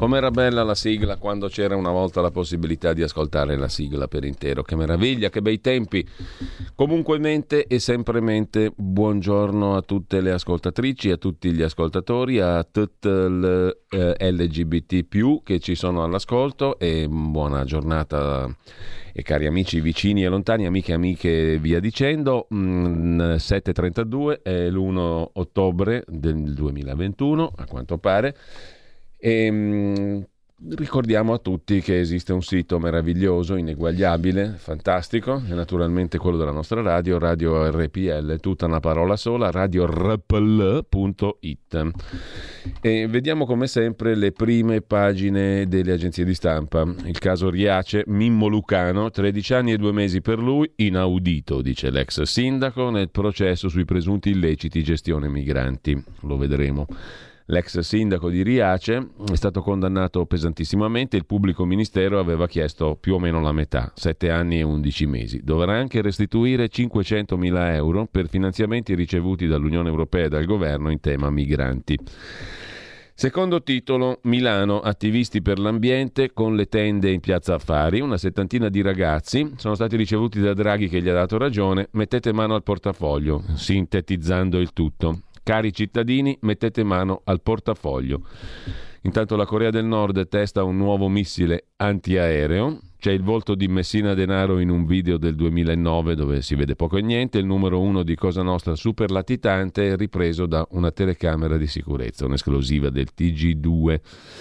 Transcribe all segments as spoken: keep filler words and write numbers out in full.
Com'era bella la sigla quando c'era una volta la possibilità di ascoltare la sigla per intero. Che meraviglia, che bei tempi. Comunquemente e sempremente buongiorno a tutte le ascoltatrici, a tutti gli ascoltatori, a tutte le eh, L G B T più che ci sono all'ascolto, e buona giornata e cari amici vicini e lontani, amiche e amiche, via dicendo. mm, sette e trentadue è l'primo ottobre del duemilaventuno, a quanto pare. E mh, ricordiamo a tutti che esiste un sito meraviglioso, ineguagliabile, fantastico, è naturalmente quello della nostra radio, Radio R P L, tutta una parola sola, radio r p l punto i t. E vediamo come sempre le prime pagine delle agenzie di stampa. Il caso Riace, Mimmo Lucano, tredici anni e due mesi per lui, inaudito, dice l'ex sindaco, nel processo sui presunti illeciti gestione migranti. Lo vedremo. L'ex sindaco di Riace è stato condannato pesantissimamente, il pubblico ministero aveva chiesto più o meno la metà, sette anni e undici mesi. Dovrà anche restituire cinquecentomila euro per finanziamenti ricevuti dall'Unione Europea e dal governo in tema migranti. Secondo titolo, Milano, attivisti per l'ambiente con le tende in piazza Affari. Una settantina di ragazzi sono stati ricevuti da Draghi che gli ha dato ragione. Mettete mano al portafoglio, sintetizzando il tutto. Cari cittadini, mettete mano al portafoglio. Intanto la Corea del Nord testa un nuovo missile antiaereo. C'è il volto di Messina Denaro in un video del duemilanove dove si vede poco e niente. Il numero uno di Cosa Nostra super latitante è ripreso da una telecamera di sicurezza, un'esclusiva del T G due.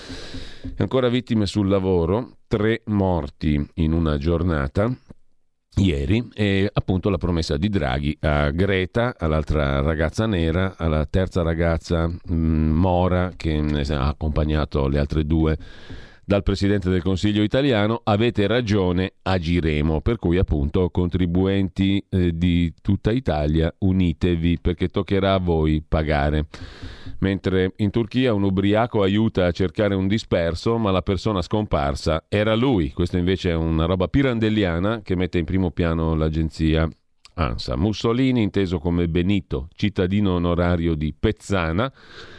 Ancora vittime sul lavoro, tre morti in una giornata. Ieri, e appunto la promessa di Draghi a Greta, all'altra ragazza nera, alla terza ragazza mh, Mora, che ha accompagnato le altre due dal Presidente del Consiglio italiano: avete ragione, agiremo. Per cui appunto contribuenti eh, di tutta Italia, unitevi perché toccherà a voi pagare. Mentre in Turchia un ubriaco aiuta a cercare un disperso, ma la persona scomparsa era lui. Questa invece è una roba pirandelliana che mette in primo piano l'agenzia ANSA. Mussolini, inteso come Benito, cittadino onorario di Pezzana.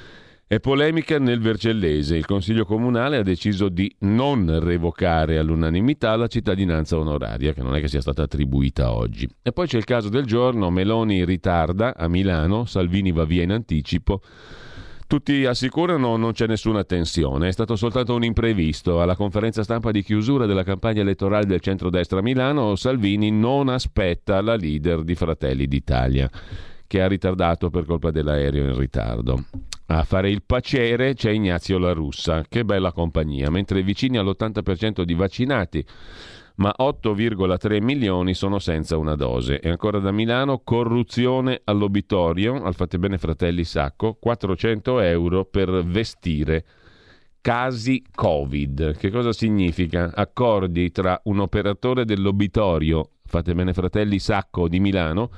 È polemica nel Vercellese. Il Consiglio Comunale ha deciso di non revocare all'unanimità la cittadinanza onoraria, che non è che sia stata attribuita oggi. E poi c'è il caso del giorno: Meloni ritarda a Milano, Salvini va via in anticipo. Tutti assicurano non c'è nessuna tensione, è stato soltanto un imprevisto. Alla conferenza stampa di chiusura della campagna elettorale del centrodestra a Milano, Salvini non aspetta la leader di Fratelli d'Italia, che ha ritardato per colpa dell'aereo in ritardo. A fare il paciere c'è Ignazio La Russa, che bella compagnia, mentre vicini all'ottanta per cento di vaccinati, ma otto virgola tre milioni sono senza una dose. E ancora da Milano, corruzione all'obitorio, al Fate Bene Fratelli Sacco, quattrocento euro per vestire casi Covid. Che cosa significa? Accordi tra un operatore dell'obitorio, Fate Bene Fratelli Sacco di Milano,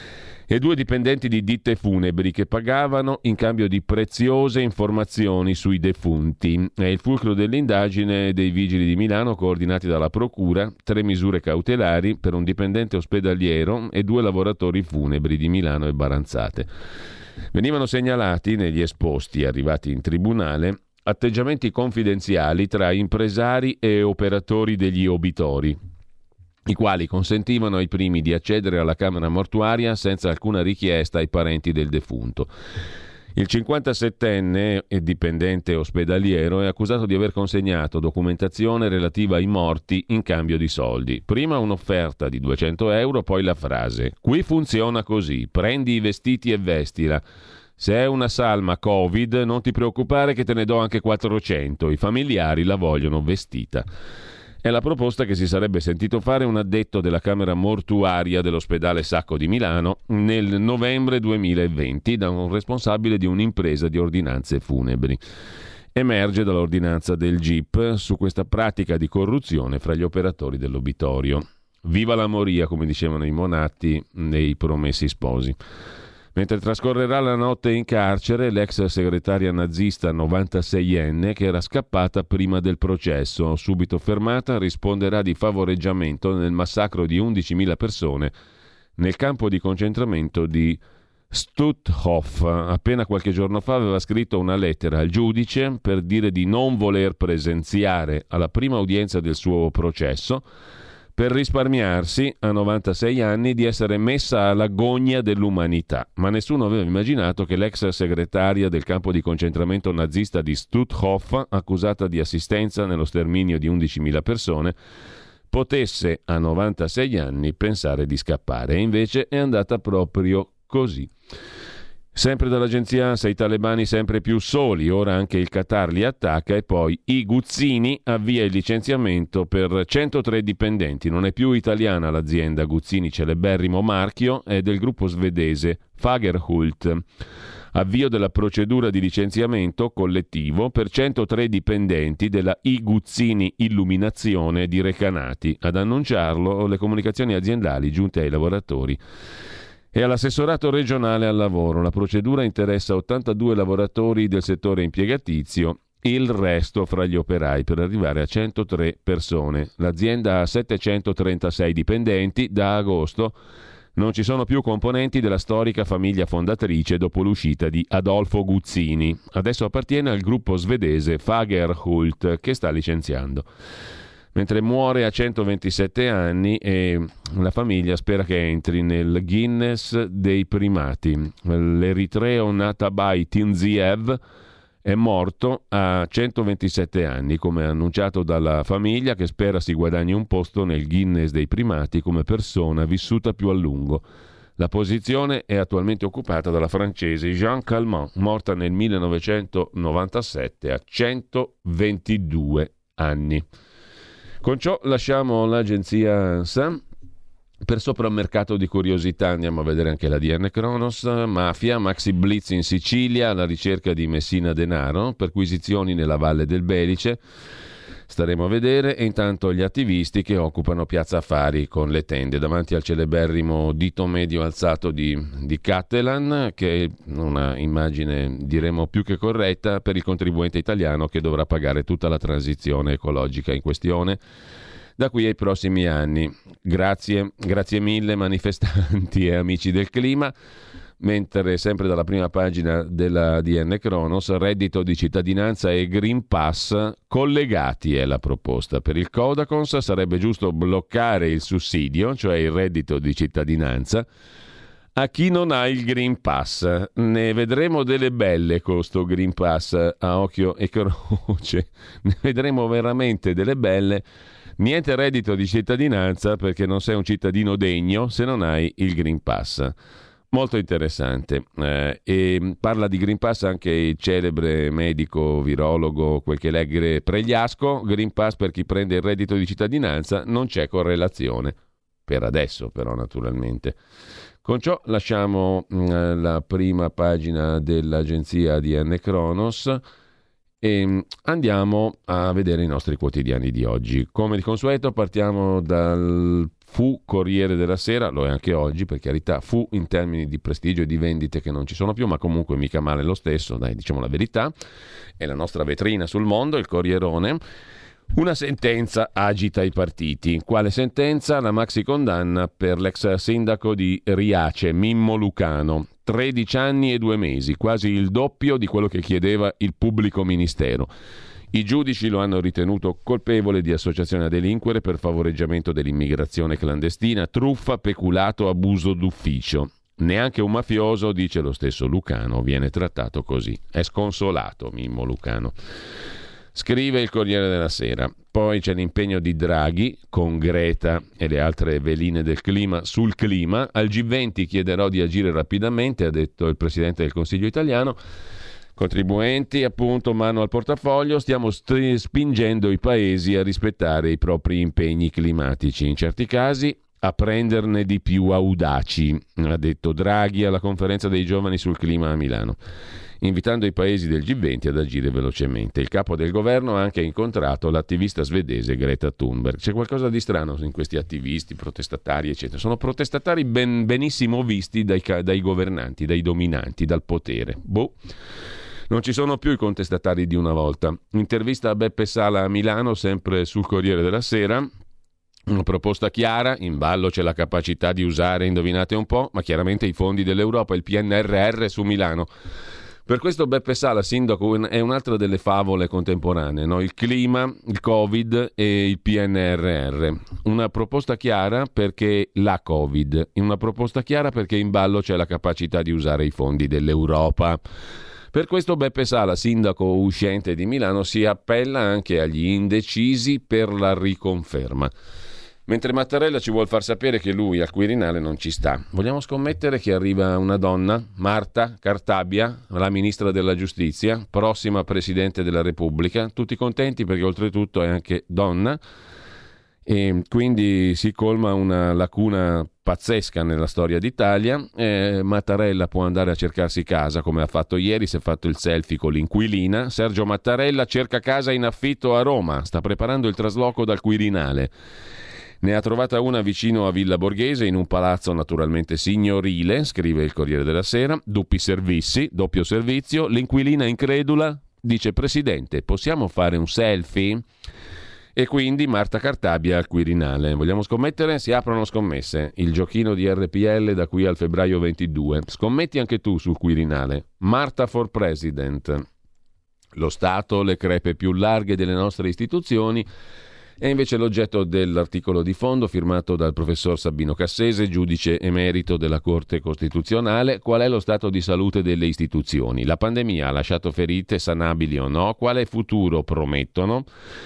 e due dipendenti di ditte funebri che pagavano in cambio di preziose informazioni sui defunti. È il fulcro dell'indagine dei vigili di Milano coordinati dalla procura, tre misure cautelari per un dipendente ospedaliero e due lavoratori funebri di Milano e Baranzate. Venivano segnalati negli esposti arrivati in tribunale atteggiamenti confidenziali tra impresari e operatori degli obitori, i quali consentivano ai primi di accedere alla camera mortuaria senza alcuna richiesta ai parenti del defunto. Il cinquantasettenne e dipendente ospedaliero è accusato di aver consegnato documentazione relativa ai morti in cambio di soldi. Prima un'offerta di duecento euro, poi la frase: qui funziona così, prendi i vestiti e vestila. Se è una salma Covid non ti preoccupare che te ne do anche quattrocento, i familiari la vogliono vestita. È la proposta che si sarebbe sentito fare un addetto della Camera Mortuaria dell'ospedale Sacco di Milano nel novembre duemilaventi da un responsabile di un'impresa di ordinanze funebri. Emerge dall'ordinanza del G I P su questa pratica di corruzione fra gli operatori dell'obitorio. Viva la moria, come dicevano i monatti nei Promessi Sposi. Mentre trascorrerà la notte in carcere l'ex segretaria nazista novantaseienne che era scappata prima del processo, subito fermata, risponderà di favoreggiamento nel massacro di undicimila persone nel campo di concentramento di Stutthof appena qualche giorno fa aveva scritto una lettera al giudice per dire di non voler presenziare alla prima udienza del suo processo per risparmiarsi, a novantasei anni, di essere messa alla gogna dell'umanità. Ma nessuno aveva immaginato che l'ex segretaria del campo di concentramento nazista di Stutthof, accusata di assistenza nello sterminio di undicimila persone, potesse a novantasei anni pensare di scappare. E invece è andata proprio così. Sempre dall'agenzia ANSA, i talebani sempre più soli, ora anche il Qatar li attacca e poi i Guzzini avvia il licenziamento per centotré dipendenti. Non è più italiana l'azienda Guzzini, celeberrimo marchio, è del gruppo svedese Fagerhult. Avvio della procedura di licenziamento collettivo per centotré dipendenti della I Guzzini Illuminazione di Recanati. Ad annunciarlo le comunicazioni aziendali giunte ai lavoratori e all'assessorato regionale al lavoro. La procedura interessa ottantadue lavoratori del settore impiegatizio, il resto fra gli operai, per arrivare a centotré persone. L'azienda ha settecentotrentasei dipendenti. Da agosto non ci sono più componenti della storica famiglia fondatrice dopo l'uscita di Adolfo Guzzini. Adesso appartiene al gruppo svedese Fagerhult, che sta licenziando. Mentre muore a centoventisette anni e la famiglia spera che entri nel Guinness dei primati. L'eritreo Natabai Tinziev è morto a centoventisette anni, come annunciato dalla famiglia, che spera si guadagni un posto nel Guinness dei primati come persona vissuta più a lungo. La posizione è attualmente occupata dalla francese Jeanne Calment, morta nel millenovecentonovantasette a centoventidue anni. Con ciò lasciamo l'agenzia ANSA. Per sopra un mercato di curiosità andiamo a vedere anche la D N Kronos. Mafia, maxi blitz in Sicilia alla ricerca di Messina Denaro, perquisizioni nella Valle del Belice. Staremo a vedere. E intanto gli attivisti che occupano Piazza Affari con le tende davanti al celeberrimo dito medio alzato di, di Cattelan, che è una immagine diremo più che corretta per il contribuente italiano che dovrà pagare tutta la transizione ecologica in questione da qui ai prossimi anni. Grazie, grazie mille manifestanti e amici del clima. Mentre sempre dalla prima pagina della D N Kronos, reddito di cittadinanza e Green Pass collegati è la proposta. Per il Codacons sarebbe giusto bloccare il sussidio, cioè il reddito di cittadinanza, a chi non ha il Green Pass. Ne vedremo delle belle con sto Green Pass a occhio e croce, ne vedremo veramente delle belle. Niente reddito di cittadinanza perché non sei un cittadino degno se non hai il Green Pass. Molto interessante. Eh, e parla di Green Pass anche il celebre medico virologo, quel che legge Pregliasco. Green Pass per chi prende il reddito di cittadinanza, non c'è correlazione. Per adesso però, naturalmente. Con ciò lasciamo mh, la prima pagina dell'agenzia D N Kronos e andiamo a vedere i nostri quotidiani di oggi. Come di consueto partiamo dal Fu Corriere della Sera, lo è anche oggi per carità, fu in termini di prestigio e di vendite che non ci sono più, ma comunque mica male lo stesso, dai, diciamo la verità, è la nostra vetrina sul mondo, il Corrierone. Una sentenza agita i partiti. Quale sentenza? La maxi condanna per l'ex sindaco di Riace, Mimmo Lucano. tredici anni e due mesi, quasi il doppio di quello che chiedeva il pubblico ministero. I giudici lo hanno ritenuto colpevole di associazione a delinquere per favoreggiamento dell'immigrazione clandestina, truffa, peculato, abuso d'ufficio. Neanche un mafioso, dice lo stesso Lucano, viene trattato così. È sconsolato Mimmo Lucano. Scrive il Corriere della Sera. Poi c'è l'impegno di Draghi con Greta e le altre veline del clima sul clima. Al G venti chiederò di agire rapidamente, ha detto il Presidente del Consiglio italiano. Contribuenti, appunto, mano al portafoglio, stiamo st- spingendo i paesi a rispettare i propri impegni climatici. In certi casi a prenderne di più audaci, ha detto Draghi alla conferenza dei giovani sul clima a Milano, invitando i paesi del G venti ad agire velocemente. Il capo del governo ha anche incontrato l'attivista svedese Greta Thunberg. C'è qualcosa di strano in questi attivisti, protestatari, eccetera. Sono protestatari ben, benissimo visti dai, dai governanti, dai dominanti, dal potere. Boh. Non ci sono più i contestatari di una volta. Intervista a Beppe Sala a Milano, sempre sul Corriere della Sera. Una proposta chiara, in ballo c'è la capacità di usare, indovinate un po', ma chiaramente i fondi dell'Europa, il P N R R su Milano. Per questo Beppe Sala, sindaco, è un'altra delle favole contemporanee, no? Il clima, il Covid e il P N R R. Una proposta chiara perché la Covid, una proposta chiara perché in ballo c'è la capacità di usare i fondi dell'Europa. Per questo Beppe Sala, sindaco uscente di Milano, si appella anche agli indecisi per la riconferma. Mentre Mattarella ci vuol far sapere che lui al Quirinale non ci sta. Vogliamo scommettere che arriva una donna, Marta Cartabia, la ministra della Giustizia, prossima Presidente della Repubblica. Tutti contenti perché oltretutto è anche donna e quindi si colma una lacuna pazzesca nella storia d'Italia. Eh, Mattarella può andare a cercarsi casa come ha fatto ieri, si è fatto il selfie con l'inquilina. Sergio Mattarella cerca casa in affitto a Roma, sta preparando il trasloco dal Quirinale. Ne ha trovata una vicino a Villa Borghese, in un palazzo naturalmente signorile, scrive il Corriere della Sera, doppi servizi, doppio servizio, l'inquilina incredula dice: Presidente, possiamo fare un selfie? E quindi Marta Cartabia al Quirinale. Vogliamo scommettere? Si aprono scommesse, il giochino di R P L da qui al febbraio ventidue. Scommetti anche tu sul Quirinale. Marta for President. Lo Stato, le crepe più larghe delle nostre istituzioni. È invece l'oggetto dell'articolo di fondo firmato dal professor Sabino Cassese, giudice emerito della Corte Costituzionale. Qual è lo stato di salute delle istituzioni? La pandemia ha lasciato ferite sanabili o no? Quale futuro promettono?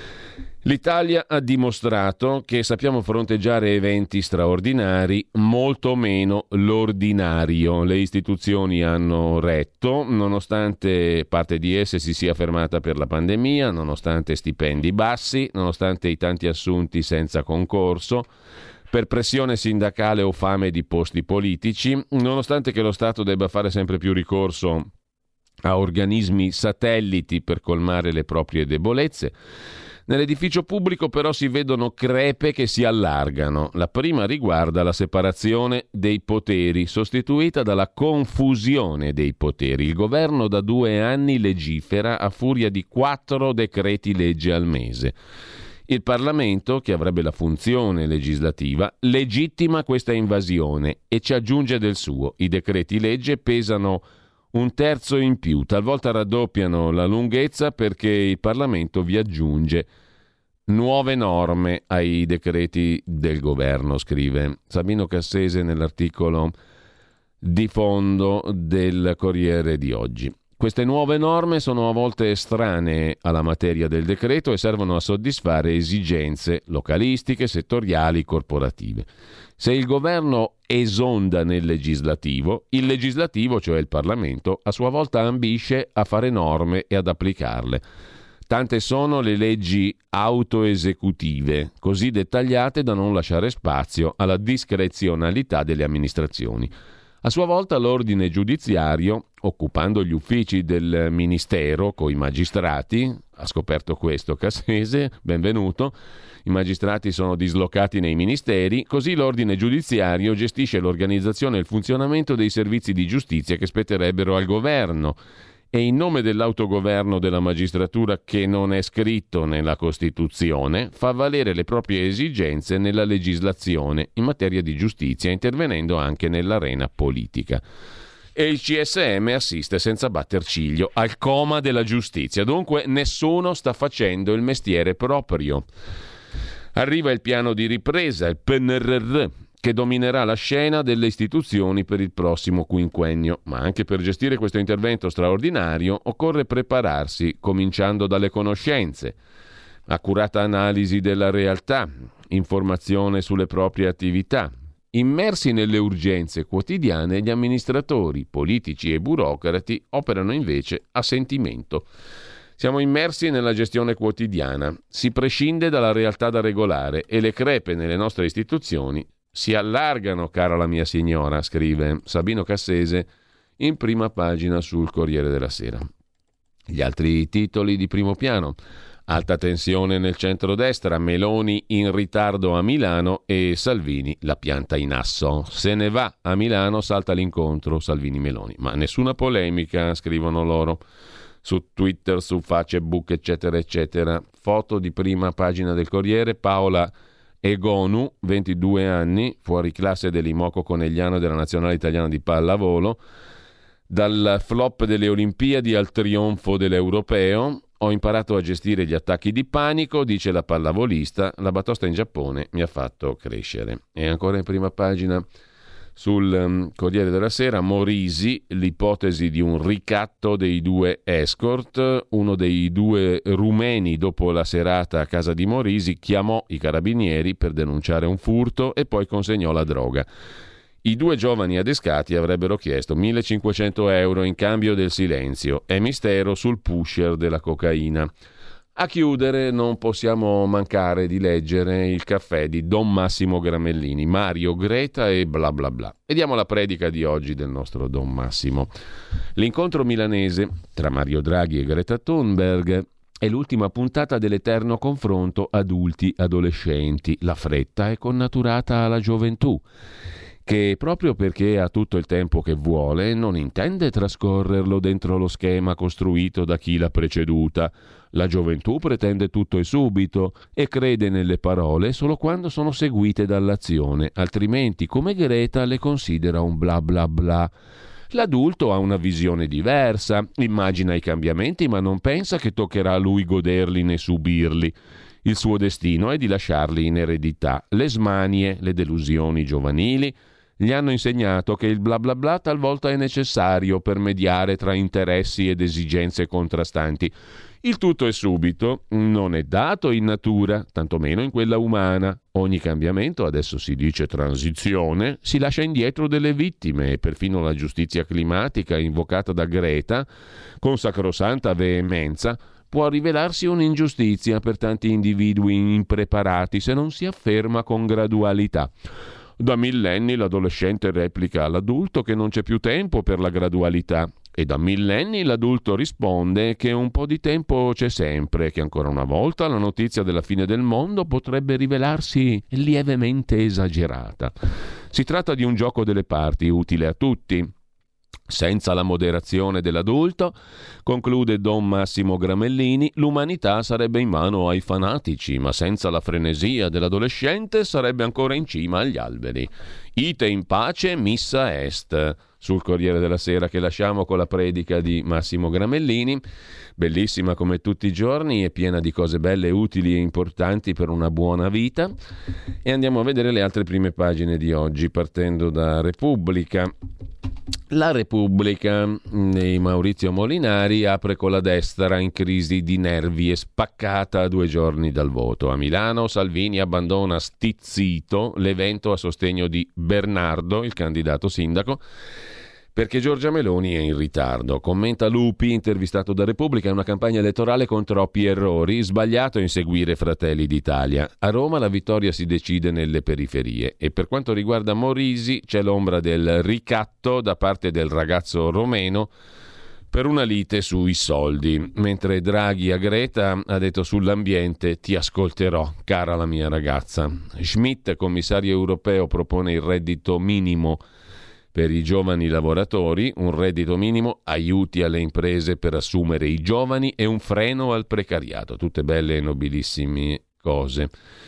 L'Italia ha dimostrato che sappiamo fronteggiare eventi straordinari, molto meno l'ordinario. Le istituzioni hanno retto, nonostante parte di esse si sia fermata per la pandemia, nonostante stipendi bassi, nonostante i tanti assunti senza concorso, per pressione sindacale o fame di posti politici, nonostante che lo Stato debba fare sempre più ricorso a organismi satelliti per colmare le proprie debolezze. Nell'edificio pubblico però si vedono crepe che si allargano. La prima riguarda la separazione dei poteri, sostituita dalla confusione dei poteri. Il governo da due anni legifera a furia di quattro decreti legge al mese. Il Parlamento, che avrebbe la funzione legislativa, legittima questa invasione e ci aggiunge del suo. I decreti legge pesano un terzo in più, talvolta raddoppiano la lunghezza perché il Parlamento vi aggiunge nuove norme ai decreti del governo, scrive Sabino Cassese nell'articolo di fondo del Corriere di oggi. Queste nuove norme sono a volte estranee alla materia del decreto e servono a soddisfare esigenze localistiche, settoriali, corporative. Se il governo esonda nel legislativo, il legislativo, cioè il Parlamento, a sua volta ambisce a fare norme e ad applicarle. Tante sono le leggi autoesecutive, così dettagliate da non lasciare spazio alla discrezionalità delle amministrazioni. A sua volta l'ordine giudiziario, occupando gli uffici del Ministero coi magistrati, ha scoperto questo Cassese, benvenuto, i magistrati sono dislocati nei ministeri, così l'ordine giudiziario gestisce l'organizzazione e il funzionamento dei servizi di giustizia che spetterebbero al governo e in nome dell'autogoverno della magistratura, che non è scritto nella Costituzione, fa valere le proprie esigenze nella legislazione in materia di giustizia, intervenendo anche nell'arena politica. E il C S M assiste senza batter ciglio al coma della giustizia. Dunque nessuno sta facendo il mestiere proprio. Arriva il piano di ripresa, il P N R R, che dominerà la scena delle istituzioni per il prossimo quinquennio. Ma anche per gestire questo intervento straordinario occorre prepararsi, cominciando dalle conoscenze, accurata analisi della realtà, informazione sulle proprie attività. Immersi nelle urgenze quotidiane, gli amministratori, politici e burocrati operano invece a sentimento. Siamo immersi nella gestione quotidiana, si prescinde dalla realtà da regolare e le crepe nelle nostre istituzioni si allargano, cara la mia signora, scrive Sabino Cassese in prima pagina sul Corriere della Sera. Gli altri titoli di primo piano: alta tensione nel centrodestra, Meloni in ritardo a Milano e Salvini la pianta in asso. Se ne va a Milano, salta l'incontro Salvini-Meloni. Ma nessuna polemica, scrivono loro su Twitter, su Facebook, eccetera, eccetera. Foto di prima pagina del Corriere, Paola Egonu, ventidue anni, fuori classe dell'Imoco Conegliano della Nazionale Italiana di Pallavolo. Dal flop delle Olimpiadi al trionfo dell'Europeo, ho imparato a gestire gli attacchi di panico, dice la pallavolista, la batosta in Giappone mi ha fatto crescere. E ancora in prima pagina sul um, Corriere della Sera, Morisi, l'ipotesi di un ricatto dei due escort. Uno dei due rumeni, dopo la serata a casa di Morisi, chiamò i carabinieri per denunciare un furto e poi consegnò la droga. I due giovani adescati avrebbero chiesto millecinquecento euro in cambio del silenzio. È mistero sul pusher della cocaina. A chiudere non possiamo mancare di leggere il caffè di Don Massimo Gramellini, Mario, Greta e bla bla bla. Vediamo la predica di oggi del nostro Don Massimo. L'incontro milanese tra Mario Draghi e Greta Thunberg è l'ultima puntata dell'eterno confronto adulti-adolescenti. La fretta è connaturata alla gioventù, che proprio perché ha tutto il tempo che vuole non intende trascorrerlo dentro lo schema costruito da chi l'ha preceduta. La gioventù pretende tutto e subito e crede nelle parole solo quando sono seguite dall'azione, altrimenti, come Greta, le considera un bla bla bla. L'adulto ha una visione diversa, immagina i cambiamenti ma non pensa che toccherà a lui goderli né subirli. Il suo destino è di lasciarli in eredità. Le smanie, le delusioni giovanili gli hanno insegnato che il bla bla bla talvolta è necessario per mediare tra interessi ed esigenze contrastanti. Il tutto e subito non è dato in natura, tantomeno in quella umana. Ogni cambiamento, adesso si dice transizione, si lascia indietro delle vittime e perfino la giustizia climatica invocata da Greta con sacrosanta veemenza può rivelarsi un'ingiustizia per tanti individui impreparati se non si afferma con gradualità. Da millenni l'adolescente replica all'adulto che non c'è più tempo per la gradualità e da millenni l'adulto risponde che un po' di tempo c'è sempre, che ancora una volta la notizia della fine del mondo potrebbe rivelarsi lievemente esagerata. Si tratta di un gioco delle parti utile a tutti. Senza la moderazione dell'adulto, conclude Don Massimo Gramellini, l'umanità sarebbe in mano ai fanatici, ma senza la frenesia dell'adolescente sarebbe ancora in cima agli alberi. Ite in pace, missa est. Sul Corriere della Sera, che lasciamo con la predica di Massimo Gramellini, bellissima come tutti i giorni e piena di cose belle, utili e importanti per una buona vita. E andiamo a vedere le altre prime pagine di oggi, partendo da Repubblica. La Repubblica di Maurizio Molinari apre con la destra in crisi di nervi e spaccata a due giorni dal voto. A Milano Salvini abbandona stizzito l'evento a sostegno di Bernardo, il candidato sindaco, perché Giorgia Meloni è in ritardo. Commenta Lupi, intervistato da Repubblica, è una campagna elettorale con troppi errori, sbagliato inseguire Fratelli d'Italia. A Roma la vittoria si decide nelle periferie e per quanto riguarda Morisi c'è l'ombra del ricatto da parte del ragazzo romeno per una lite sui soldi, mentre Draghi a Greta ha detto sull'ambiente: ti ascolterò, cara la mia ragazza. Schmidt, commissario europeo, propone il reddito minimo per i giovani lavoratori, un reddito minimo, aiuti alle imprese per assumere i giovani e un freno al precariato. Tutte belle e nobilissime cose.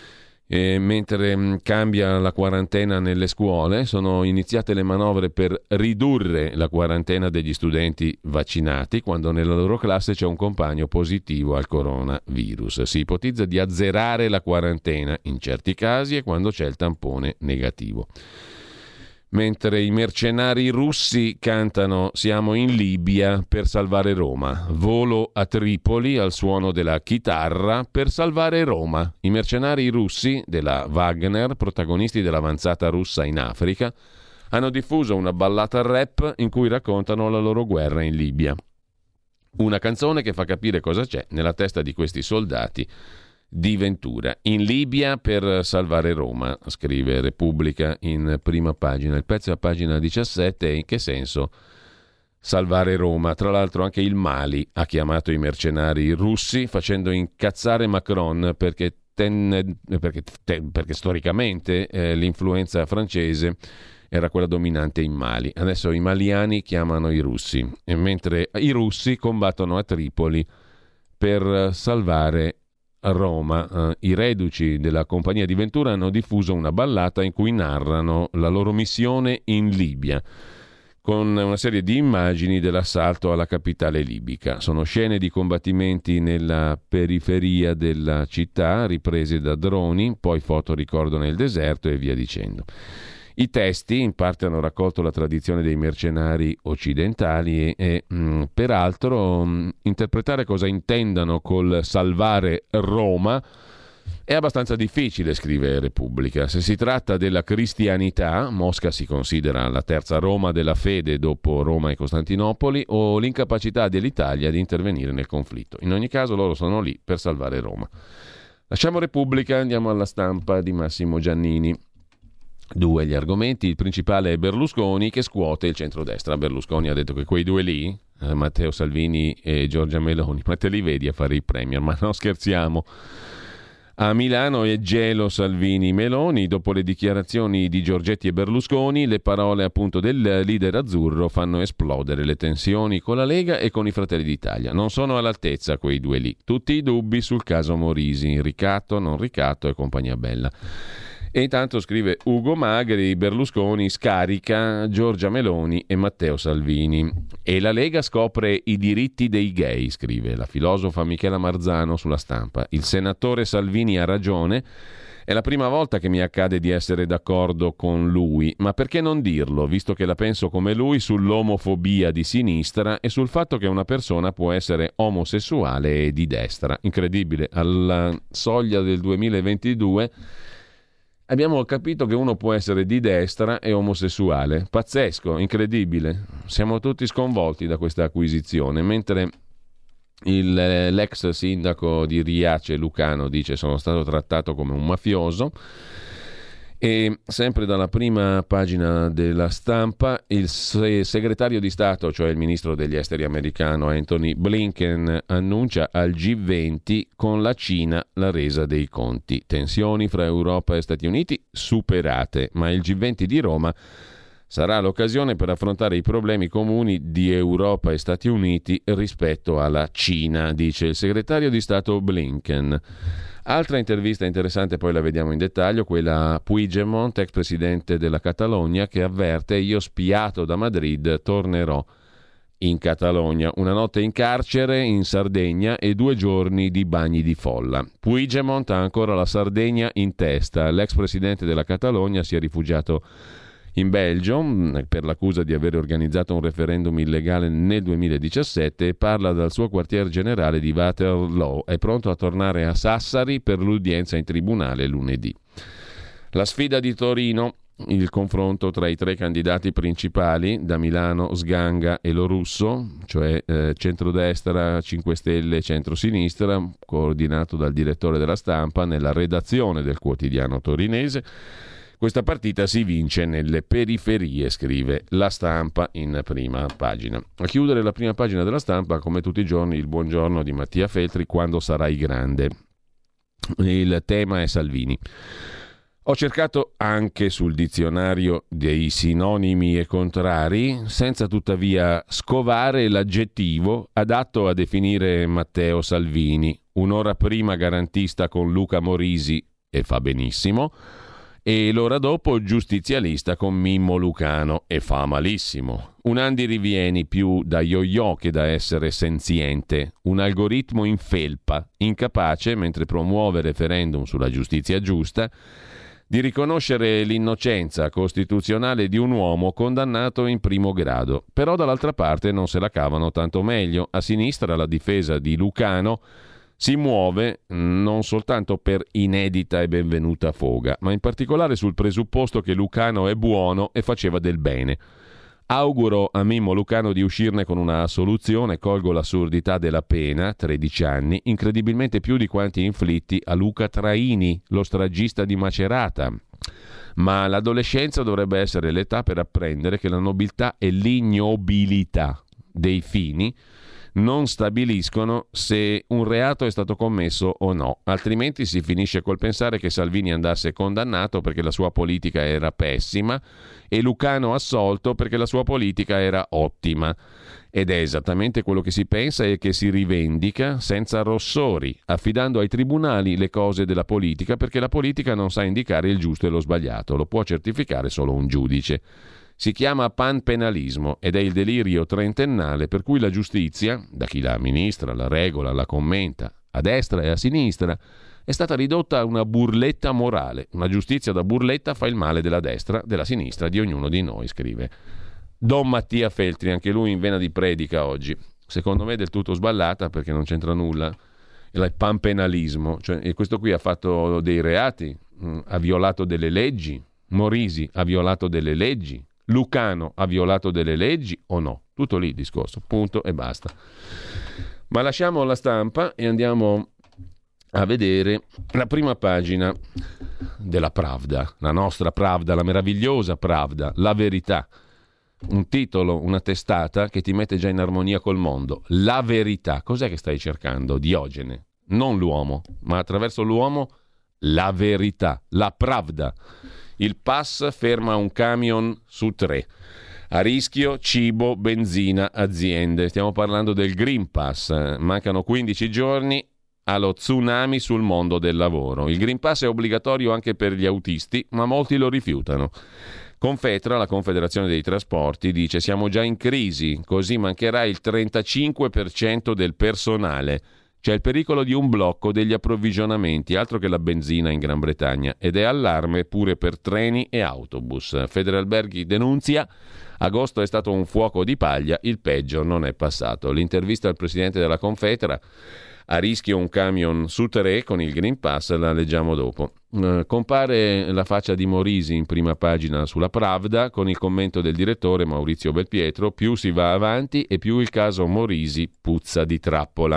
E mentre cambia la quarantena nelle scuole, sono iniziate le manovre per ridurre la quarantena degli studenti vaccinati quando nella loro classe c'è un compagno positivo al coronavirus. Si ipotizza di azzerare la quarantena in certi casi e quando c'è il tampone negativo. Mentre i mercenari russi cantano «Siamo in Libia per salvare Roma». Volo a Tripoli al suono della chitarra per salvare Roma. I mercenari russi della Wagner, protagonisti dell'avanzata russa in Africa, hanno diffuso una ballata rap in cui raccontano la loro guerra in Libia. Una canzone che fa capire cosa c'è nella testa di questi soldati di Ventura. In Libia per salvare Roma, scrive Repubblica in prima pagina. Il pezzo è a pagina diciassette. In che senso salvare Roma? Tra l'altro anche il Mali ha chiamato i mercenari russi, facendo incazzare Macron perché, tenne, perché, te, perché storicamente eh, l'influenza francese era quella dominante in Mali. Adesso i maliani chiamano i russi, e mentre i russi combattono a Tripoli per salvare a Roma. Eh, I reduci della compagnia di Ventura hanno diffuso una ballata in cui narrano la loro missione in Libia, con una serie di immagini dell'assalto alla capitale libica. Sono scene di combattimenti nella periferia della città, riprese da droni, poi foto ricordo nel deserto e via dicendo. I testi in parte hanno raccolto la tradizione dei mercenari occidentali e, e mh, peraltro mh, interpretare cosa intendano col salvare Roma è abbastanza difficile, scrive Repubblica. Se si tratta della cristianità, Mosca si considera la terza Roma della fede dopo Roma e Costantinopoli, o l'incapacità dell'Italia di intervenire nel conflitto. In ogni caso loro sono lì per salvare Roma. Lasciamo Repubblica, andiamo alla Stampa di Massimo Giannini. Due gli argomenti, il principale è Berlusconi che scuote il centrodestra. Berlusconi ha detto che quei due lì, eh, Matteo Salvini e Giorgia Meloni, ma te li vedi a fare i premier? Ma no, scherziamo. A Milano è gelo Salvini-Meloni, dopo le dichiarazioni di Giorgetti e Berlusconi, le parole appunto del leader azzurro fanno esplodere le tensioni con la Lega e con i Fratelli d'Italia. Non sono all'altezza quei due lì. Tutti i dubbi sul caso Morisi, ricatto, non ricatto e compagnia bella. E intanto scrive Ugo Magri, Berlusconi scarica Giorgia Meloni e Matteo Salvini. E la Lega scopre i diritti dei gay, scrive la filosofa Michela Marzano sulla Stampa. Il senatore Salvini ha ragione, è la prima volta che mi accade di essere d'accordo con lui, ma perché non dirlo, visto che la penso come lui sull'omofobia di sinistra e sul fatto che una persona può essere omosessuale e di destra. Incredibile, alla soglia del duemilaventidue... abbiamo capito che uno può essere di destra e omosessuale. Pazzesco, incredibile. Siamo tutti sconvolti da questa acquisizione, mentre il, l'ex sindaco di Riace, Lucano, dice sono stato trattato come un mafioso. E sempre dalla prima pagina della Stampa, il segretario di Stato, cioè il ministro degli esteri americano Anthony Blinken, annuncia al G venti con la Cina la resa dei conti. Tensioni fra Europa e Stati Uniti superate, ma il G venti di Roma sarà l'occasione per affrontare i problemi comuni di Europa e Stati Uniti rispetto alla Cina, dice il segretario di Stato Blinken. Altra intervista interessante, poi la vediamo in dettaglio, quella a Puigdemont, ex presidente della Catalogna, che avverte: io spiato da Madrid tornerò in Catalogna. Una notte in carcere in Sardegna e due giorni di bagni di folla. Puigdemont ha ancora la Sardegna in testa. L'ex presidente della Catalogna si è rifugiato in Belgio per l'accusa di aver organizzato un referendum illegale nel duemiladiciassette e parla dal suo quartier generale di Waterloo. È pronto a tornare a Sassari per l'udienza in tribunale lunedì. La sfida di Torino, il confronto tra i tre candidati principali, da Milano Sganga e Lo Russo, cioè eh, centrodestra, cinque Stelle e centrosinistra, coordinato dal direttore della Stampa nella redazione del quotidiano torinese. Questa partita si vince nelle periferie, scrive La Stampa in prima pagina. A chiudere la prima pagina della Stampa, come tutti i giorni, il buongiorno di Mattia Feltri, quando sarai grande. Il tema è Salvini. Ho cercato anche sul dizionario dei sinonimi e contrari, senza tuttavia scovare l'aggettivo adatto a definire Matteo Salvini. Un'ora prima garantista con Luca Morisi, e fa benissimo, e l'ora dopo giustizialista con Mimmo Lucano, e fa malissimo. Un Andy Rivieni più da yo-yo che da essere senziente, un algoritmo in felpa, incapace, mentre promuove referendum sulla giustizia giusta, di riconoscere l'innocenza costituzionale di un uomo condannato in primo grado. Però dall'altra parte non se la cavano tanto meglio. A sinistra la difesa di Lucano si muove non soltanto per inedita e benvenuta foga, ma in particolare sul presupposto che Lucano è buono e faceva del bene. Auguro a Mimmo Lucano di uscirne con una assoluzione, colgo l'assurdità della pena, tredici anni, incredibilmente più di quanti inflitti a Luca Traini, lo stragista di Macerata. Ma l'adolescenza dovrebbe essere l'età per apprendere che la nobiltà è l'ignobilità. dei fini non stabiliscono se un reato è stato commesso o no, altrimenti si finisce col pensare che Salvini andasse condannato perché la sua politica era pessima e Lucano assolto perché la sua politica era ottima. Ed è esattamente quello che si pensa e che si rivendica senza rossori, affidando ai tribunali le cose della politica, perché la politica non sa indicare il giusto e lo sbagliato, lo può certificare solo un giudice. Si chiama panpenalismo ed è il delirio trentennale per cui la giustizia, da chi la amministra, la regola, la commenta, a destra e a sinistra, è stata ridotta a una burletta morale. Una giustizia da burletta fa il male della destra, della sinistra, di ognuno di noi, scrive Don Mattia Feltri, anche lui in vena di predica oggi. Secondo me del tutto sballata, perché non c'entra nulla. Il panpenalismo, cioè, e questo qui ha fatto dei reati, mh, ha violato delle leggi. Morisi ha violato delle leggi. Lucano ha violato delle leggi o no? Tutto lì il discorso, punto e basta. Ma lasciamo la stampa e andiamo a vedere la prima pagina della Pravda, la nostra Pravda, la meravigliosa Pravda, La Verità. Un titolo, una testata che ti mette già in armonia col mondo. La verità. Cos'è che stai cercando? Diogene. Non l'uomo, ma attraverso l'uomo la verità, la Pravda. Il pass ferma un camion su tre. A rischio cibo, benzina, aziende. Stiamo parlando del Green Pass. Mancano quindici giorni allo tsunami sul mondo del lavoro. Il Green Pass è obbligatorio anche per gli autisti, ma molti lo rifiutano. Confetra, la Confederazione dei Trasporti, dice siamo già in crisi, così mancherà il trentacinque per cento del personale. C'è il pericolo di un blocco degli approvvigionamenti, altro che la benzina in Gran Bretagna, ed è allarme pure per treni e autobus. Federalberghi denunzia, agosto è stato un fuoco di paglia, il peggio non è passato. L'intervista al presidente della Confetera, a rischio un camion su tre con il Green Pass, la leggiamo dopo. Uh, compare la faccia di Morisi in prima pagina sulla Pravda con il commento del direttore Maurizio Belpietro, più si va avanti e più il caso Morisi puzza di trappola.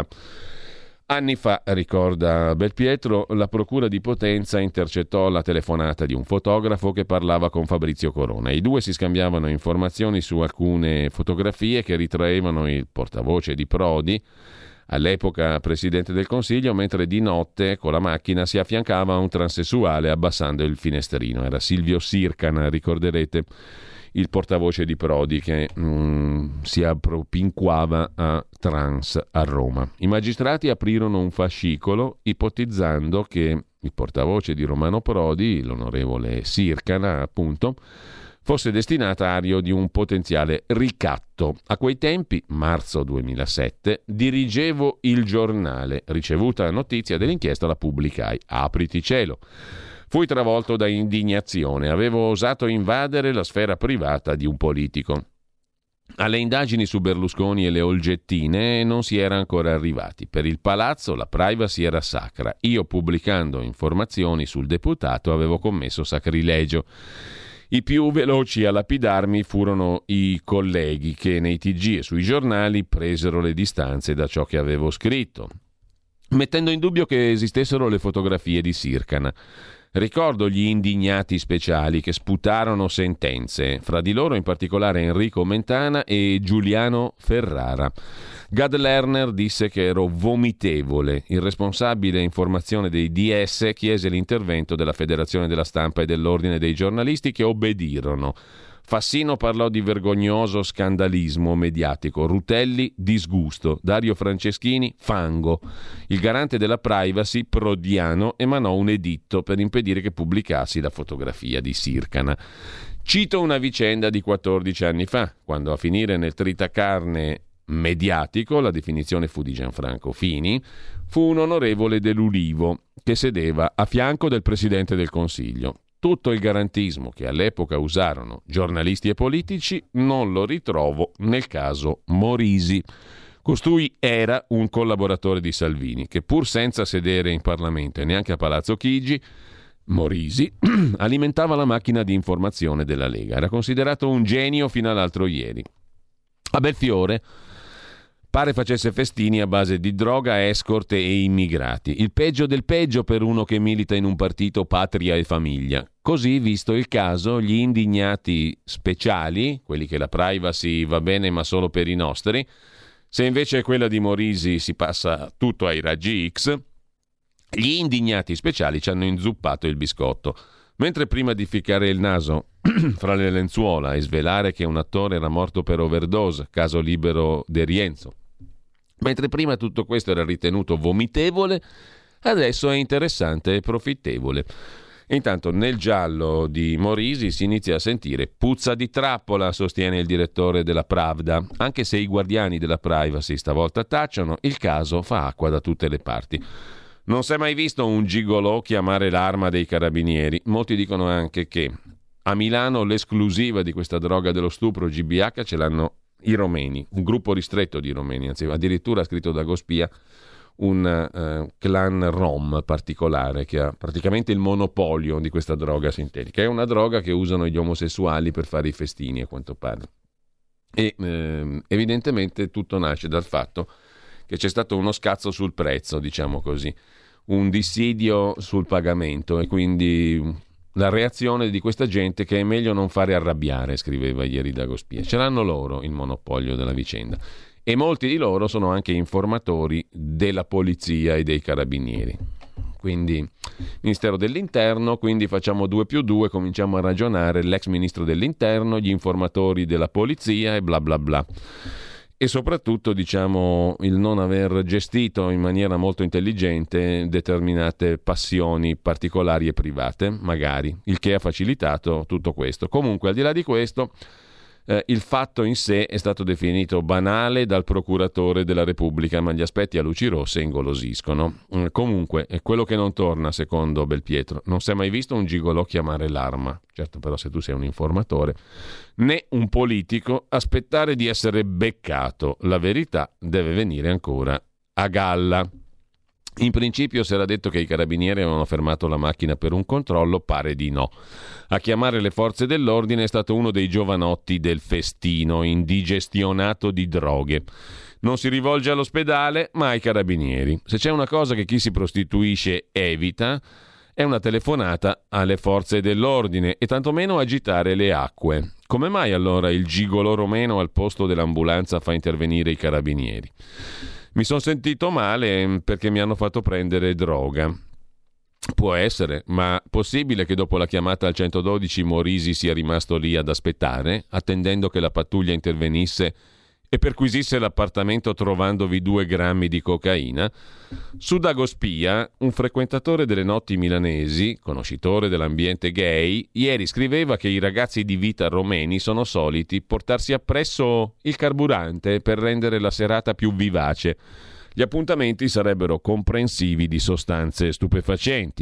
Anni fa, ricorda Belpietro, la procura di Potenza intercettò la telefonata di un fotografo che parlava con Fabrizio Corona. I due si scambiavano informazioni su alcune fotografie che ritraevano il portavoce di Prodi, all'epoca presidente del Consiglio, mentre di notte con la macchina si affiancava a un transessuale abbassando il finestrino. Era Silvio Sircana, ricorderete, il portavoce di Prodi che mm, si appropinquava a trans a Roma. I magistrati aprirono un fascicolo ipotizzando che il portavoce di Romano Prodi, l'onorevole Sircana appunto, fosse destinatario di un potenziale ricatto. A quei tempi, marzo duemilasette, dirigevo Il Giornale. Ricevuta la notizia dell'inchiesta la pubblicai. Apriti cielo. Fui travolto da indignazione. Avevo osato invadere la sfera privata di un politico. Alle indagini su Berlusconi e le Olgettine non si era ancora arrivati. Per il palazzo la privacy era sacra. Io, pubblicando informazioni sul deputato, avevo commesso sacrilegio. I più veloci a lapidarmi furono i colleghi che nei T G e sui giornali presero le distanze da ciò che avevo scritto, mettendo in dubbio che esistessero le fotografie di Sircana. Ricordo gli indignati speciali che sputarono sentenze, fra di loro in particolare Enrico Mentana e Giuliano Ferrara. Gad Lerner disse che ero vomitevole. Il responsabile informazione dei D S chiese l'intervento della Federazione della Stampa e dell'Ordine dei Giornalisti, che obbedirono. Fassino parlò di vergognoso scandalismo mediatico, Rutelli disgusto, Dario Franceschini fango. Il garante della privacy, Prodiano, emanò un editto per impedire che pubblicassi la fotografia di Sircana. Cito una vicenda di quattordici anni fa, quando a finire nel tritacarne mediatico, la definizione fu di Gianfranco Fini, fu un onorevole dell'Ulivo che sedeva a fianco del Presidente del Consiglio. Tutto il garantismo che all'epoca usarono giornalisti e politici non lo ritrovo nel caso Morisi. Costui era un collaboratore di Salvini che, pur senza sedere in Parlamento e neanche a Palazzo Chigi, Morisi alimentava la macchina di informazione della Lega. Era considerato un genio fino all'altro ieri. A Belfiore Pare facesse festini a base di droga, escort e immigrati. Il peggio del peggio per uno che milita in un partito Patria e Famiglia. Così, visto il caso, gli indignati speciali, quelli che la privacy va bene ma solo per i nostri, se invece quella di Morisi si passa tutto ai raggi X, gli indignati speciali ci hanno inzuppato il biscotto. Mentre prima di ficcare il naso fra le lenzuola e svelare che un attore era morto per overdose, caso libero de Rienzo, mentre prima tutto questo era ritenuto vomitevole, adesso è interessante e profittevole. E intanto nel giallo di Morisi si inizia a sentire puzza di trappola, sostiene il direttore della Pravda. Anche se i guardiani della privacy stavolta tacciono, il caso fa acqua da tutte le parti. Non si è mai visto un gigolò chiamare l'arma dei carabinieri. Molti dicono anche che a Milano l'esclusiva di questa droga dello stupro G B H ce l'hanno i romeni, un gruppo ristretto di romeni, anzi addirittura scritto da Gospia, un uh, clan rom particolare che ha praticamente il monopolio di questa droga sintetica. È una droga che usano gli omosessuali per fare i festini, a quanto pare. E eh, evidentemente tutto nasce dal fatto che c'è stato uno scazzo sul prezzo, diciamo così, un dissidio sul pagamento, e quindi la reazione di questa gente che è meglio non fare arrabbiare, scriveva ieri Dagospia. Ce l'hanno loro il monopolio della vicenda. E molti di loro sono anche informatori della polizia e dei carabinieri. Quindi Ministero dell'Interno, quindi facciamo due più due, cominciamo a ragionare, l'ex Ministro dell'Interno, gli informatori della polizia e bla bla bla. E soprattutto, diciamo, il non aver gestito in maniera molto intelligente determinate passioni particolari e private, magari, il che ha facilitato tutto questo. Comunque, al di là di questo, Eh, il fatto in sé è stato definito banale dal procuratore della Repubblica, ma gli aspetti a luci rosse ingolosiscono. Eh, comunque, è quello che non torna, secondo Belpietro. Non si è mai visto un gigolò chiamare l'arma. Certo, però se tu sei un informatore, né un politico, aspettare di essere beccato. La verità deve venire ancora a galla. In principio si era detto che i carabinieri avevano fermato la macchina per un controllo, pare di no. A chiamare le forze dell'ordine è stato uno dei giovanotti del festino, indigestionato di droghe. Non si rivolge all'ospedale, ma ai carabinieri. Se c'è una cosa che chi si prostituisce evita, è una telefonata alle forze dell'ordine e tantomeno agitare le acque. Come mai allora il gigolo romeno al posto dell'ambulanza fa intervenire i carabinieri? Mi sono sentito male perché mi hanno fatto prendere droga. Può essere, ma possibile che dopo la chiamata al centododici Morisi sia rimasto lì ad aspettare, attendendo che la pattuglia intervenisse e perquisisse l'appartamento trovandovi due grammi di cocaina? Su Dagospia, un frequentatore delle notti milanesi, conoscitore dell'ambiente gay, ieri scriveva che i ragazzi di vita romeni sono soliti portarsi appresso il carburante per rendere la serata più vivace. Gli appuntamenti sarebbero comprensivi di sostanze stupefacenti.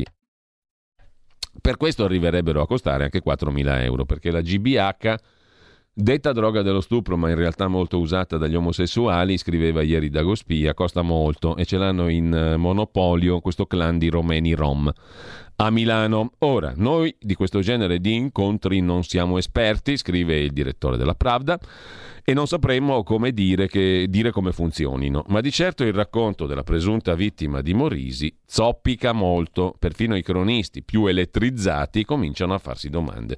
Per questo arriverebbero a costare anche quattromila euro, perché la G B H, detta droga dello stupro, ma in realtà molto usata dagli omosessuali, scriveva ieri Dagospia, costa molto e ce l'hanno in monopolio questo clan di romeni rom a Milano. Ora, noi di questo genere di incontri non siamo esperti, scrive il direttore della Pravda, e non sapremmo come dire, che, dire come funzionino, ma di certo il racconto della presunta vittima di Morisi zoppica molto, perfino i cronisti più elettrizzati cominciano a farsi domande.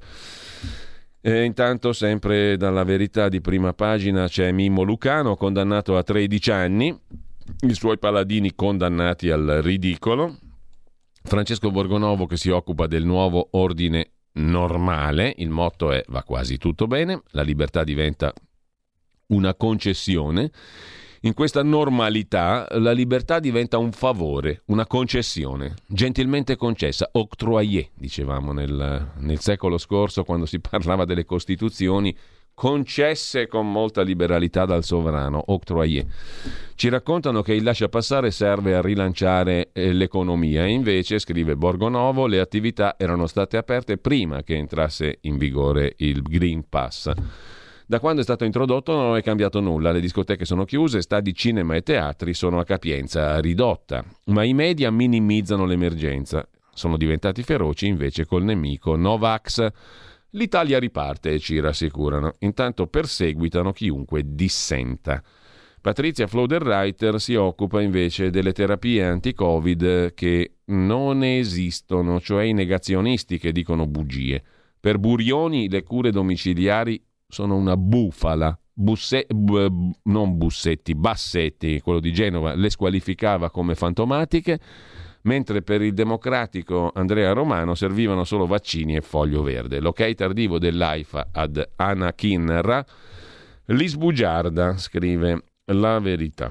E intanto, sempre dalla Verità di prima pagina, c'è Mimmo Lucano, condannato a tredici anni, i suoi paladini condannati al ridicolo, Francesco Borgonovo che si occupa del nuovo ordine normale, il motto è va quasi tutto bene, la libertà diventa una concessione. In questa normalità la libertà diventa un favore, una concessione, gentilmente concessa, octroyé, dicevamo nel, nel secolo scorso quando si parlava delle costituzioni concesse con molta liberalità dal sovrano, octroyé. Ci raccontano che il lasciapassare serve a rilanciare eh, l'economia e invece, scrive Borgonovo, le attività erano state aperte prima che entrasse in vigore il Green Pass. Da quando è stato introdotto non è cambiato nulla, le discoteche sono chiuse, stadi, cinema e teatri sono a capienza ridotta, ma i media minimizzano l'emergenza, sono diventati feroci invece col nemico Novax. L'Italia riparte, ci rassicurano, intanto perseguitano chiunque dissenta. Patrizia Floderreiter si occupa invece delle terapie anti-Covid che non esistono, cioè i negazionisti che dicono bugie. Per Burioni le cure domiciliari sono una bufala. Busse, b, non Bussetti, Bassetti, quello di Genova, le squalificava come fantomatiche, mentre per il democratico Andrea Romano servivano solo vaccini e foglio verde. L'ok tardivo dell'AIFA ad Anna Kinner li sbugiarda, scrive La Verità.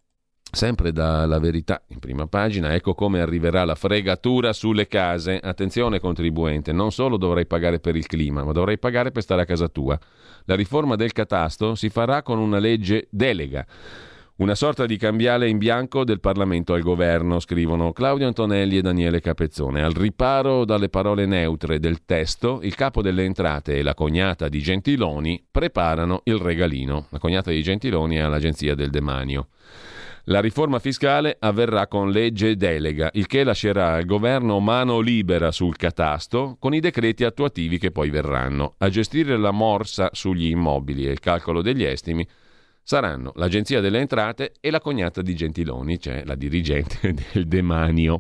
Sempre dalla Verità, in prima pagina, ecco come arriverà la fregatura sulle case. Attenzione contribuente, non solo dovrai pagare per il clima, ma dovrai pagare per stare a casa tua. La riforma del catasto si farà con una legge delega. Una sorta di cambiale in bianco del Parlamento al governo, scrivono Claudio Antonelli e Daniele Capezzone. Al riparo dalle parole neutre del testo, il capo delle entrate e la cognata di Gentiloni preparano il regalino. La cognata di Gentiloni è all'Agenzia del Demanio. La riforma fiscale avverrà con legge delega, il che lascerà al governo mano libera sul catasto con i decreti attuativi che poi verranno. A gestire la morsa sugli immobili e il calcolo degli estimi saranno l'Agenzia delle Entrate e la cognata di Gentiloni, cioè la dirigente del Demanio.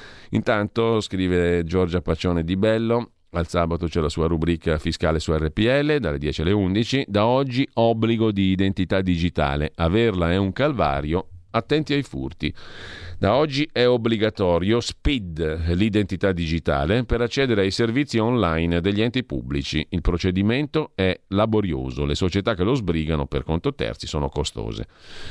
Intanto, scrive Giorgia Paccione di Bello, al sabato c'è la sua rubrica fiscale su R P L, dalle dieci alle undici. Da oggi obbligo di identità digitale. Averla è un calvario. Attenti ai furti. Da oggi è obbligatorio S P I D, l'identità digitale, per accedere ai servizi online degli enti pubblici. Il procedimento è laborioso, le società che lo sbrigano per conto terzi sono costose.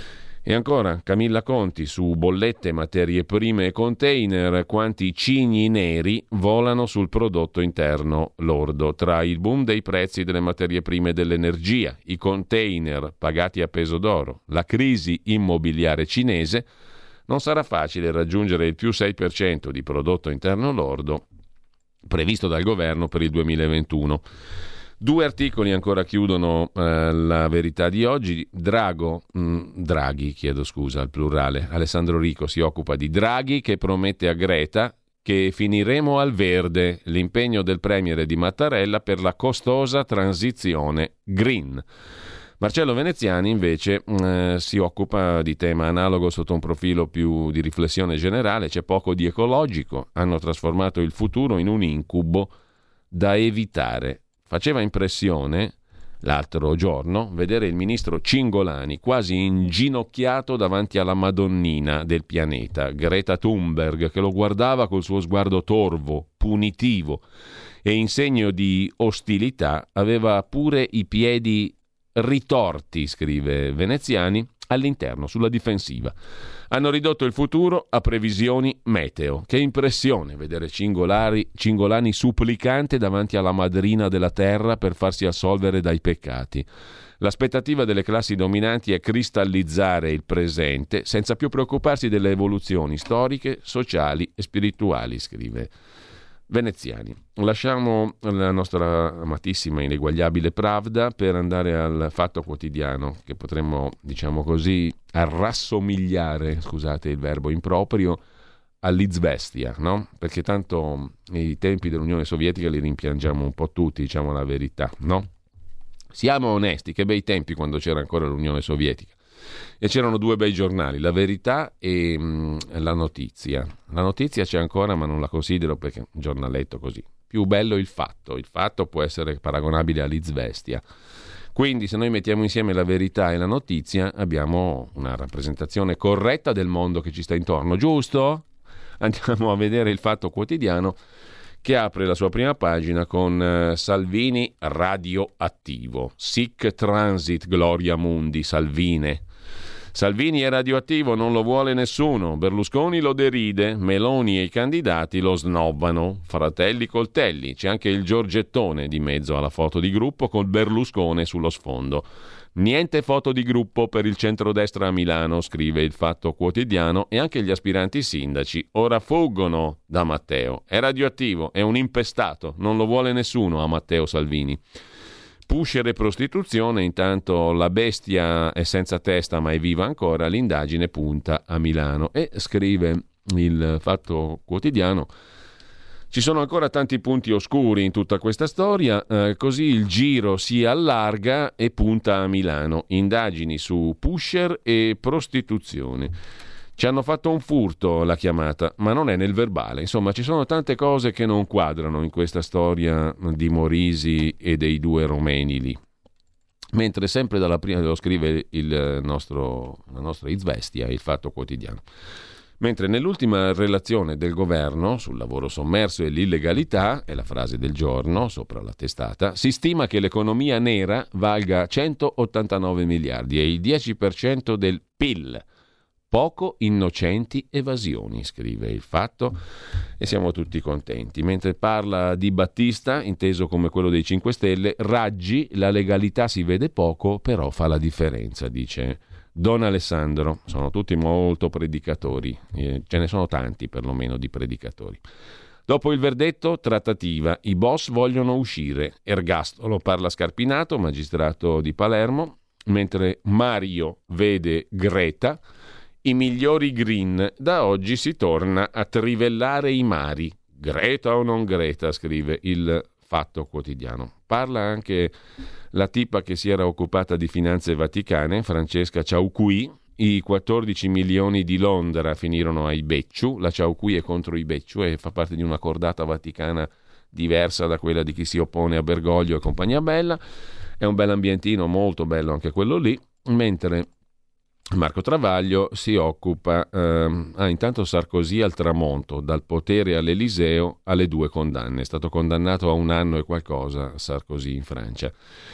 E ancora Camilla Conti su bollette, materie prime e container, quanti cigni neri volano sul prodotto interno lordo, tra il boom dei prezzi delle materie prime e dell'energia, i container pagati a peso d'oro, la crisi immobiliare cinese, non sarà facile raggiungere il più sei per cento di prodotto interno lordo previsto dal governo per il duemilaventuno. Due articoli ancora chiudono eh, la Verità di oggi. Drago, mh, Draghi, chiedo scusa, al plurale. Alessandro Rico si occupa di Draghi che promette a Greta che finiremo al verde, l'impegno del premier di Mattarella per la costosa transizione green. Marcello Veneziani invece eh, si occupa di tema analogo sotto un profilo più di riflessione generale. C'è poco di ecologico, hanno trasformato il futuro in un incubo da evitare. Faceva impressione l'altro giorno vedere il ministro Cingolani quasi inginocchiato davanti alla Madonnina del pianeta, Greta Thunberg, che lo guardava col suo sguardo torvo, punitivo, e in segno di ostilità aveva pure i piedi ritorti, scrive Veneziani, all'interno, sulla difensiva. Hanno ridotto il futuro a previsioni meteo. Che impressione vedere Cingolani, Cingolani supplicante davanti alla madrina della terra per farsi assolvere dai peccati. L'aspettativa delle classi dominanti è cristallizzare il presente senza più preoccuparsi delle evoluzioni storiche, sociali e spirituali, scrive Veneziani. Lasciamo la nostra amatissima ineguagliabile Pravda per andare al Fatto Quotidiano, che potremmo, diciamo così, rassomigliare, scusate il verbo improprio, all'Izvestia, no? Perché tanto i tempi dell'Unione Sovietica li rimpiangiamo un po' tutti, diciamo la verità, no? Siamo onesti, che bei tempi quando c'era ancora l'Unione Sovietica. E c'erano due bei giornali, La Verità e mh, La Notizia. La Notizia c'è ancora, ma non la considero perché è un giornaletto così. Più bello il Fatto. Il Fatto può essere paragonabile all'Izvestia. Quindi se noi mettiamo insieme La Verità e La Notizia abbiamo una rappresentazione corretta del mondo che ci sta intorno, giusto? Andiamo a vedere il Fatto Quotidiano, che apre la sua prima pagina con uh, Salvini radioattivo. Sic transit gloria mundi, Salvine. Salvini è radioattivo, non lo vuole nessuno. Berlusconi lo deride, Meloni e i candidati lo snobbano. Fratelli coltelli. C'è anche il Giorgettone di mezzo alla foto di gruppo col Berluscone sullo sfondo. Niente foto di gruppo per il centrodestra a Milano, scrive il Fatto Quotidiano, e anche gli aspiranti sindaci ora fuggono da Matteo. È radioattivo, è un impestato, non lo vuole nessuno a Matteo Salvini. Pusher e prostituzione, intanto la bestia è senza testa ma è viva ancora, l'indagine punta a Milano. E scrive il Fatto Quotidiano, Ci sono ancora tanti punti oscuri in tutta questa storia, eh, così il giro si allarga e punta a Milano. Indagini su pusher e prostituzione. Ci hanno fatto un furto, la chiamata, ma non è nel verbale. Insomma, ci sono tante cose che non quadrano in questa storia di Morisi e dei due romeni lì. Mentre sempre dalla prima lo scrive il nostro, la nostra Izvestia, il Fatto Quotidiano. Mentre nell'ultima relazione del governo sul lavoro sommerso e l'illegalità, è la frase del giorno sopra la testata, si stima che l'economia nera valga centottantanove miliardi e il dieci per cento del P I L. Poco innocenti evasioni, scrive il Fatto, e siamo tutti contenti. Mentre parla di Battista, inteso come quello dei cinque Stelle, Raggi, la legalità si vede poco, però fa la differenza, dice Don Alessandro. Sono tutti molto predicatori, eh, ce ne sono tanti perlomeno di predicatori. Dopo il verdetto, trattativa, i boss vogliono uscire. Ergastolo, parla Scarpinato, magistrato di Palermo, mentre Mario vede Greta. I migliori green, da oggi si torna a trivellare i mari. Greta o non Greta, scrive il Fatto Quotidiano. Parla anche la tipa che si era occupata di finanze vaticane, Francesca Ciauqui. I quattordici milioni di Londra finirono ai Becciu. La Ciauqui è contro i Becciu e fa parte di una cordata vaticana diversa da quella di chi si oppone a Bergoglio e compagnia bella. È un bel ambientino, molto bello anche quello lì, mentre Marco Travaglio si occupa, ehm, ah, intanto Sarkozy al tramonto, dal potere all'Eliseo alle due condanne. È stato condannato a un anno e qualcosa Sarkozy in Francia.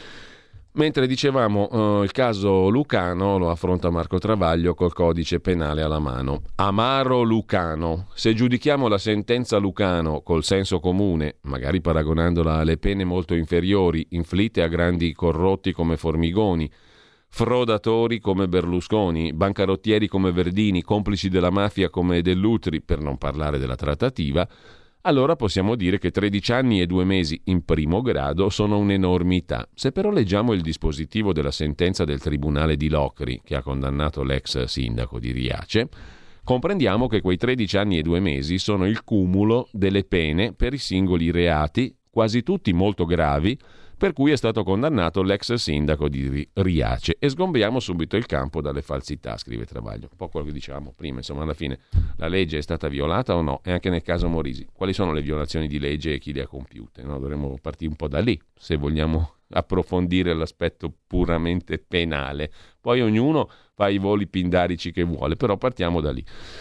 Mentre dicevamo eh, il caso Lucano lo affronta Marco Travaglio col codice penale alla mano. Amaro Lucano. Se giudichiamo la sentenza Lucano col senso comune, magari paragonandola alle pene molto inferiori inflitte a grandi corrotti come Formigoni, frodatori come Berlusconi, bancarottieri come Verdini, complici della mafia come Dell'Utri, per non parlare della trattativa, allora possiamo dire che tredici anni e due mesi in primo grado sono un'enormità. Se però leggiamo il dispositivo della sentenza del Tribunale di Locri, che ha condannato l'ex sindaco di Riace, comprendiamo che quei tredici anni e due mesi sono il cumulo delle pene per i singoli reati, quasi tutti molto gravi, per cui è stato condannato l'ex sindaco di Riace. E sgombriamo subito il campo dalle falsità, scrive Travaglio. Un po' quello che dicevamo prima, insomma, alla fine la legge è stata violata o no? E anche nel caso Morisi, quali sono le violazioni di legge e chi le ha compiute? No? Dovremmo partire un po' da lì, se vogliamo approfondire l'aspetto puramente penale. Poi ognuno fa i voli pindarici che vuole, però partiamo da lì.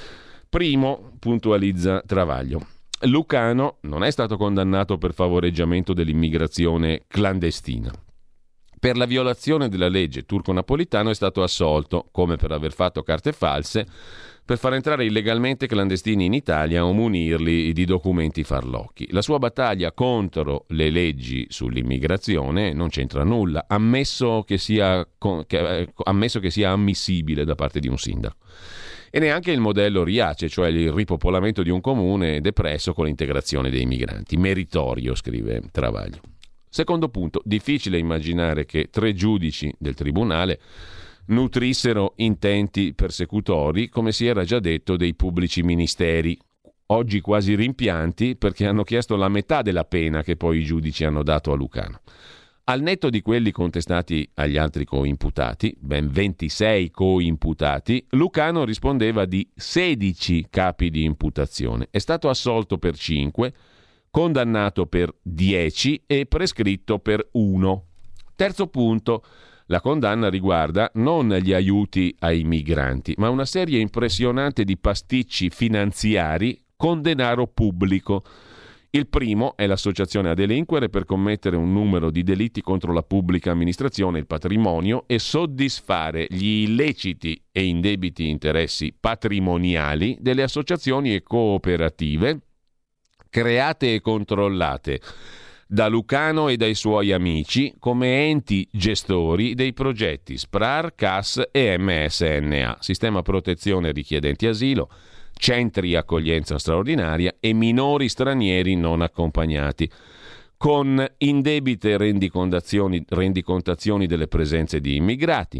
Primo, puntualizza Travaglio, Lucano non è stato condannato per favoreggiamento dell'immigrazione clandestina. Per la violazione della legge turco-napolitano è stato assolto, come per aver fatto carte false, per far entrare illegalmente clandestini in Italia o munirli di documenti farlocchi. La sua battaglia contro le leggi sull'immigrazione non c'entra nulla, ammesso che sia, che, ammesso che sia ammissibile da parte di un sindaco. E neanche il modello Riace, cioè il ripopolamento di un comune depresso con l'integrazione dei migranti. Meritorio, scrive Travaglio. Secondo punto, difficile immaginare che tre giudici del tribunale nutrissero intenti persecutori, come si era già detto dei pubblici ministeri, oggi quasi rimpianti perché hanno chiesto la metà della pena che poi i giudici hanno dato a Lucano. Al netto di quelli contestati agli altri coimputati, ben ventisei coimputati, Lucano rispondeva di sedici capi di imputazione. È stato assolto per cinque, condannato per dieci e prescritto per uno. Terzo punto, la condanna riguarda non gli aiuti ai migranti, ma una serie impressionante di pasticci finanziari con denaro pubblico. Il primo è l'associazione a delinquere per commettere un numero di delitti contro la pubblica amministrazione e il patrimonio e soddisfare gli illeciti e indebiti interessi patrimoniali delle associazioni e cooperative create e controllate da Lucano e dai suoi amici come enti gestori dei progetti SPRAR, C A S e M S N A, Sistema Protezione Richiedenti Asilo, Centri Accoglienza Straordinaria e minori stranieri non accompagnati, con indebite rendicontazioni, rendicontazioni delle presenze di immigrati,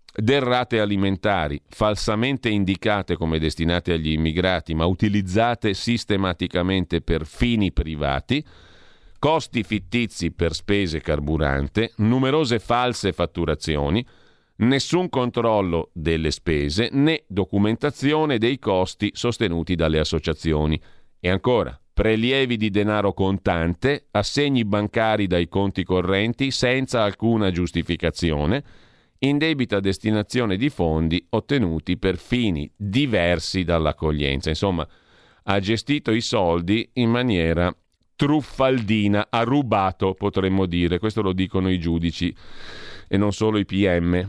derrate alimentari falsamente indicate come destinate agli immigrati ma utilizzate sistematicamente per fini privati, costi fittizi per spese carburante, numerose false fatturazioni, nessun controllo delle spese né documentazione dei costi sostenuti dalle associazioni. E ancora, prelievi di denaro contante, assegni bancari dai conti correnti senza alcuna giustificazione, indebita destinazione di fondi ottenuti per fini diversi dall'accoglienza. Insomma, ha gestito i soldi in maniera truffaldina, ha rubato, potremmo dire. Questo lo dicono i giudici e non solo i P M.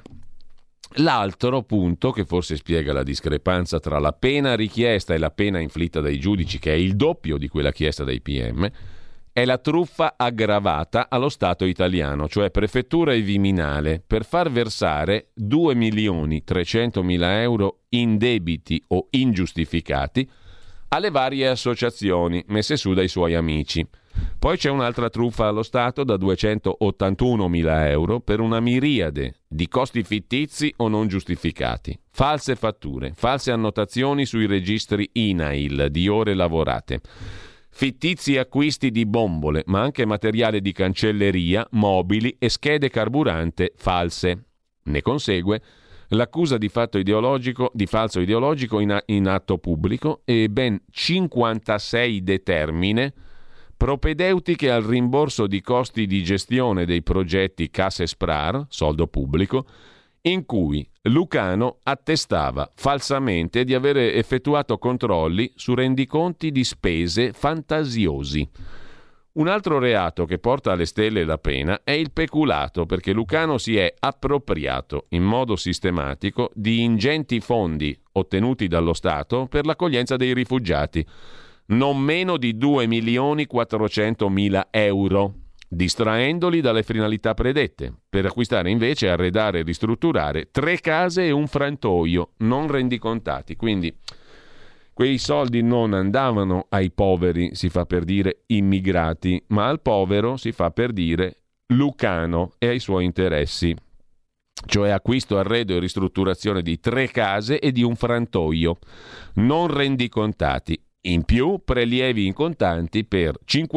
L'altro punto, che forse spiega la discrepanza tra la pena richiesta e la pena inflitta dai giudici, che è il doppio di quella chiesta dai P M, è la truffa aggravata allo Stato italiano, cioè Prefettura e Viminale, per far versare due milioni trecentomila euro in debiti o ingiustificati alle varie associazioni messe su dai suoi amici. Poi c'è un'altra truffa allo Stato da duecentottantunomila euro per una miriade di costi fittizi o non giustificati, false fatture, false annotazioni sui registri I N A I L di ore lavorate, fittizi acquisti di bombole, ma anche materiale di cancelleria, mobili e schede carburante false. Ne consegue l'accusa di fatto ideologico, di falso ideologico in, in atto pubblico e ben cinquantasei determine propedeutiche al rimborso di costi di gestione dei progetti Cassa Sprar, soldo pubblico, in cui Lucano attestava falsamente di aver effettuato controlli su rendiconti di spese fantasiosi. Un altro reato che porta alle stelle la pena è il peculato, perché Lucano si è appropriato in modo sistematico di ingenti fondi ottenuti dallo Stato per l'accoglienza dei rifugiati, non meno di due milioni quattrocentomila euro, distraendoli dalle finalità predette, per acquistare invece, arredare e ristrutturare tre case e un frantoio non rendicontati. Quindi quei soldi non andavano ai poveri, si fa per dire immigrati, ma al povero, si fa per dire Lucano e ai suoi interessi, cioè acquisto, arredo e ristrutturazione di tre case e di un frantoio non rendicontati. In più, prelievi in contanti per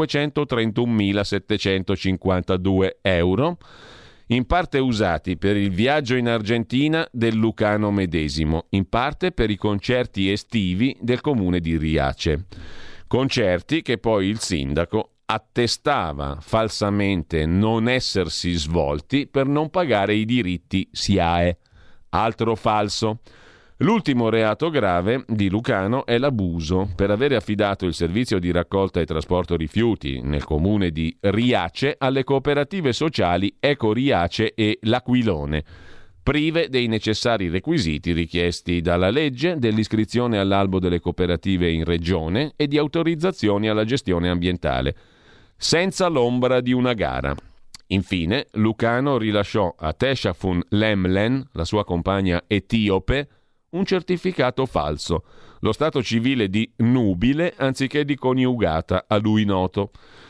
cinquecentotrentunomilasettecentocinquantadue euro, in parte usati per il viaggio in Argentina del Lucano medesimo, in parte per i concerti estivi del comune di Riace. Concerti che poi il sindaco attestava falsamente non essersi svolti per non pagare i diritti S I A E. Altro falso. L'ultimo reato grave di Lucano è l'abuso per avere affidato il servizio di raccolta e trasporto rifiuti nel comune di Riace alle cooperative sociali Eco Riace e L'Aquilone, prive dei necessari requisiti richiesti dalla legge dell'iscrizione all'albo delle cooperative in regione e di autorizzazioni alla gestione ambientale, senza l'ombra di una gara. Infine, Lucano rilasciò a Teshafun Lemlen, la sua compagna etiope, un certificato falso, lo stato civile di nubile anziché di coniugata, a lui noto.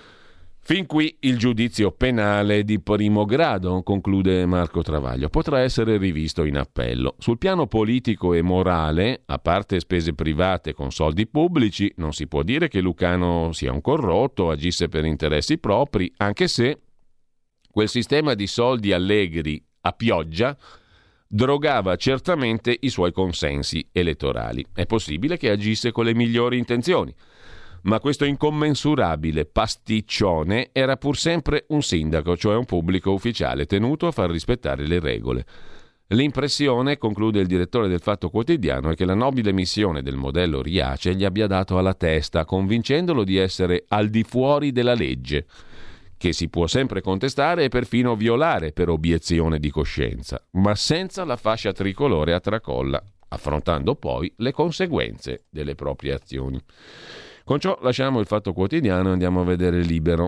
Fin qui il giudizio penale di primo grado, conclude Marco Travaglio, potrà essere rivisto in appello. Sul piano politico e morale, a parte spese private con soldi pubblici, non si può dire che Lucano sia un corrotto, agisse per interessi propri, anche se quel sistema di soldi allegri a pioggia drogava certamente i suoi consensi elettorali. È possibile che agisse con le migliori intenzioni, ma questo incommensurabile pasticcione era pur sempre un sindaco, cioè un pubblico ufficiale tenuto a far rispettare le regole. L'impressione, conclude il direttore del Fatto Quotidiano, è che la nobile missione del modello Riace gli abbia dato alla testa, convincendolo di essere al di fuori della legge, che si può sempre contestare e perfino violare per obiezione di coscienza, ma senza la fascia tricolore a tracolla, affrontando poi le conseguenze delle proprie azioni. Con ciò lasciamo il Fatto Quotidiano e andiamo a vedere Libero.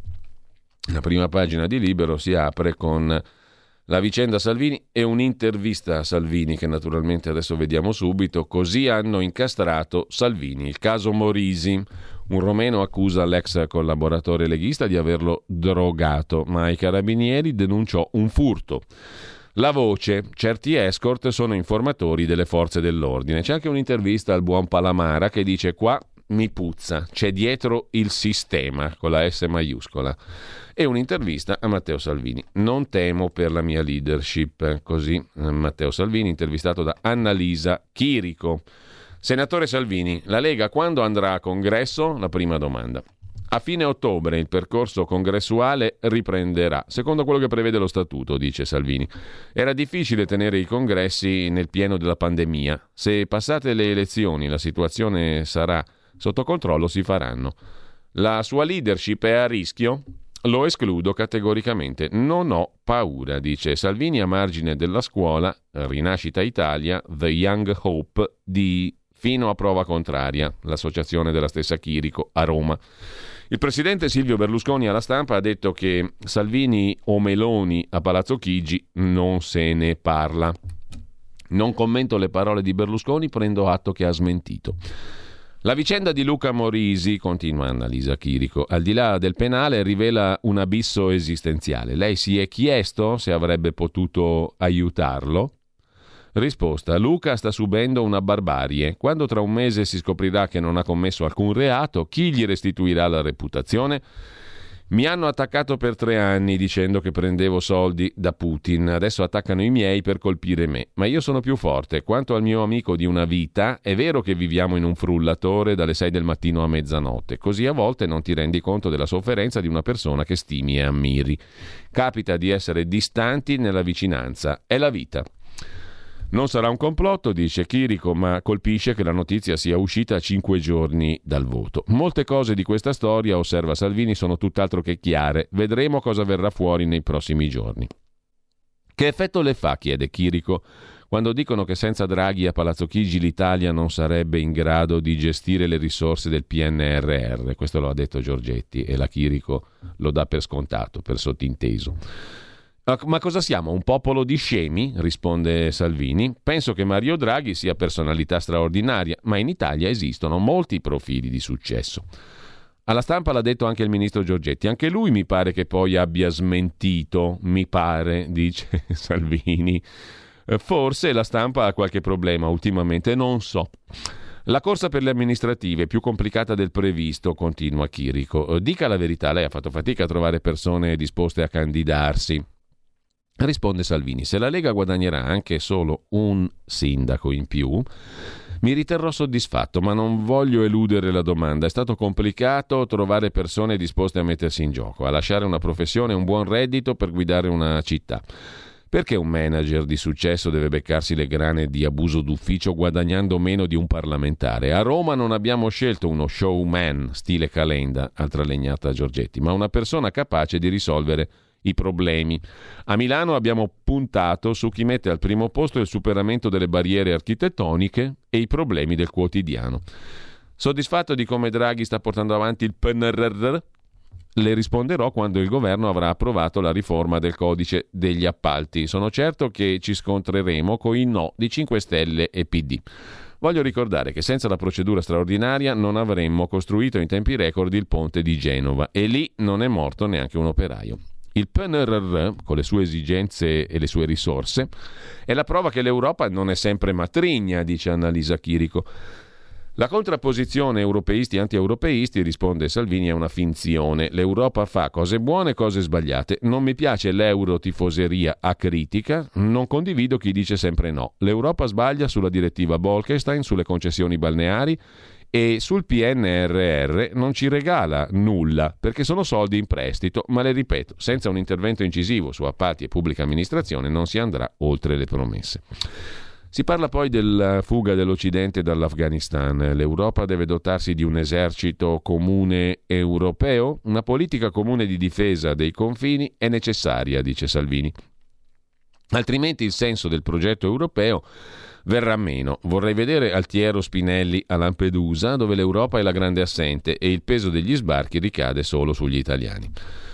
La prima pagina di Libero si apre con la vicenda Salvini e un'intervista a Salvini che naturalmente adesso vediamo subito. Così hanno incastrato Salvini, il caso Morisi. Un romeno accusa l'ex collaboratore leghista di averlo drogato, ma ai carabinieri denunciò un furto. La voce, certi escort sono informatori delle forze dell'ordine. C'è anche un'intervista al buon Palamara che dice: qua mi puzza, c'è dietro il sistema, con la S maiuscola. E un'intervista a Matteo Salvini. Non temo per la mia leadership. Così Matteo Salvini, intervistato da Annalisa Chirico. Senatore Salvini, la Lega quando andrà a congresso? La prima domanda. A fine ottobre il percorso congressuale riprenderà, secondo quello che prevede lo statuto, dice Salvini. Era difficile tenere i congressi nel pieno della pandemia. Se passate le elezioni la situazione sarà sotto controllo, si faranno. La sua leadership è a rischio? Lo escludo categoricamente. Non ho paura, dice Salvini a margine della scuola Rinascita Italia, The Young Hope di Fino a prova contraria, l'associazione della stessa Chirico a Roma. Il presidente Silvio Berlusconi alla stampa ha detto che Salvini o Meloni a Palazzo Chigi non se ne parla. Non commento le parole di Berlusconi, prendo atto che ha smentito. La vicenda di Luca Morisi, continua Annalisa Chirico, al di là del penale rivela un abisso esistenziale. Lei si è chiesto se avrebbe potuto aiutarlo? Risposta: Luca sta subendo una barbarie. Quando tra un mese si scoprirà che non ha commesso alcun reato, chi gli restituirà la reputazione? Mi hanno attaccato per tre anni dicendo che prendevo soldi da Putin. Adesso attaccano i miei per colpire me. Ma io sono più forte. Quanto al mio amico di una vita, è vero che viviamo in un frullatore dalle sei del mattino a mezzanotte. Così a volte non ti rendi conto della sofferenza di una persona che stimi e ammiri. Capita di essere distanti nella vicinanza. È la vita. Non sarà un complotto, dice Chirico, ma colpisce che la notizia sia uscita a cinque giorni dal voto. Molte cose di questa storia, osserva Salvini, sono tutt'altro che chiare. Vedremo cosa verrà fuori nei prossimi giorni. Che effetto le fa, chiede Chirico, quando dicono che senza Draghi a Palazzo Chigi l'Italia non sarebbe in grado di gestire le risorse del P N R R? Questo lo ha detto Giorgetti e la Chirico lo dà per scontato, per sottinteso. Ma cosa siamo? Un popolo di scemi? Risponde Salvini. Penso che Mario Draghi sia personalità straordinaria, ma in Italia esistono molti profili di successo. Alla stampa l'ha detto anche il ministro Giorgetti. Anche lui mi pare che poi abbia smentito, mi pare, dice Salvini. Forse la stampa ha qualche problema ultimamente, non so. La corsa per le amministrative è più complicata del previsto, continua Chirico. Dica la verità, lei ha fatto fatica a trovare persone disposte a candidarsi. Risponde Salvini: se la Lega guadagnerà anche solo un sindaco in più, mi riterrò soddisfatto, ma non voglio eludere la domanda. È stato complicato trovare persone disposte a mettersi in gioco, a lasciare una professione e un buon reddito per guidare una città. Perché un manager di successo deve beccarsi le grane di abuso d'ufficio guadagnando meno di un parlamentare? A Roma non abbiamo scelto uno showman stile Calenda, altra legnata Giorgetti, ma una persona capace di risolvere i problemi. A Milano abbiamo puntato su chi mette al primo posto il superamento delle barriere architettoniche e i problemi del quotidiano. Soddisfatto di come Draghi sta portando avanti il P N R R? Le risponderò quando il governo avrà approvato la riforma del codice degli appalti. Sono certo che ci scontreremo con i no di cinque Stelle e P D. Voglio ricordare che senza la procedura straordinaria non avremmo costruito in tempi record il ponte di Genova e lì non è morto neanche un operaio. Il P N R R, con le sue esigenze e le sue risorse, è la prova che l'Europa non è sempre matrigna, dice Annalisa Chirico. La contrapposizione europeisti e anti-europeisti, risponde Salvini, è una finzione. L'Europa fa cose buone e cose sbagliate. Non mi piace l'eurotifoseria acritica, non condivido chi dice sempre no. L'Europa sbaglia sulla direttiva Bolkestein, sulle concessioni balneari, e sul P N R R non ci regala nulla, perché sono soldi in prestito, ma le ripeto, senza un intervento incisivo su appalti e pubblica amministrazione non si andrà oltre le promesse. Si parla poi della fuga dell'Occidente dall'Afghanistan. L'Europa deve dotarsi di un esercito comune europeo? Una politica comune di difesa dei confini è necessaria, dice Salvini. Altrimenti il senso del progetto europeo verrà meno. Vorrei vedere Altiero Spinelli a Lampedusa, dove l'Europa è la grande assente e il peso degli sbarchi ricade solo sugli italiani.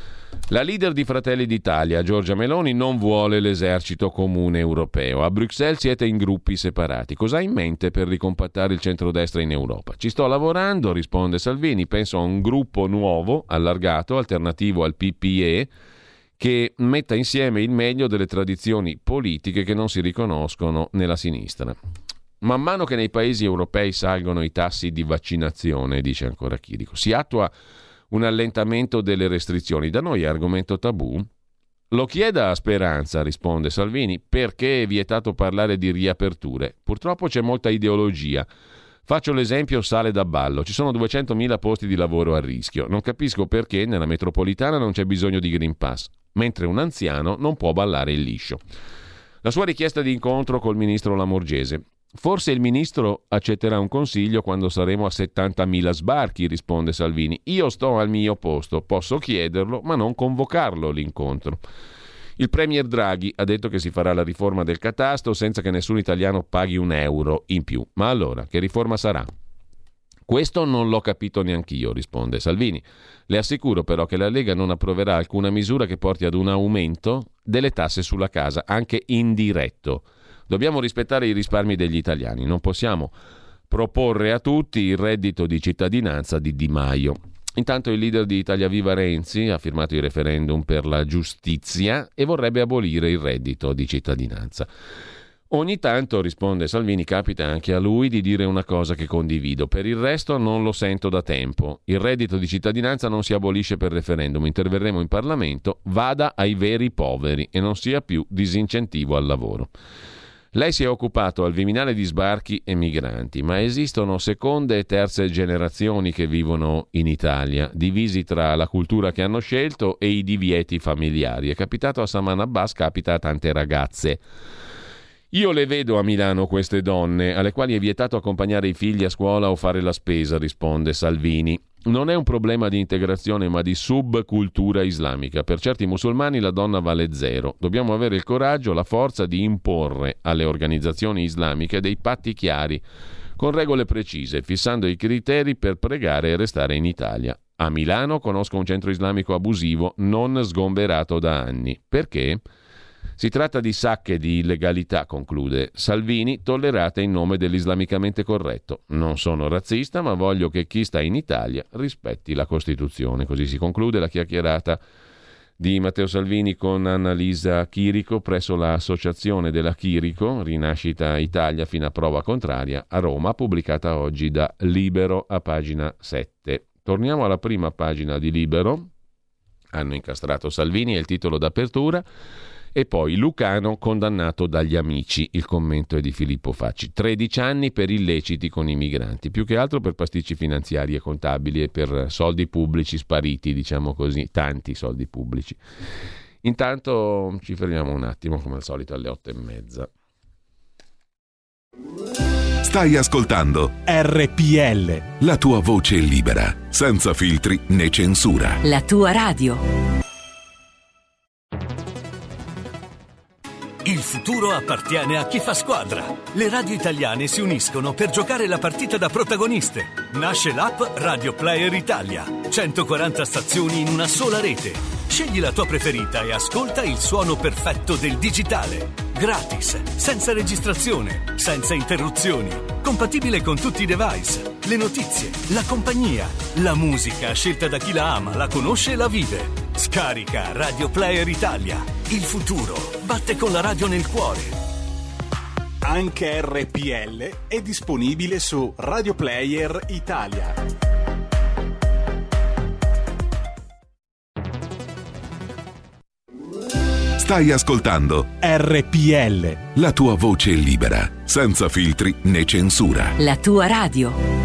La leader di Fratelli d'Italia, Giorgia Meloni, non vuole l'esercito comune europeo. A Bruxelles siete in gruppi separati. Cosa ha in mente per ricompattare il centrodestra in Europa? Ci sto lavorando, risponde Salvini. Penso a un gruppo nuovo, allargato, alternativo al P P E, che metta insieme il meglio delle tradizioni politiche che non si riconoscono nella sinistra. Man mano che nei paesi europei salgono i tassi di vaccinazione, dice ancora Chirico, si attua un allentamento delle restrizioni. Da noi è argomento tabù? Lo chieda a Speranza, risponde Salvini, perché è vietato parlare di riaperture. Purtroppo c'è molta ideologia. Faccio l'esempio Sale da Ballo. Ci sono duecentomila posti di lavoro a rischio. Non capisco perché nella metropolitana non c'è bisogno di Green Pass, mentre un anziano non può ballare il liscio. La sua richiesta di incontro col ministro Lamorgese. Forse il ministro accetterà un consiglio quando saremo a settantamila sbarchi, risponde Salvini. Io sto al mio posto, posso chiederlo, ma non convocarlo l'incontro. Il premier Draghi ha detto che si farà la riforma del catasto senza che nessun italiano paghi un euro in più. Ma allora, che riforma sarà? Questo non l'ho capito neanch'io, risponde Salvini. Le assicuro però che la Lega non approverà alcuna misura che porti ad un aumento delle tasse sulla casa, anche indiretto. Dobbiamo rispettare i risparmi degli italiani, non possiamo proporre a tutti il reddito di cittadinanza di Di Maio. Intanto il leader di Italia Viva Renzi ha firmato il referendum per la giustizia e vorrebbe abolire il reddito di cittadinanza. Ogni tanto, risponde Salvini, capita anche a lui di dire una cosa che condivido. Per il resto non lo sento da tempo. Il reddito di cittadinanza non si abolisce per referendum. Interverremo in Parlamento, vada ai veri poveri e non sia più disincentivo al lavoro. Lei si è occupato al Viminale di sbarchi e migranti, ma esistono seconde e terze generazioni che vivono in Italia, divisi tra la cultura che hanno scelto e i divieti familiari. È capitato a Saman Abbas, capita a tante ragazze. Io le vedo a Milano queste donne, alle quali è vietato accompagnare i figli a scuola o fare la spesa, risponde Salvini. Non è un problema di integrazione, ma di subcultura islamica. Per certi musulmani la donna vale zero. Dobbiamo avere il coraggio, la forza di imporre alle organizzazioni islamiche dei patti chiari, con regole precise, fissando i criteri per pregare e restare in Italia. A Milano conosco un centro islamico abusivo non sgomberato da anni. Perché? Si tratta di sacche di illegalità, conclude Salvini, tollerate in nome dell'islamicamente corretto. Non sono razzista, ma voglio che chi sta in Italia rispetti la Costituzione. Così si conclude la chiacchierata di Matteo Salvini con Annalisa Chirico presso l'Associazione della Chirico, Rinascita Italia fino a prova contraria, a Roma, pubblicata oggi da Libero a pagina sette. Torniamo alla prima pagina di Libero. Hanno incastrato Salvini, è il titolo d'apertura. E poi Lucano condannato dagli amici, il commento è di Filippo Facci. tredici anni per illeciti con i migranti, più che altro per pasticci finanziari e contabili e per soldi pubblici spariti, diciamo così, tanti soldi pubblici. Intanto ci fermiamo un attimo, come al solito, alle otto e mezza. Stai ascoltando R P L, la tua voce libera, senza filtri né censura. La tua radio. Il futuro appartiene a chi fa squadra. Le radio italiane si uniscono per giocare la partita da protagoniste. Nasce l'app Radio Player Italia. centoquaranta stazioni in una sola rete. Scegli la tua preferita e ascolta il suono perfetto del digitale. Gratis, senza registrazione, senza interruzioni. Compatibile con tutti i device. Le notizie, la compagnia, la musica scelta da chi la ama, la conosce e la vive. Scarica Radio Player Italia. Il futuro batte con la radio nel cuore. Anche R P L è disponibile su Radio Player Italia. Stai ascoltando R P L, la tua voce libera, senza filtri né censura. La tua radio.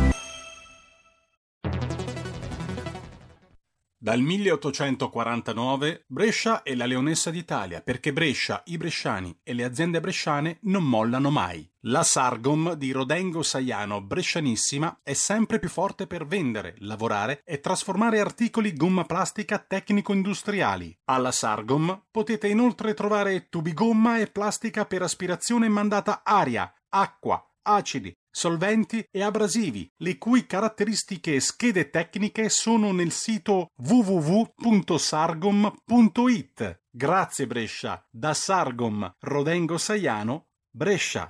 Dal milleottocentoquarantanove Brescia è la leonessa d'Italia, perché Brescia, i bresciani e le aziende bresciane non mollano mai. La Sargom di Rodengo Saiano Brescianissima è sempre più forte per vendere, lavorare e trasformare articoli gomma plastica tecnico-industriali. Alla Sargom potete inoltre trovare tubi gomma e plastica per aspirazione mandata aria, acqua, acidi, solventi e abrasivi, le cui caratteristiche e schede tecniche sono nel sito w w w punto sargom punto i t. Grazie Brescia, da Sargom Rodengo Saiano, Brescia.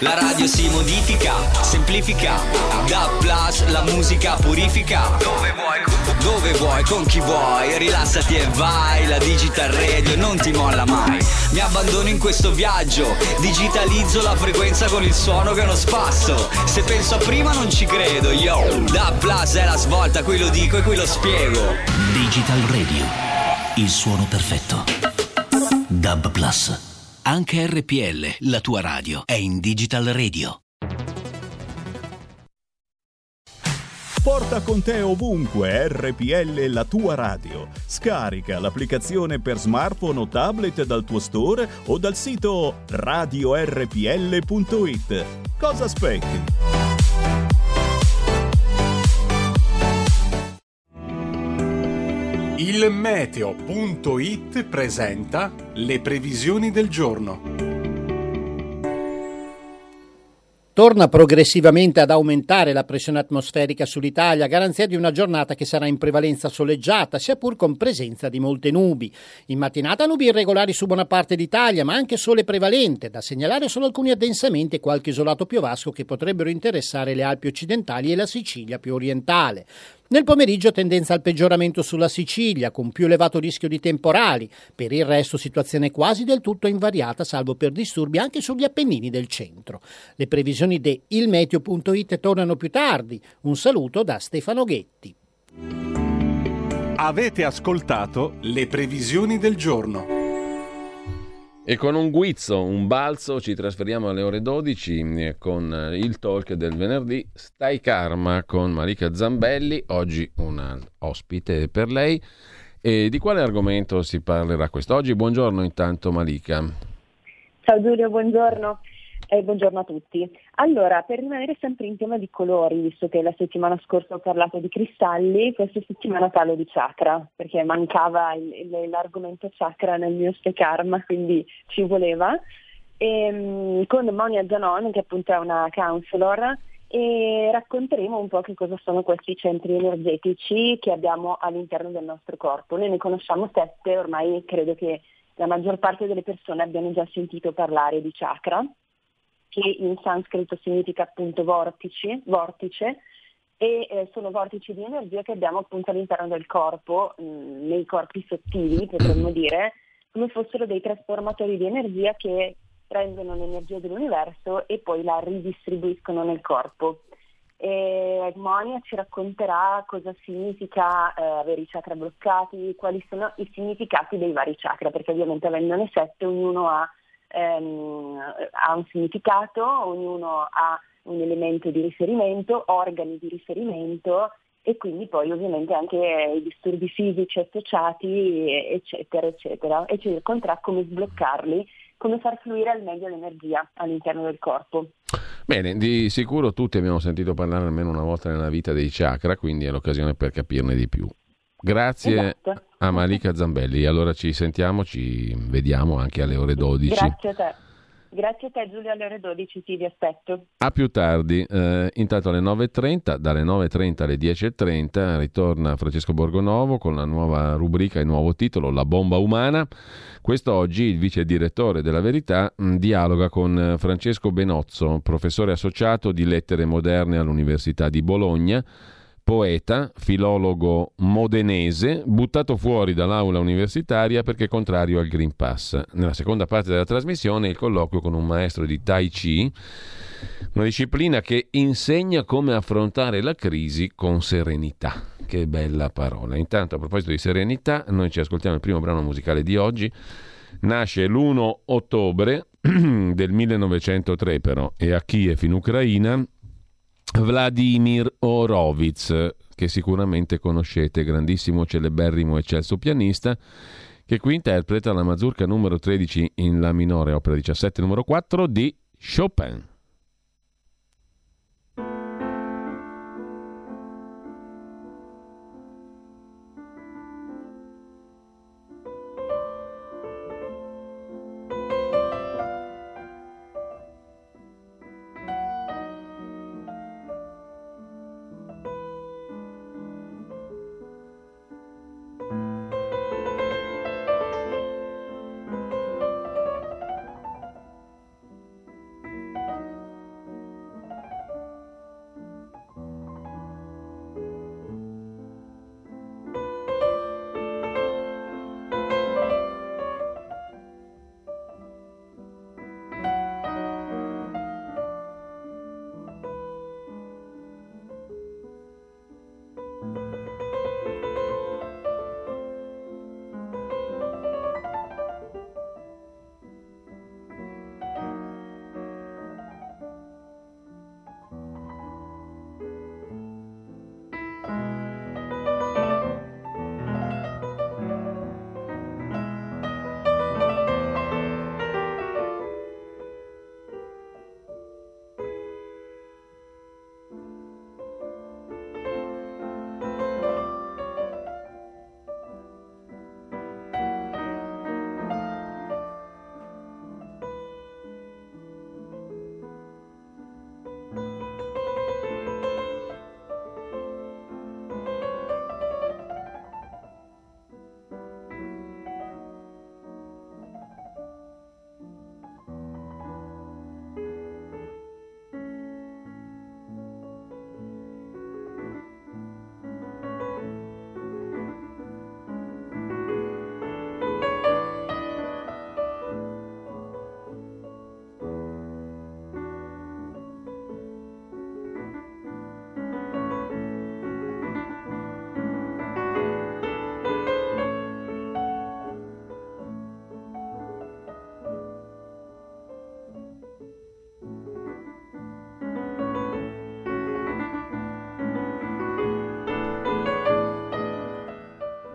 La radio si modifica, semplifica. DAB Plus, la musica purifica. Dove vuoi, dove vuoi, con chi vuoi. Rilassati e vai, la Digital Radio non ti molla mai. Mi abbandono in questo viaggio, digitalizzo la frequenza con il suono che non spasso. Se penso a prima non ci credo, yo. DAB Plus è la svolta, qui lo dico e qui lo spiego. Digital Radio, il suono perfetto. DAB Plus. Anche R P L, la tua radio, è in Digital Radio. Porta con te ovunque R P L, la tua radio. Scarica l'applicazione per smartphone o tablet dal tuo store o dal sito radio r p l punto i t. Cosa aspetti? Il meteo punto it presenta le previsioni del giorno. Torna progressivamente ad aumentare la pressione atmosferica sull'Italia, garanzia di una giornata che sarà in prevalenza soleggiata, sia pur con presenza di molte nubi. In mattinata nubi irregolari su buona parte d'Italia, ma anche sole prevalente. Da segnalare solo alcuni addensamenti e qualche isolato piovasco che potrebbero interessare le Alpi occidentali e la Sicilia più orientale. Nel pomeriggio tendenza al peggioramento sulla Sicilia, con più elevato rischio di temporali. Per il resto situazione quasi del tutto invariata, salvo per disturbi anche sugli Appennini del centro. Le previsioni di il meteo punto it tornano più tardi. Un saluto da Stefano Ghetti. Avete ascoltato le previsioni del giorno. E con un guizzo, un balzo, ci trasferiamo alle ore dodici con il talk del venerdì Stai Karma con Malika Zambelli. Oggi un ospite per lei. E di quale argomento si parlerà quest'oggi? Buongiorno intanto Malika. Ciao Giulio, buongiorno. E buongiorno a tutti. Allora, per rimanere sempre in tema di colori, visto che la settimana scorsa ho parlato di cristalli, questa settimana parlo di chakra, perché mancava il, il, l'argomento chakra nel mio Stai Karma, quindi ci voleva. E, con Monia Zanon, che appunto è una counselor, e racconteremo un po' che cosa sono questi centri energetici che abbiamo all'interno del nostro corpo. Noi ne conosciamo sette, ormai credo che la maggior parte delle persone abbiano già sentito parlare di chakra, che in sanscrito significa appunto vortici, vortice, e eh, sono vortici di energia che abbiamo appunto all'interno del corpo, mh, nei corpi sottili potremmo dire, come fossero dei trasformatori di energia che prendono l'energia dell'universo e poi la ridistribuiscono nel corpo. E Monia ci racconterà cosa significa eh, avere i chakra bloccati, quali sono i significati dei vari chakra, perché ovviamente avendone sette ognuno ha Ehm, ha un significato, ognuno ha un elemento di riferimento, organi di riferimento e quindi poi ovviamente anche i disturbi fisici associati, eccetera, eccetera. E ci racconterà come sbloccarli, come far fluire al meglio l'energia all'interno del corpo. Bene, di sicuro tutti abbiamo sentito parlare almeno una volta nella vita dei chakra, quindi è l'occasione per capirne di più. Grazie esatto. a Malika Zambelli. Allora ci sentiamo, ci vediamo anche alle ore dodici. Grazie a te. Grazie a te Giulio, alle ore dodici, sì, vi aspetto. A più tardi, eh, intanto alle nove e trenta, dalle nove e trenta alle dieci e trenta ritorna Francesco Borgonovo con la nuova rubrica e nuovo titolo La bomba umana. Quest'oggi il vice direttore della Verità mh, dialoga con Francesco Benozzo, professore associato di lettere moderne all'Università di Bologna, poeta, filologo modenese, buttato fuori dall'aula universitaria perché contrario al Green Pass. Nella seconda parte della trasmissione il colloquio con un maestro di Tai Chi, una disciplina che insegna come affrontare la crisi con serenità. Che bella parola. Intanto, a proposito di serenità, noi ci ascoltiamo il primo brano musicale di oggi. Nasce l'primo ottobre del millenovecentotre però, e a Kiev in Ucraina Vladimir Horowitz, che sicuramente conoscete, grandissimo, celeberrimo, eccelso pianista, che qui interpreta la mazurka numero tredici in La minore, opera diciassette numero quattro di Chopin.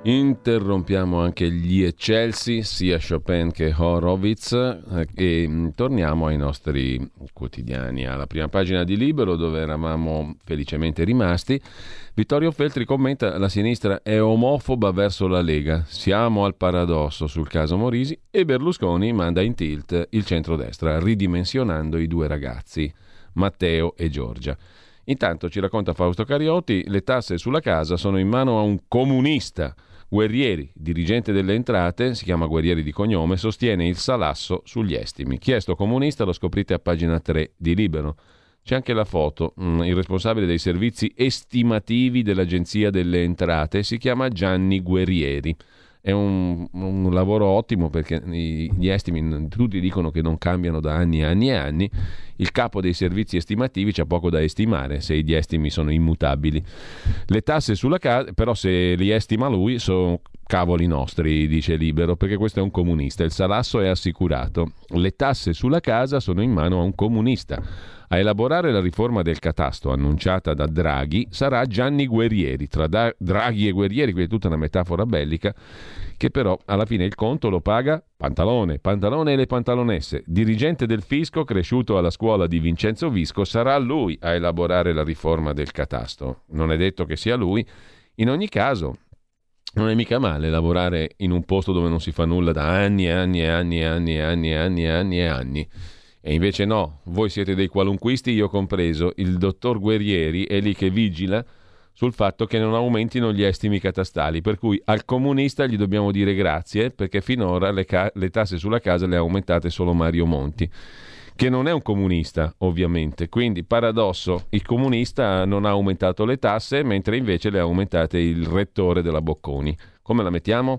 Interrompiamo anche gli eccelsi, sia Chopin che Horowitz, eh, e torniamo ai nostri quotidiani. Alla prima pagina di Libero, dove eravamo felicemente rimasti, Vittorio Feltri commenta: la sinistra è omofoba verso la Lega, siamo al paradosso sul caso Morisi, e Berlusconi manda in tilt il centrodestra, ridimensionando i due ragazzi, Matteo e Giorgia. Intanto, ci racconta Fausto Cariotti, le tasse sulla casa sono in mano a un comunista. Guerrieri, dirigente delle entrate, si chiama Guerrieri di cognome, sostiene il salasso sugli estimi. Chi è sto comunista lo scoprite a pagina tre di Libero. C'è anche la foto. Il responsabile dei servizi estimativi dell'Agenzia delle Entrate si chiama Gianni Guerrieri. È un, un lavoro ottimo, perché gli estimi tutti dicono che non cambiano da anni e anni e anni. Il capo dei servizi estimativi c'ha poco da estimare se gli estimi sono immutabili. Le tasse sulla casa, però, se li estima lui, sono cavoli nostri, dice Libero, perché questo è un comunista. Il salasso è assicurato. Le tasse sulla casa sono in mano a un comunista. A elaborare la riforma del catasto annunciata da Draghi sarà Gianni Guerrieri. Tra da- Draghi e Guerrieri, qui è tutta una metafora bellica, che però alla fine il conto lo paga Pantalone, Pantalone e le pantalonesse. Dirigente del fisco, cresciuto alla scuola di Vincenzo Visco, sarà lui a elaborare la riforma del catasto. Non è detto che sia lui. In ogni caso, non è mica male lavorare in un posto dove non si fa nulla da anni e anni e anni e anni e anni e anni e anni e anni. E invece no, voi siete dei qualunquisti, io compreso. Il dottor Guerrieri è lì che vigila sul fatto che non aumentino gli estimi catastali, per cui al comunista gli dobbiamo dire grazie, perché finora le, ca- le tasse sulla casa le ha aumentate solo Mario Monti, che non è un comunista, ovviamente. Quindi, paradosso, il comunista non ha aumentato le tasse, mentre invece le ha aumentate il rettore della Bocconi. Come la mettiamo?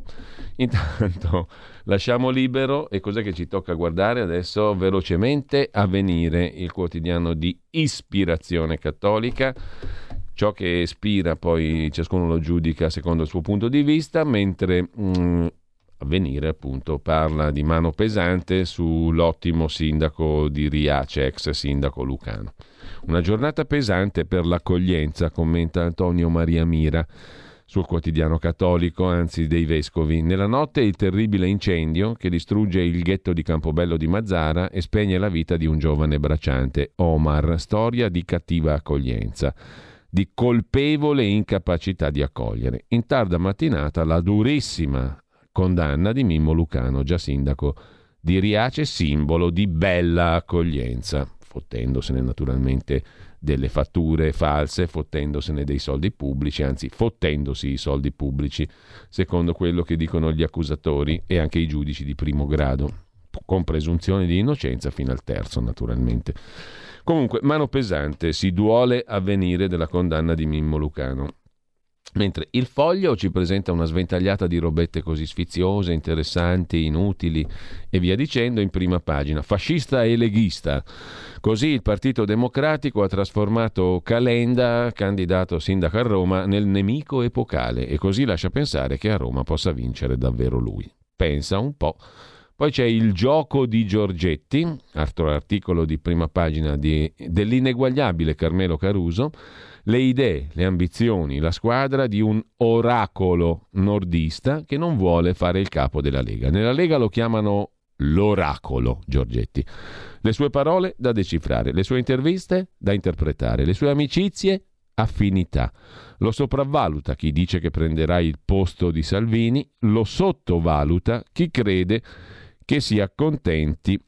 Intanto lasciamo Libero, e cos'è che ci tocca guardare adesso? Velocemente Avvenire, il quotidiano di ispirazione cattolica. Ciò che ispira poi ciascuno lo giudica secondo il suo punto di vista, mentre mh, Avvenire appunto parla di mano pesante sull'ottimo sindaco di Riace, ex sindaco lucano. Una giornata pesante per l'accoglienza, commenta Antonio Maria Mira sul quotidiano cattolico, anzi dei vescovi. Nella notte il terribile incendio che distrugge il ghetto di Campobello di Mazara e spegne la vita di un giovane bracciante, Omar, storia di cattiva accoglienza, di colpevole incapacità di accogliere. In tarda mattinata la durissima condanna di Mimmo Lucano, già sindaco di Riace, simbolo di bella accoglienza, fottendosene naturalmente delle fatture false, fottendosene dei soldi pubblici, anzi fottendosi i soldi pubblici, secondo quello che dicono gli accusatori e anche i giudici di primo grado, con presunzione di innocenza fino al terzo, naturalmente. Comunque, mano pesante, si duole Avvenire della condanna di Mimmo Lucano. Mentre il Foglio ci presenta una sventagliata di robette così sfiziose, interessanti, inutili e via dicendo in prima pagina. Fascista e leghista. Così il Partito Democratico ha trasformato Calenda, candidato sindaco a Roma, nel nemico epocale, e così lascia pensare che a Roma possa vincere davvero lui. Pensa un po'. Poi c'è il gioco di Giorgetti, altro articolo di prima pagina di, dell'ineguagliabile Carmelo Caruso, le idee, le ambizioni, la squadra di un oracolo nordista che non vuole fare il capo della Lega. Nella Lega lo chiamano l'oracolo Giorgetti. Le sue parole da decifrare, le sue interviste da interpretare, le sue amicizie, affinità. Lo sopravvaluta chi dice che prenderà il posto di Salvini, lo sottovaluta chi crede che si accontenti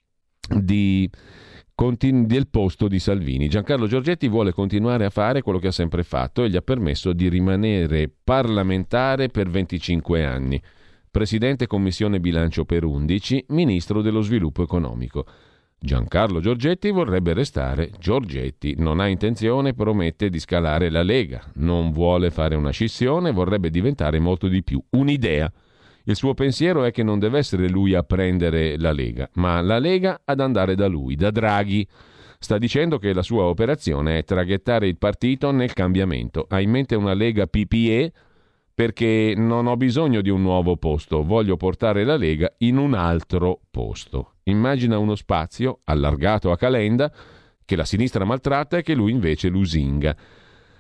di, continu- del posto di Salvini. Giancarlo Giorgetti vuole continuare a fare quello che ha sempre fatto e gli ha permesso di rimanere parlamentare per venticinque anni. Presidente Commissione Bilancio per undici, Ministro dello Sviluppo Economico. Giancarlo Giorgetti vorrebbe restare Giorgetti, non ha intenzione, promette di scalare la Lega, non vuole fare una scissione, vorrebbe diventare molto di più, un'idea. Il suo pensiero è che non deve essere lui a prendere la Lega, ma la Lega ad andare da lui, da Draghi. Sta dicendo che la sua operazione è traghettare il partito nel cambiamento. Ha in mente una Lega P P E perché non ho bisogno di un nuovo posto, voglio portare la Lega in un altro posto. Immagina uno spazio allargato a Calenda che la sinistra maltratta e che lui invece lusinga.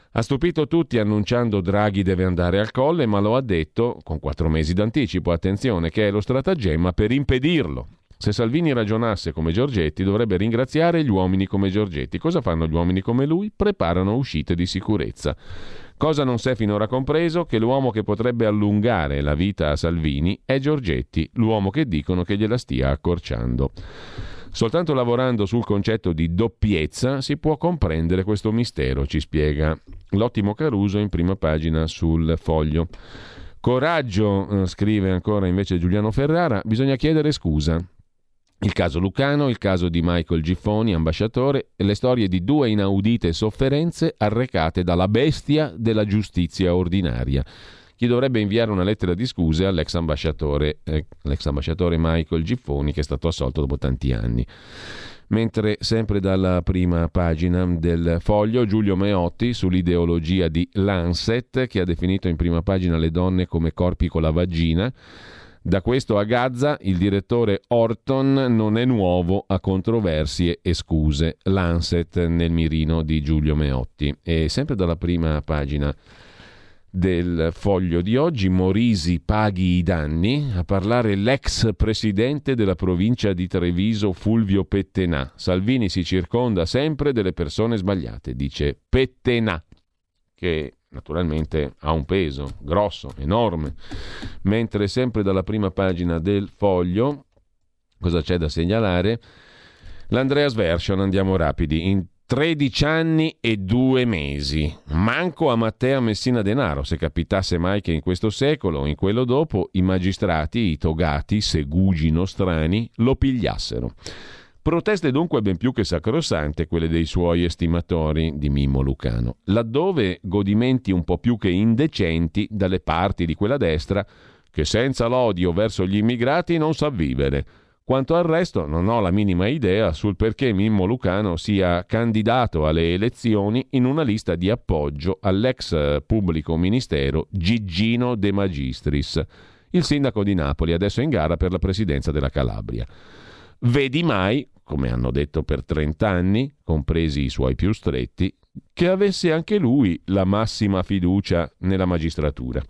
Ha stupito tutti annunciando Draghi deve andare al Colle, ma lo ha detto con quattro mesi d'anticipo, attenzione, che è lo stratagemma per impedirlo. Se Salvini ragionasse come Giorgetti, dovrebbe ringraziare gli uomini come Giorgetti. Cosa fanno gli uomini come lui? Preparano uscite di sicurezza. Cosa non si è finora compreso? Che l'uomo che potrebbe allungare la vita a Salvini è Giorgetti, l'uomo che dicono che gliela stia accorciando. Soltanto lavorando sul concetto di doppiezza si può comprendere questo mistero, ci spiega l'ottimo Caruso in prima pagina sul Foglio. Coraggio, scrive ancora invece Giuliano Ferrara, bisogna chiedere scusa. Il caso Lucano, il caso di Michael Giffoni, ambasciatore, e le storie di due inaudite sofferenze arrecate dalla bestia della giustizia ordinaria. Chi dovrebbe inviare una lettera di scuse all'ex ambasciatore, eh, l'ex ambasciatore Michael Giffoni, che è stato assolto dopo tanti anni. Mentre sempre dalla prima pagina del Foglio, Giulio Meotti sull'ideologia di Lancet, che ha definito in prima pagina le donne come corpi con la vagina. Da questo a Gaza il direttore Orton non è nuovo a controversie e scuse. Lancet nel mirino di Giulio Meotti. E sempre dalla prima pagina del Foglio di oggi, Morisi paghi i danni, a parlare l'ex presidente della provincia di Treviso Fulvio Pettenà. Salvini si circonda sempre delle persone sbagliate, dice Pettenà, che naturalmente ha un peso grosso, enorme. Mentre sempre dalla prima pagina del Foglio, cosa c'è da segnalare? L'Andreas Version, andiamo rapidi, in tredici anni e due mesi. Manco a Matteo Messina Denaro, se capitasse mai che in questo secolo o in quello dopo i magistrati, i togati, i segugi nostrani, lo pigliassero. Proteste dunque ben più che sacrosante quelle dei suoi estimatori di Mimmo Lucano, laddove godimenti un po' più che indecenti dalle parti di quella destra che senza l'odio verso gli immigrati non sa vivere. Quanto al resto non ho la minima idea sul perché Mimmo Lucano sia candidato alle elezioni in una lista di appoggio all'ex pubblico ministero Gigino De Magistris, il sindaco di Napoli, adesso in gara per la presidenza della Calabria. Vedi mai, come hanno detto per trent'anni, compresi i suoi più stretti, che avesse anche lui la massima fiducia nella magistratura.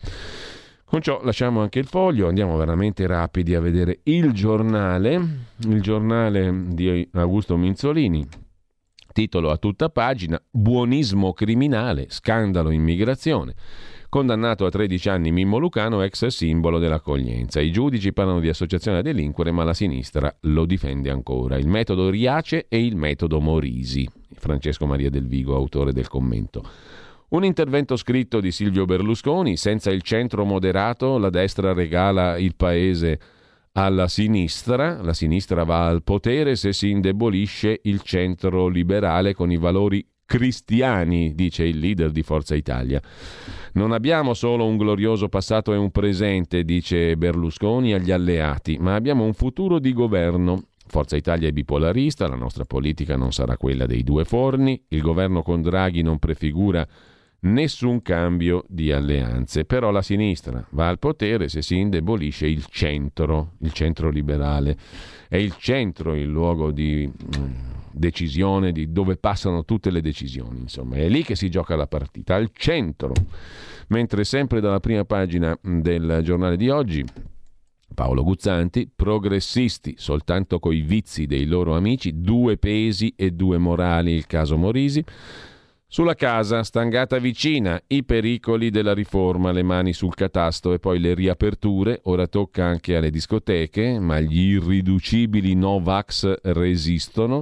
Con ciò lasciamo anche il Foglio, andiamo veramente rapidi a vedere il Giornale, il Giornale di Augusto Minzolini, titolo a tutta pagina, buonismo criminale, scandalo immigrazione. Condannato a tredici anni Mimmo Lucano, ex simbolo dell'accoglienza. I giudici parlano di associazione a delinquere, ma la sinistra lo difende ancora. Il metodo Riace e il metodo Morisi. Francesco Maria Del Vigo, autore del commento. Un intervento scritto di Silvio Berlusconi: senza il centro moderato la destra regala il paese alla sinistra, la sinistra va al potere se si indebolisce il centro liberale con i valori cristiani, dice il leader di Forza Italia. Non abbiamo solo un glorioso passato e un presente, dice Berlusconi agli alleati, ma abbiamo un futuro di governo. Forza Italia è bipolarista, la nostra politica non sarà quella dei due forni, il governo con Draghi non prefigura nessun cambio di alleanze, però la sinistra va al potere se si indebolisce il centro, il centro liberale. È il centro il luogo di mh, decisione, di dove passano tutte le decisioni, insomma, è lì che si gioca la partita, al centro. Mentre sempre dalla prima pagina del Giornale di oggi, Paolo Guzzanti, progressisti soltanto coi vizi dei loro amici, due pesi e due morali, il caso Morisi. Sulla casa, stangata vicina, i pericoli della riforma, le mani sul catasto e poi le riaperture, ora tocca anche alle discoteche, ma gli irriducibili Novax resistono.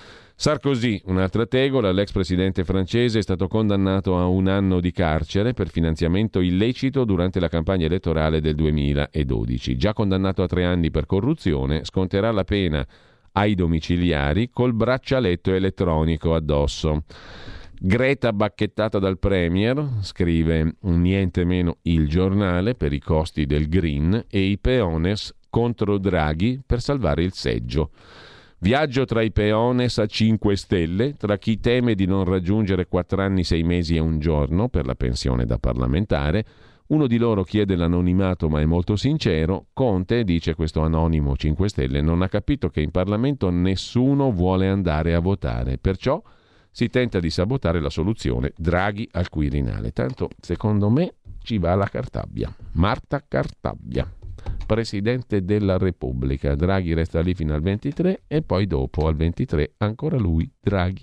Sarkozy, un'altra tegola, l'ex presidente francese è stato condannato a un anno di carcere per finanziamento illecito durante la campagna elettorale del duemiladodici. Già condannato a tre anni per corruzione, sconterà la pena ai domiciliari col braccialetto elettronico addosso. Greta bacchettata dal Premier, scrive niente meno il Giornale, per i costi del green, e i peones contro Draghi per salvare il seggio. Viaggio tra i peones a cinque stelle, tra chi teme di non raggiungere quattro anni, sei mesi e un giorno per la pensione da parlamentare. Uno di loro chiede l'anonimato ma è molto sincero. Conte, dice questo anonimo cinque stelle, non ha capito che in Parlamento nessuno vuole andare a votare, perciò si tenta di sabotare la soluzione Draghi al Quirinale. Tanto, secondo me, ci va la Cartabia. Marta Cartabia, Presidente della Repubblica. Draghi resta lì fino al ventitré e poi dopo al ventitré ancora lui, Draghi.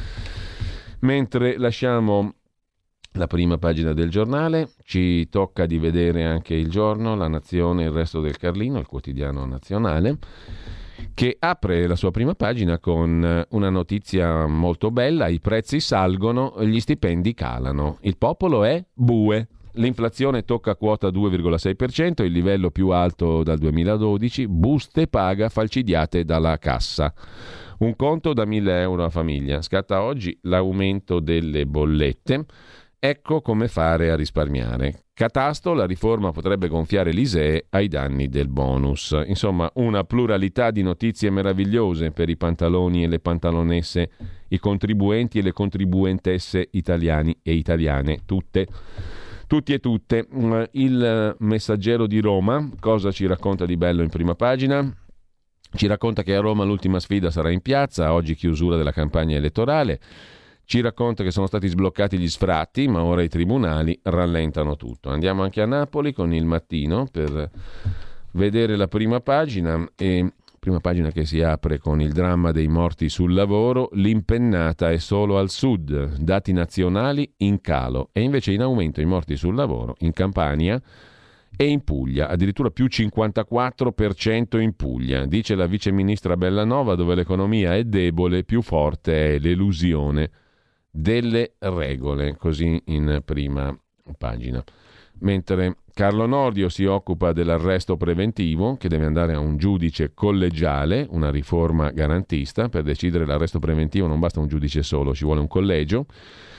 Mentre lasciamo la prima pagina del giornale, ci tocca di vedere anche Il Giorno, La Nazione, Il Resto del Carlino, il quotidiano nazionale, che apre la sua prima pagina con una notizia molto bella: i prezzi salgono, gli stipendi calano, il popolo è bue. L'inflazione tocca quota due virgola sei per cento, il livello più alto dal duemiladodici, buste paga falcidiate dalla cassa. Un conto da mille euro a famiglia. Scatta oggi l'aumento delle bollette. Ecco come fare a risparmiare. Catasto, la riforma potrebbe gonfiare l'I S E E ai danni del bonus. Insomma, una pluralità di notizie meravigliose per i pantaloni e le pantalonesse, i contribuenti e le contribuentesse italiani e italiane, tutte. Tutti e tutte. Il Messaggero di Roma, cosa ci racconta di bello in prima pagina? Ci racconta che a Roma l'ultima sfida sarà in piazza, oggi chiusura della campagna elettorale. Ci racconta che sono stati sbloccati gli sfratti, ma ora i tribunali rallentano tutto. Andiamo anche a Napoli con Il Mattino per vedere la prima pagina, e prima pagina che si apre con il dramma dei morti sul lavoro. L'impennata è solo al sud, dati nazionali in calo, e invece in aumento i morti sul lavoro in Campania e in Puglia, addirittura più cinquantaquattro per cento in Puglia. Dice la viceministra Bellanova, dove l'economia è debole, più forte è l'elusione delle regole, così in prima pagina. Mentre Carlo Nordio si occupa dell'arresto preventivo, che deve andare a un giudice collegiale, una riforma garantista. Per decidere l'arresto preventivo non basta un giudice solo, ci vuole un collegio.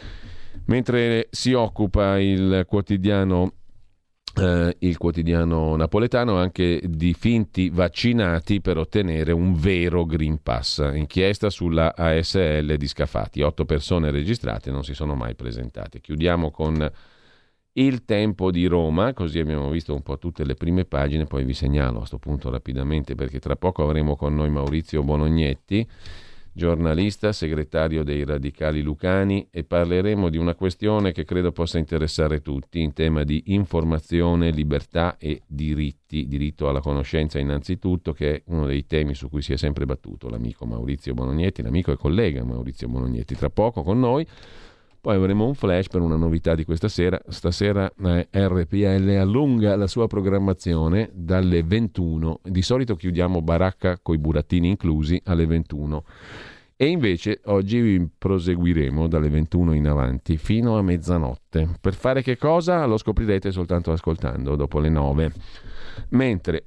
Mentre si occupa il quotidiano Eh, il quotidiano napoletano anche di finti vaccinati per ottenere un vero Green Pass. Inchiesta sulla A S L di Scafati, otto persone registrate non si sono mai presentate. Chiudiamo con Il Tempo di Roma, così abbiamo visto un po' tutte le prime pagine. Poi vi segnalo a sto punto rapidamente, perché tra poco avremo con noi Maurizio Bonognetti, giornalista, segretario dei Radicali Lucani, e parleremo di una questione che credo possa interessare tutti in tema di informazione, libertà e diritti, diritto alla conoscenza innanzitutto, che è uno dei temi su cui si è sempre battuto l'amico Maurizio Bonognetti, l'amico e collega Maurizio Bonognetti, tra poco con noi. Poi avremo un flash per una novità di questa sera. Stasera eh, R P L allunga la sua programmazione dalle ventuno. Di solito chiudiamo baracca coi burattini inclusi alle ventuno. E invece oggi proseguiremo dalle ventuno in avanti fino a mezzanotte. Per fare che cosa? Lo scoprirete soltanto ascoltando dopo le nove. Mentre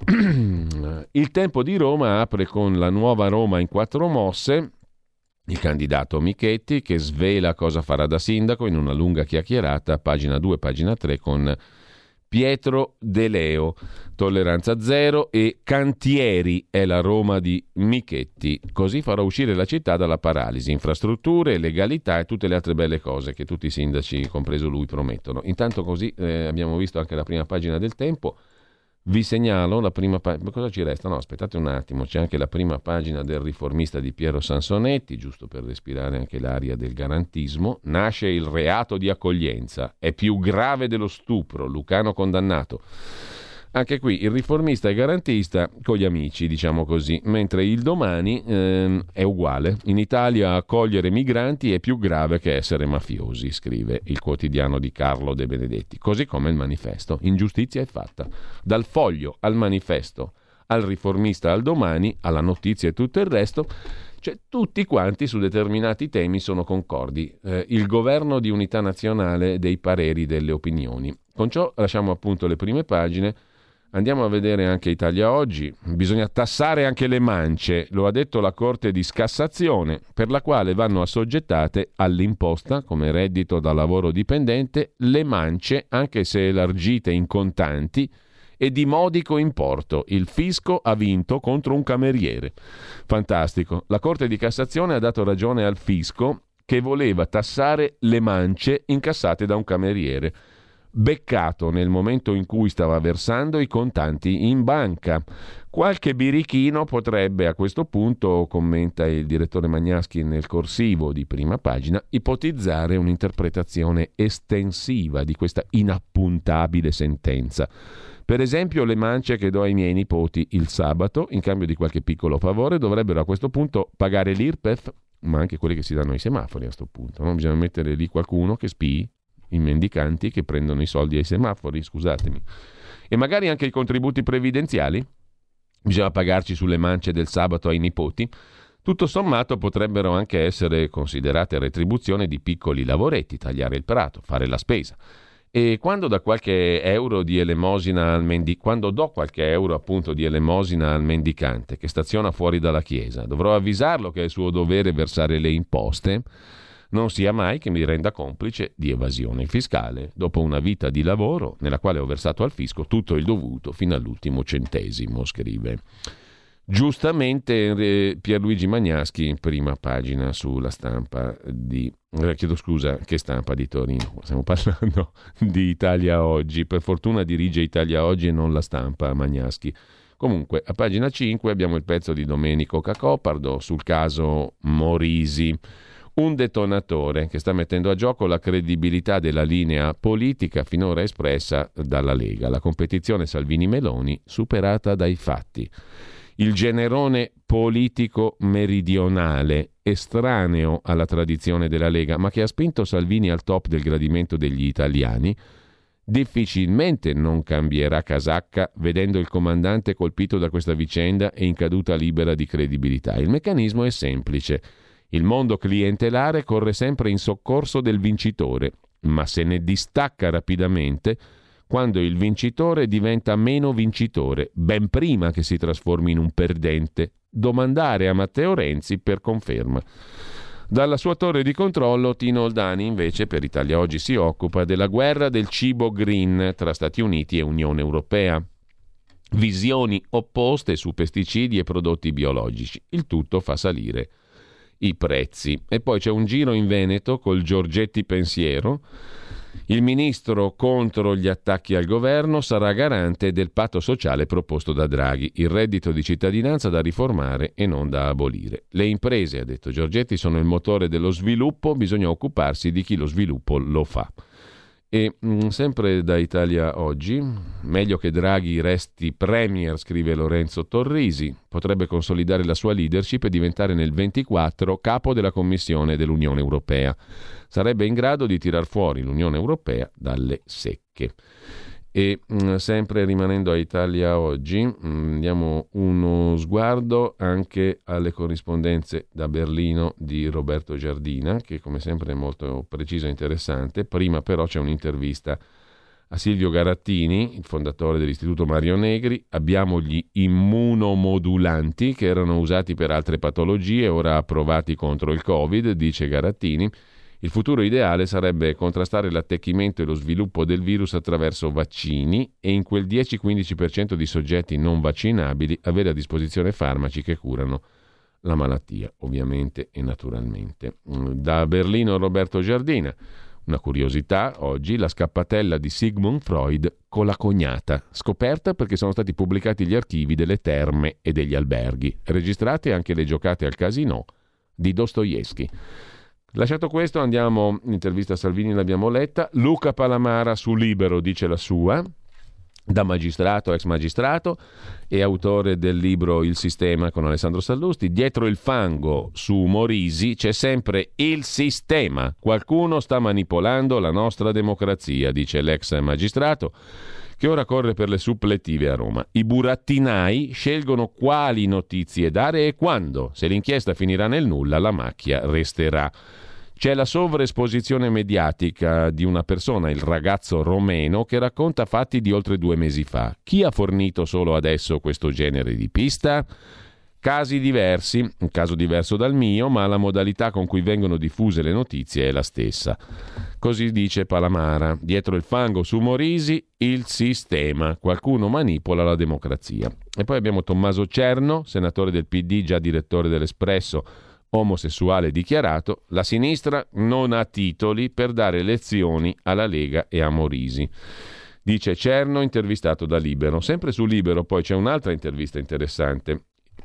Il Tempo di Roma apre con la nuova Roma in quattro mosse. Il candidato Michetti che svela cosa farà da sindaco in una lunga chiacchierata, pagina due, pagina tre, con Pietro De Leo. Tolleranza zero e cantieri è la Roma di Michetti. Così farà uscire la città dalla paralisi. Infrastrutture, legalità e tutte le altre belle cose che tutti i sindaci, compreso lui, promettono. Intanto così eh, abbiamo visto anche la prima pagina del Tempo. Vi segnalo la prima pagina. Cosa ci resta? No, aspettate un attimo, c'è anche la prima pagina del Riformista di Piero Sansonetti, giusto per respirare anche l'aria del garantismo. Nasce il reato di accoglienza, è più grave dello stupro, Lucano condannato. Anche qui il riformista e garantista con gli amici, diciamo così, mentre il Domani ehm, è uguale. In Italia accogliere migranti è più grave che essere mafiosi, scrive il quotidiano di Carlo De Benedetti, così come il Manifesto. Ingiustizia è fatta. Dal Foglio al Manifesto, al Riformista al Domani, alla Notizia e tutto il resto, cioè tutti quanti su determinati temi sono concordi. Eh, il governo di unità nazionale dei pareri, delle opinioni. Con ciò lasciamo appunto le prime pagine. Andiamo a vedere anche Italia Oggi. Bisogna tassare anche le mance, lo ha detto la Corte di Cassazione, per la quale vanno assoggettate all'imposta come reddito da lavoro dipendente le mance, anche se elargite in contanti e di modico importo. Il fisco ha vinto contro un cameriere. Fantastico. La Corte di Cassazione ha dato ragione al fisco che voleva tassare le mance incassate da un cameriere, beccato nel momento in cui stava versando i contanti in banca. Qualche birichino potrebbe a questo punto, commenta il direttore Magnaschi nel corsivo di Prima Pagina, ipotizzare un'interpretazione estensiva di questa inappuntabile sentenza. Per esempio, le mance che do ai miei nipoti il sabato, in cambio di qualche piccolo favore, dovrebbero a questo punto pagare l'I R P E F, ma anche quelli che si danno ai semafori a questo punto. No? Bisogna mettere lì qualcuno che spii i mendicanti che prendono i soldi ai semafori, scusatemi. E magari anche i contributi previdenziali? Bisogna pagarci sulle mance del sabato ai nipoti? Tutto sommato potrebbero anche essere considerate retribuzione di piccoli lavoretti, tagliare il prato, fare la spesa. E quando da qualche euro di elemosina al mendi- quando do qualche euro appunto di elemosina al mendicante che staziona fuori dalla chiesa, dovrò avvisarlo che è suo dovere versare le imposte? Non sia mai che mi renda complice di evasione fiscale, dopo una vita di lavoro nella quale ho versato al fisco tutto il dovuto fino all'ultimo centesimo, scrive. Giustamente eh, Pierluigi Magnaschi in Prima Pagina sulla Stampa di... Eh, chiedo scusa, che Stampa di Torino? Stiamo parlando di Italia Oggi. Per fortuna dirige Italia Oggi e non La Stampa, Magnaschi. Comunque, a pagina cinque abbiamo il pezzo di Domenico Cacopardo sul caso Morisi. Un detonatore che sta mettendo a gioco la credibilità della linea politica finora espressa dalla Lega. La competizione Salvini-Meloni superata dai fatti. Il generone politico meridionale, estraneo alla tradizione della Lega, ma che ha spinto Salvini al top del gradimento degli italiani, difficilmente non cambierà casacca vedendo il comandante colpito da questa vicenda e in caduta libera di credibilità. Il meccanismo è semplice. Il mondo clientelare corre sempre in soccorso del vincitore, ma se ne distacca rapidamente quando il vincitore diventa meno vincitore, ben prima che si trasformi in un perdente. Domandare a Matteo Renzi per conferma. Dalla sua torre di controllo, Tino Oldani invece per Italia Oggi si occupa della guerra del cibo green tra Stati Uniti e Unione Europea. Visioni opposte su pesticidi e prodotti biologici. Il tutto fa salire i prezzi. E poi c'è un giro in Veneto col Giorgetti pensiero. Il ministro contro gli attacchi al governo sarà garante del patto sociale proposto da Draghi, il reddito di cittadinanza da riformare e non da abolire. Le imprese, ha detto Giorgetti, sono il motore dello sviluppo, bisogna occuparsi di chi lo sviluppo lo fa. E mh, sempre da Italia Oggi, meglio che Draghi resti premier, scrive Lorenzo Torrisi, potrebbe consolidare la sua leadership e diventare nel ventiquattro capo della Commissione dell'Unione Europea. Sarebbe in grado di tirar fuori l'Unione Europea dalle secche. E mh, sempre rimanendo a Italia Oggi, mh, diamo uno sguardo anche alle corrispondenze da Berlino di Roberto Giardina, che come sempre è molto precisa e interessante. Prima però c'è un'intervista a Silvio Garattini, il fondatore dell'Istituto Mario Negri. Abbiamo gli immunomodulanti che erano usati per altre patologie, ora approvati contro il Covid, dice Garattini. Il futuro ideale sarebbe contrastare l'attecchimento e lo sviluppo del virus attraverso vaccini e in quel dieci-quindici per cento di soggetti non vaccinabili avere a disposizione farmaci che curano la malattia, ovviamente e naturalmente. Da Berlino Roberto Giardina. Una curiosità, oggi la scappatella di Sigmund Freud con la cognata, scoperta perché sono stati pubblicati gli archivi delle terme e degli alberghi, registrate anche le giocate al casinò di Dostoevsky. Lasciato questo, andiamo, l'intervista a Salvini l'abbiamo letta, Luca Palamara su Libero dice la sua, da magistrato, ex magistrato e autore del libro Il Sistema con Alessandro Sallusti. Dietro il fango su Morisi c'è sempre il sistema, qualcuno sta manipolando la nostra democrazia, dice l'ex magistrato, che ora corre per le suppletive a Roma. I burattinai scelgono quali notizie dare e quando. Se l'inchiesta finirà nel nulla, la macchia resterà. C'è la sovraesposizione mediatica di una persona, il ragazzo romeno, che racconta fatti di oltre due mesi fa. Chi ha fornito solo adesso questo genere di pista? Casi diversi, un caso diverso dal mio, ma la modalità con cui vengono diffuse le notizie è la stessa. Così dice Palamara. Dietro il fango su Morisi, il sistema. Qualcuno manipola la democrazia. E poi abbiamo Tommaso Cerno, senatore del P D, già direttore dell'Espresso, omosessuale dichiarato. La sinistra non ha titoli per dare lezioni alla Lega e a Morisi. Dice Cerno, intervistato da Libero. Sempre su Libero poi c'è un'altra intervista interessante.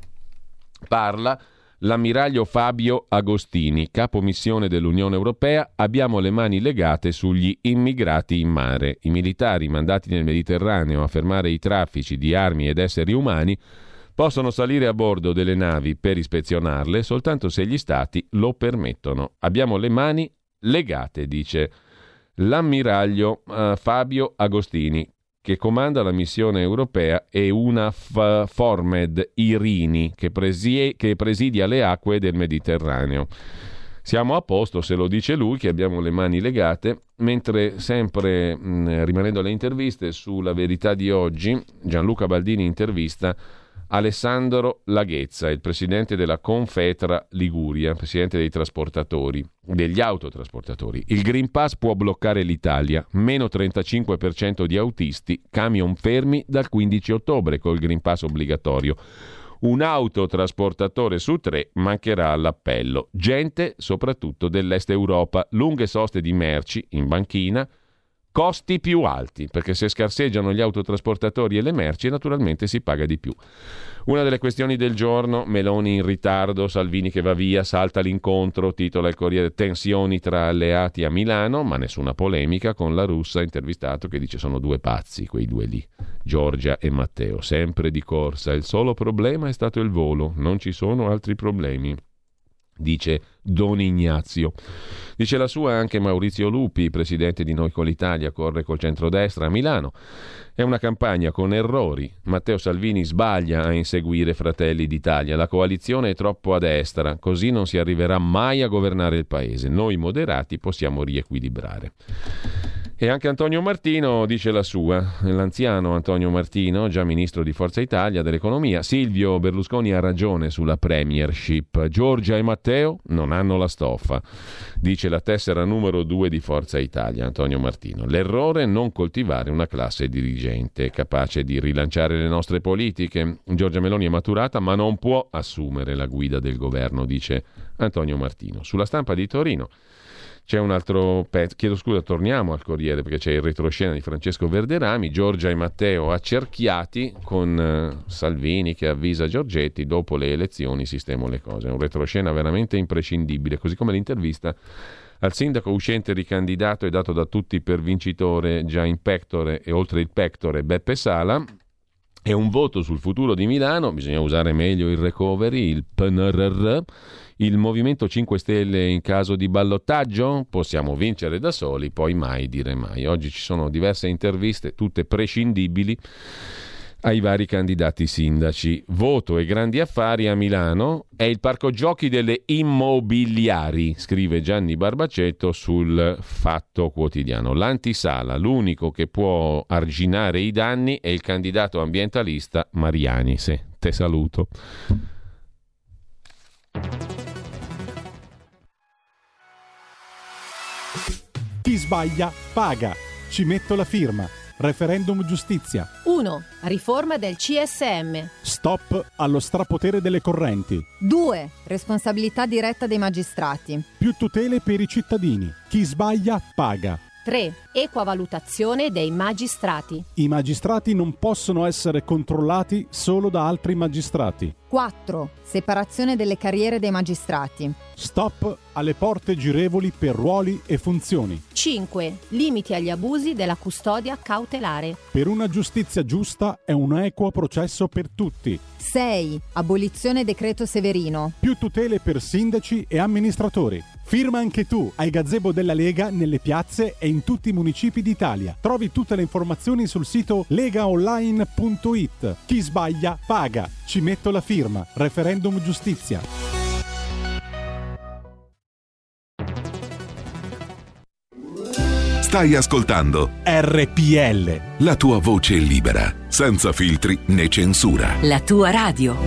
Parla l'ammiraglio Fabio Agostini, capo missione dell'Unione Europea. Abbiamo le mani legate sugli immigrati in mare. I militari mandati nel Mediterraneo a fermare i traffici di armi ed esseri umani possono salire a bordo delle navi per ispezionarle soltanto se gli stati lo permettono. Abbiamo le mani legate, dice l'ammiraglio uh, Fabio Agostini, che comanda la missione europea e una F- Formed Irini che, presi- che presidia le acque del Mediterraneo. Siamo a posto, se lo dice lui, che abbiamo le mani legate, mentre sempre mh, rimanendo alle interviste, sulla Verità di oggi, Gianluca Baldini intervista Alessandro Laghezza, il presidente della Confetra Liguria, presidente dei trasportatori, degli autotrasportatori. Il Green Pass può bloccare l'Italia, meno trentacinque per cento di autisti, camion fermi dal quindici ottobre col Green Pass obbligatorio. Un autotrasportatore su tre mancherà all'appello. Gente soprattutto dell'est Europa, lunghe soste di merci in banchina, costi più alti, perché se scarseggiano gli autotrasportatori e le merci naturalmente si paga di più. Una delle questioni del giorno, Meloni in ritardo, Salvini che va via, salta l'incontro, titola il Corriere, tensioni tra alleati a Milano, ma nessuna polemica con la russa intervistato che dice sono due pazzi quei due lì, Giorgia e Matteo, sempre di corsa, il solo problema è stato il volo, non ci sono altri problemi. Dice Don Ignazio. Dice la sua anche Maurizio Lupi, presidente di Noi con l'Italia, corre col centrodestra a Milano. È una campagna con errori. Matteo Salvini sbaglia a inseguire Fratelli d'Italia. La coalizione è troppo a destra, così non si arriverà mai a governare il paese. Noi moderati possiamo riequilibrare. E anche Antonio Martino dice la sua, l'anziano Antonio Martino, già ministro di Forza Italia dell'economia. Silvio Berlusconi ha ragione sulla premiership. Giorgia e Matteo non hanno la stoffa, dice la tessera numero due di Forza Italia, Antonio Martino. L'errore è non coltivare una classe dirigente capace di rilanciare le nostre politiche. Giorgia Meloni è maturata ma non può assumere la guida del governo, dice Antonio Martino. Sulla Stampa di Torino c'è un altro pezzo, chiedo scusa, torniamo al Corriere perché c'è il retroscena di Francesco Verderami, Giorgia e Matteo accerchiati con uh, Salvini che avvisa Giorgetti, dopo le elezioni sistemo le cose. È un retroscena veramente imprescindibile, così come l'intervista al sindaco uscente ricandidato e dato da tutti per vincitore già in pectore e oltre il pectore Beppe Sala. È un voto sul futuro di Milano, bisogna usare meglio il recovery, il P N R R. Il Movimento cinque Stelle in caso di ballottaggio? Possiamo vincere da soli, poi mai dire mai. Oggi ci sono diverse interviste, tutte prescindibili, ai vari candidati sindaci. Voto e grandi affari a Milano. È il parco giochi delle immobiliari, scrive Gianni Barbacetto sul Fatto Quotidiano. L'antisala, l'unico che può arginare i danni è il candidato ambientalista Mariani. Se, te saluto. Chi sbaglia paga. Ci metto la firma. Referendum giustizia. uno. Riforma del C S M. Stop allo strapotere delle correnti. due. Responsabilità diretta dei magistrati. Più tutele per i cittadini. Chi sbaglia paga. tre. Equa valutazione dei magistrati. I magistrati non possono essere controllati solo da altri magistrati. quattro. Separazione delle carriere dei magistrati. Stop alle porte girevoli per ruoli e funzioni. cinque. Limiti agli abusi della custodia cautelare. Per una giustizia giusta e un equo processo per tutti. sei. Abolizione decreto Severino. Più tutele per sindaci e amministratori. Firma anche tu ai gazebo della Lega nelle piazze e in tutti i municipi d'Italia. Trovi tutte le informazioni sul sito legaonline punto it. Chi sbaglia paga. Ci metto la firma. Referendum giustizia. Stai ascoltando R P L, la tua voce libera, senza filtri né censura. La tua radio.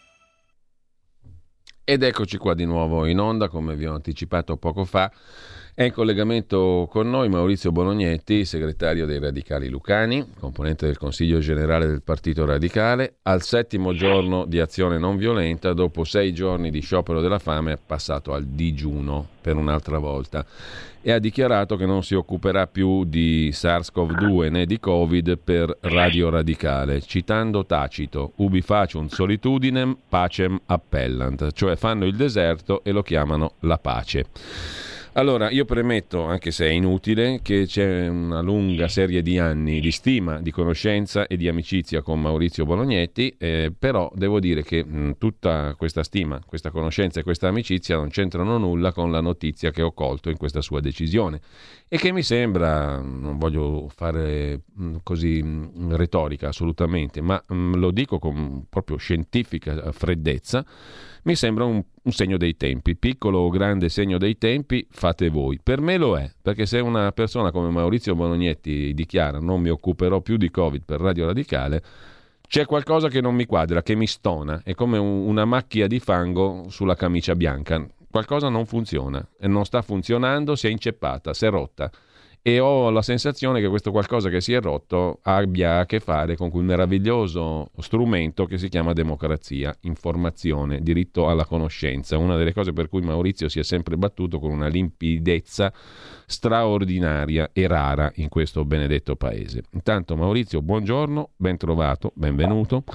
Ed eccoci qua di nuovo in onda, come vi ho anticipato poco fa. È in collegamento con noi Maurizio Bolognetti, segretario dei Radicali Lucani, componente del Consiglio Generale del Partito Radicale, al settimo giorno di azione non violenta, dopo sei giorni di sciopero della fame è passato al digiuno per un'altra volta e ha dichiarato che non si occuperà più di SARS-CoV due né di Covid per Radio Radicale, citando Tacito, ubi faciunt solitudinem pacem appellant, cioè fanno il deserto e lo chiamano la pace. Allora, io premetto, anche se è inutile, che c'è una lunga serie di anni di stima, di conoscenza e di amicizia con Maurizio Bolognetti, eh, però devo dire che mh, tutta questa stima, questa conoscenza e questa amicizia non c'entrano nulla con la notizia che ho colto in questa sua decisione e che mi sembra, non voglio fare mh, così mh, retorica assolutamente, ma mh, lo dico con proprio scientifica freddezza, mi sembra un, un segno dei tempi, piccolo o grande segno dei tempi, fate voi. Per me lo è, perché se una persona come Maurizio Bolognetti dichiara non mi occuperò più di Covid per Radio Radicale, c'è qualcosa che non mi quadra, che mi stona, è come un, una macchia di fango sulla camicia bianca, qualcosa non funziona, e non sta funzionando, si è inceppata, si è rotta. E ho la sensazione che questo qualcosa che si è rotto abbia a che fare con quel meraviglioso strumento che si chiama democrazia, informazione, diritto alla conoscenza, una delle cose per cui Maurizio si è sempre battuto con una limpidezza straordinaria e rara in questo benedetto paese. Intanto Maurizio, buongiorno, ben trovato, benvenuto.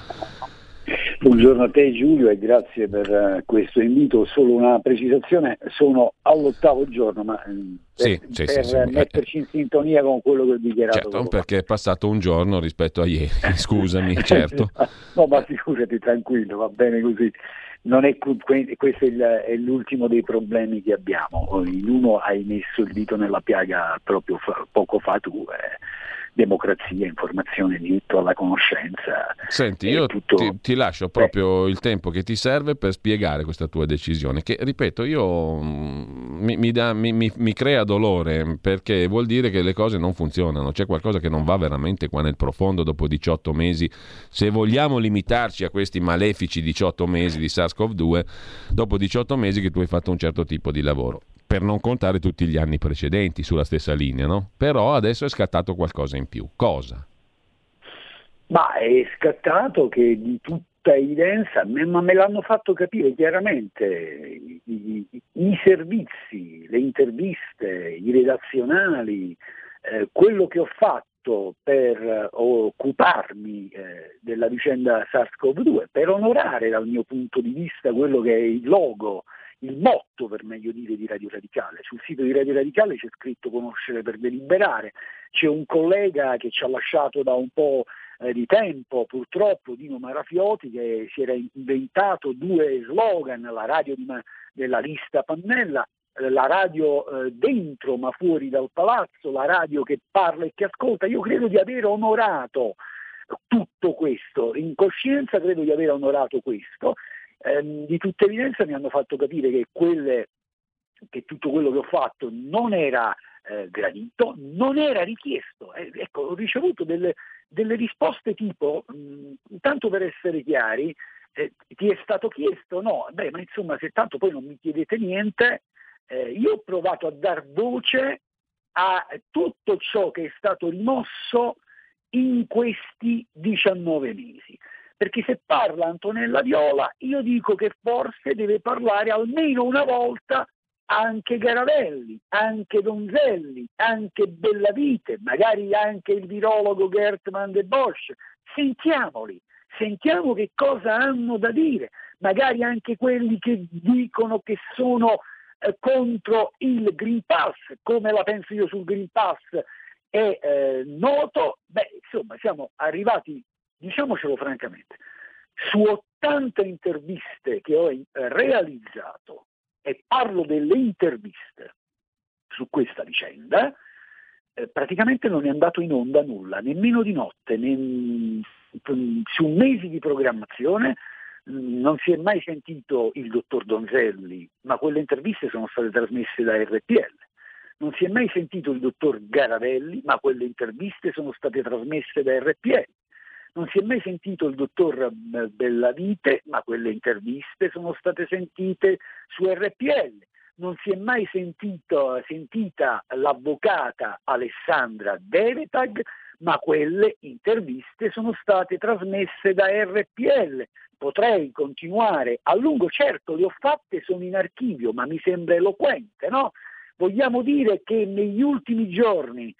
Buongiorno a te Giulio e grazie per uh, questo invito. Solo una precisazione, sono all'ottavo giorno, ma uh, sì, per, sì, per sì, sì, metterci in sintonia con quello che ho dichiarato. Certo, perché è passato un giorno rispetto a ieri, scusami, certo. No, ma figurati, tranquillo, va bene così. Non è, questo è, il, è l'ultimo dei problemi che abbiamo. In uno hai messo il dito nella piaga proprio fa, poco fa tu. Eh. Democrazia, informazione, diritto alla conoscenza. Senti, io tutto... ti, ti lascio proprio eh. il tempo che ti serve per spiegare questa tua decisione, che ripeto, io mi, mi, dà, mi, mi, mi crea dolore, perché vuol dire che le cose non funzionano, c'è qualcosa che non va veramente qua nel profondo dopo diciotto mesi, se vogliamo limitarci a questi malefici diciotto mesi di SARS-CoV due, dopo diciotto mesi che tu hai fatto un certo tipo di lavoro. Per non contare tutti gli anni precedenti sulla stessa linea, no? Però adesso è scattato qualcosa in più. Cosa? Ma è scattato che di tutta evidenza, ma me l'hanno fatto capire chiaramente, i, i, i servizi, le interviste, i redazionali, eh, quello che ho fatto per eh, occuparmi eh, della vicenda SARS-CoV due, per onorare dal mio punto di vista quello che è il logo, il motto per meglio dire di Radio Radicale. Sul sito di Radio Radicale c'è scritto conoscere per deliberare, c'è un collega che ci ha lasciato da un po' eh, di tempo purtroppo, Dino Marafioti, che si era inventato due slogan, la radio di ma- della lista Pannella, eh, la radio eh, dentro ma fuori dal palazzo, la radio che parla e che ascolta. Io credo di aver onorato tutto questo, in coscienza credo di aver onorato questo. Eh, di tutta evidenza mi hanno fatto capire che, quelle, che tutto quello che ho fatto non era eh, gradito, non era richiesto. Eh, ecco, ho ricevuto delle, delle risposte tipo, mh, tanto per essere chiari, eh, ti è stato chiesto? No, beh, ma insomma, se tanto poi non mi chiedete niente, eh, io ho provato a dar voce a tutto ciò che è stato rimosso in questi diciannove mesi. Perché se parla Antonella Viola, io dico che forse deve parlare almeno una volta anche Garavelli, anche Donzelli, anche Bellavite, magari anche il virologo Gert van der Bosch. Sentiamoli, sentiamo che cosa hanno da dire, magari anche quelli che dicono che sono eh, contro il Green Pass, come la penso io sul Green Pass è eh, noto. Beh, insomma, siamo arrivati, diciamocelo francamente, su ottanta interviste che ho realizzato, e parlo delle interviste su questa vicenda, eh, praticamente non è andato in onda nulla, nemmeno di notte, ne, su mesi di programmazione non si è mai sentito il dottor Donzelli, ma quelle interviste sono state trasmesse da R P L. Non si è mai sentito il dottor Garavelli, ma quelle interviste sono state trasmesse da R P L. Non si è mai sentito il dottor Bellavite, ma quelle interviste sono state sentite su R P L. non si è mai sentito, sentita l'avvocata Alessandra Devetag, ma quelle interviste sono state trasmesse da R P L. Potrei continuare a lungo, certo le ho fatte, sono in archivio, ma mi sembra eloquente, no? Vogliamo dire che negli ultimi giorni,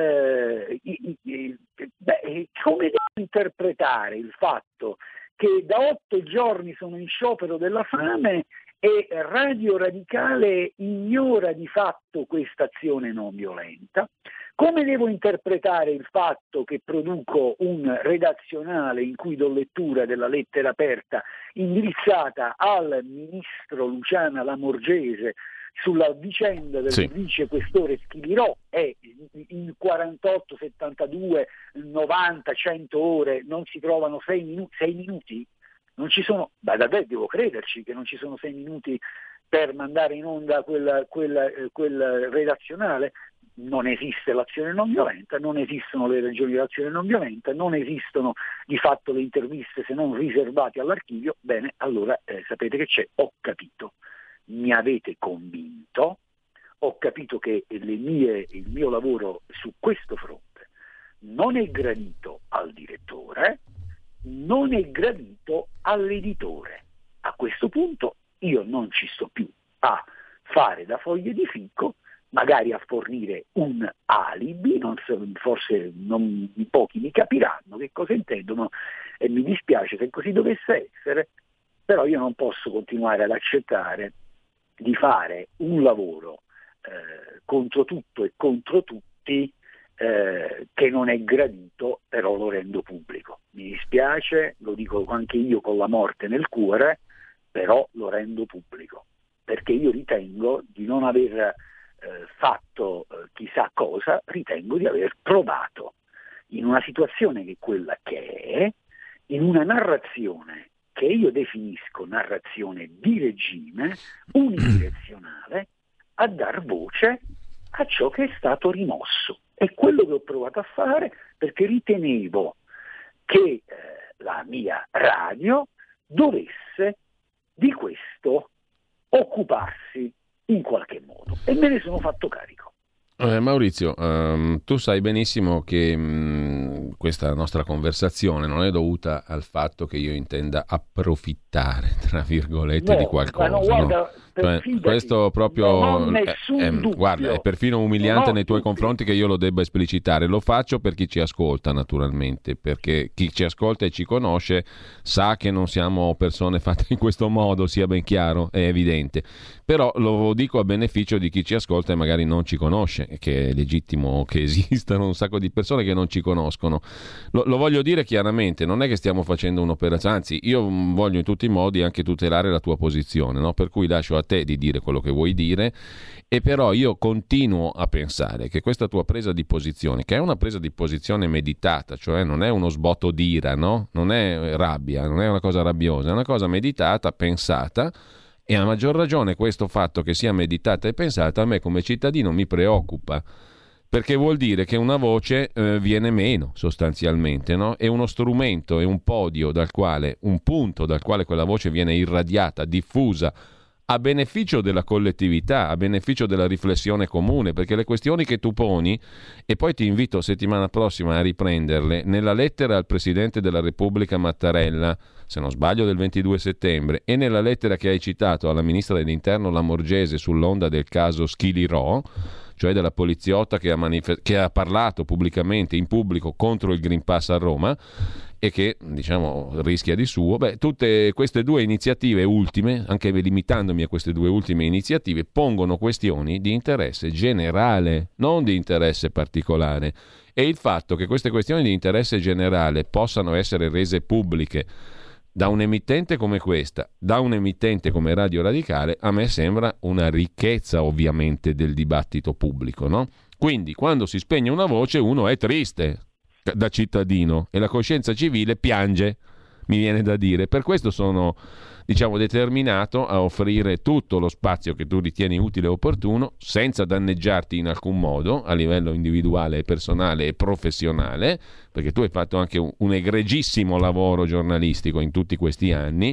eh, i, i, beh, come devo interpretare il fatto che da otto giorni sono in sciopero della fame e Radio Radicale ignora di fatto questa azione non violenta? Come devo interpretare il fatto che produco un redazionale in cui do lettura della lettera aperta indirizzata al ministro Luciana Lamorgese sulla vicenda del sì. vice questore Schilirò, e in quarantotto, settantadue, novanta, cento ore non si trovano sei minuti, sei minuti? Non ci sono, beh, davvero devo crederci che non ci sono sei minuti per mandare in onda quel, quel, quel redazionale. Non esiste l'azione non violenta, non esistono le ragioni dell'azione non violenta, non esistono di fatto le interviste se non riservate all'archivio. Bene, allora eh, sapete che c'è, ho capito, mi avete convinto, ho capito che le mie, il mio lavoro su questo fronte non è gradito al direttore, non è gradito all'editore. A questo punto io non ci sto più a fare da foglie di fico, magari a fornire un alibi, non so, forse non, pochi mi capiranno che cosa intendono e mi dispiace se così dovesse essere, però io non posso continuare ad accettare di fare un lavoro eh, contro tutto e contro tutti eh, che non è gradito, però lo rendo pubblico. Mi dispiace, lo dico anche io con la morte nel cuore, però lo rendo pubblico, perché io ritengo di non aver Eh, fatto eh, chissà cosa, ritengo di aver provato in una situazione che è quella che è, in una narrazione che io definisco narrazione di regime, unidirezionale, a dar voce a ciò che è stato rimosso. È quello che ho provato a fare, perché ritenevo che eh, la mia radio dovesse di questo occuparsi in qualche modo, e me ne sono fatto carico. Eh, Maurizio, um, tu sai benissimo che um, questa nostra conversazione non è dovuta al fatto che io intenda approfittare, tra virgolette, no, di qualcosa. No, guarda, no. Cioè, questo proprio è, è, guarda, è perfino umiliante nei tuoi dubbi. confronti che io lo debba esplicitare. Lo faccio per chi ci ascolta, naturalmente, perché chi ci ascolta e ci conosce sa che non siamo persone fatte in questo modo, sia ben chiaro, è evidente. Però lo dico a beneficio di chi ci ascolta e magari non ci conosce, che è legittimo che esistano un sacco di persone che non ci conoscono. Lo, lo voglio dire chiaramente, non è che stiamo facendo un'operazione, anzi io voglio in tutti i modi anche tutelare la tua posizione, no? Per cui lascio a te di dire quello che vuoi dire, e però io continuo a pensare che questa tua presa di posizione, che è una presa di posizione meditata, cioè non è uno sbotto d'ira, no? Non è rabbia, non è una cosa rabbiosa, è una cosa meditata, pensata. E a maggior ragione questo fatto che sia meditata e pensata a me come cittadino mi preoccupa, perché vuol dire che una voce eh, viene meno sostanzialmente, no? È uno strumento, è un podio dal quale, un punto dal quale quella voce viene irradiata, diffusa, a beneficio della collettività, a beneficio della riflessione comune, perché le questioni che tu poni, e poi ti invito settimana prossima a riprenderle, nella lettera al Presidente della Repubblica Mattarella, se non sbaglio del ventidue settembre, e nella lettera che hai citato alla Ministra dell'Interno Lamorgese sull'onda del caso Schilirò, cioè della poliziotta che ha, manif- che ha parlato pubblicamente, in pubblico, contro il Green Pass a Roma, e che, diciamo, rischia di suo. Beh, tutte queste due iniziative ultime, anche limitandomi a queste due ultime iniziative, pongono questioni di interesse generale, non di interesse particolare. E il fatto che queste questioni di interesse generale possano essere rese pubbliche da un emittente come questa, da un emittente come Radio Radicale, a me sembra una ricchezza ovviamente del dibattito pubblico, no? Quindi quando si spegne una voce uno è triste da cittadino e la coscienza civile piange, mi viene da dire. Per questo sono, diciamo, determinato a offrire tutto lo spazio che tu ritieni utile e opportuno, senza danneggiarti in alcun modo a livello individuale, personale e professionale, perché tu hai fatto anche un, un egregissimo lavoro giornalistico in tutti questi anni,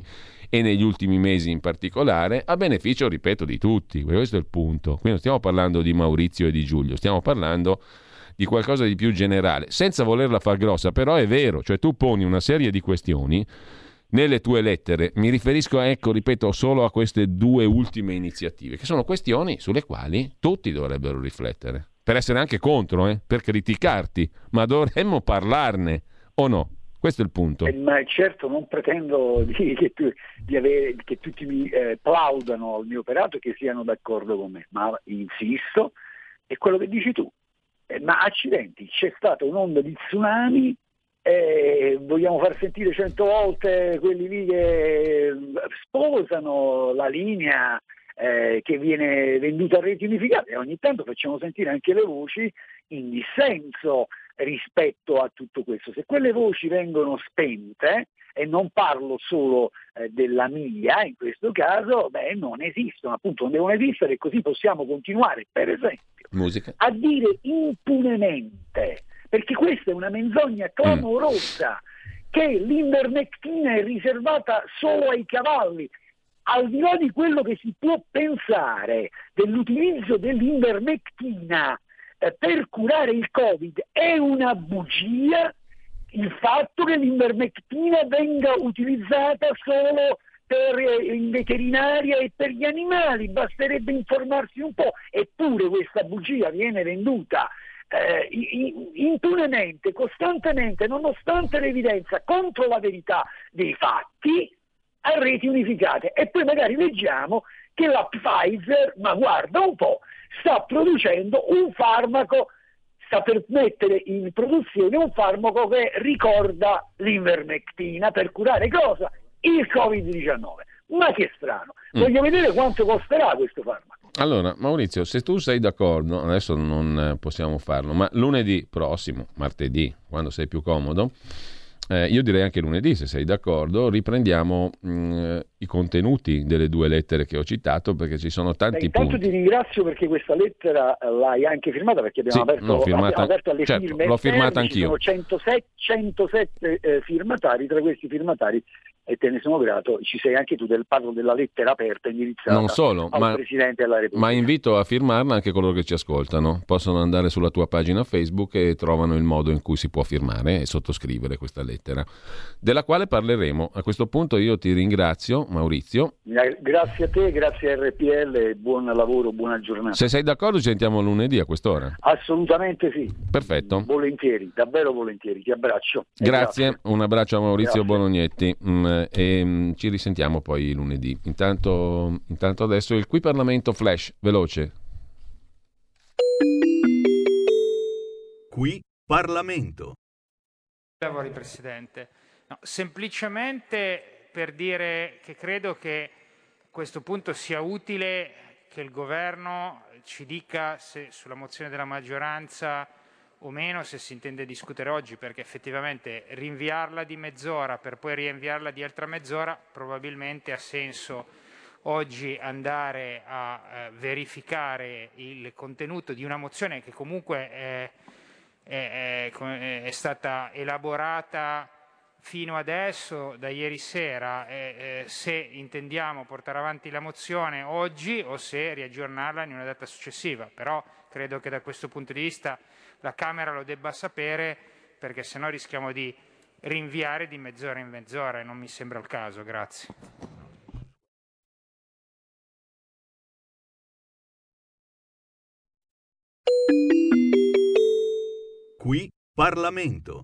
e negli ultimi mesi in particolare, a beneficio, ripeto, di tutti. Questo è il punto. Qui non stiamo parlando di Maurizio e di Giulio, stiamo parlando di qualcosa di più generale, senza volerla far grossa, però è vero, cioè tu poni una serie di questioni nelle tue lettere, mi riferisco, ecco, ripeto, solo a queste due ultime iniziative, che sono questioni sulle quali tutti dovrebbero riflettere, per essere anche contro, eh, per criticarti, ma dovremmo parlarne, o no? Questo è il punto. Eh, ma certo non pretendo di, che, tu, di avere, che tutti mi eh, plaudano al mio operato e che siano d'accordo con me, ma insisto, è quello che dici tu. Eh, ma accidenti, c'è stata un'onda di tsunami, eh, vogliamo far sentire cento volte quelli lì che sposano la linea eh, che viene venduta a reti unificate, e ogni tanto facciamo sentire anche le voci in dissenso rispetto a tutto questo. Se quelle voci vengono spente, e non parlo solo eh, della mia in questo caso, beh, non esistono, appunto non devono esistere, e così possiamo continuare, per esempio, Musica. a dire impunemente, perché questa è una menzogna clamorosa, mm. che l'ivermectina è riservata solo ai cavalli. Al di là di quello che si può pensare dell'utilizzo dell'ivermectina eh, per curare il Covid, è una bugia il fatto che l'ivermectina venga utilizzata solo per eh, in veterinaria e per gli animali, basterebbe informarsi un po', eppure questa bugia viene venduta eh, impunemente, costantemente, nonostante l'evidenza, contro la verità dei fatti, a reti unificate. E poi magari leggiamo che la Pfizer, ma guarda un po', sta producendo un farmaco, sta per mettere in produzione un farmaco che ricorda l'ivermectina per curare cosa? Il covid diciannove. Ma che strano, mm. voglio vedere quanto costerà questo farmaco. Allora Maurizio, se tu sei d'accordo, adesso non possiamo farlo, ma lunedì prossimo, martedì, quando sei più comodo, eh, io direi anche lunedì, se sei d'accordo, riprendiamo mh, i contenuti delle due lettere che ho citato, perché ci sono tanti Beh, intanto punti. Ti ringrazio perché questa lettera l'hai anche firmata, perché abbiamo, sì, aperto, no, firmata, abbiamo aperto alle certo, firme l'ho firmata esterne, ci anch'io. sono centosette, centosette eh, firmatari, tra questi firmatari, e te ne sono grato, ci sei anche tu, del parlo della lettera aperta indirizzata non solo, al ma, Presidente della Repubblica. Ma invito a firmarla anche coloro che ci ascoltano. Possono andare sulla tua pagina Facebook e trovano il modo in cui si può firmare e sottoscrivere questa lettera, della quale parleremo. A questo punto io ti ringrazio, Maurizio. Grazie a te, grazie a R P L, buon lavoro, buona giornata. Se sei d'accordo ci sentiamo lunedì a quest'ora. Assolutamente sì. Perfetto. Volentieri, davvero volentieri, ti abbraccio. Grazie, grazie. Un abbraccio a Maurizio Grazie. Bolognetti mm, e mm, ci risentiamo poi lunedì. Intanto, intanto adesso il Qui Parlamento Flash, veloce. Qui Parlamento. Lavori, Presidente. No, semplicemente per dire che credo che a questo punto sia utile che il governo ci dica se sulla mozione della maggioranza o meno, se si intende discutere oggi, perché effettivamente rinviarla di mezz'ora per poi rinviarla di altra mezz'ora probabilmente ha senso oggi andare a eh, verificare il contenuto di una mozione che comunque è, è, è, è stata elaborata fino adesso, da ieri sera, eh, eh, se intendiamo portare avanti la mozione oggi o se riaggiornarla in una data successiva. Però credo che da questo punto di vista la Camera lo debba sapere, perché sennò rischiamo di rinviare di mezz'ora in mezz'ora e non mi sembra il caso. Grazie. Qui Parlamento.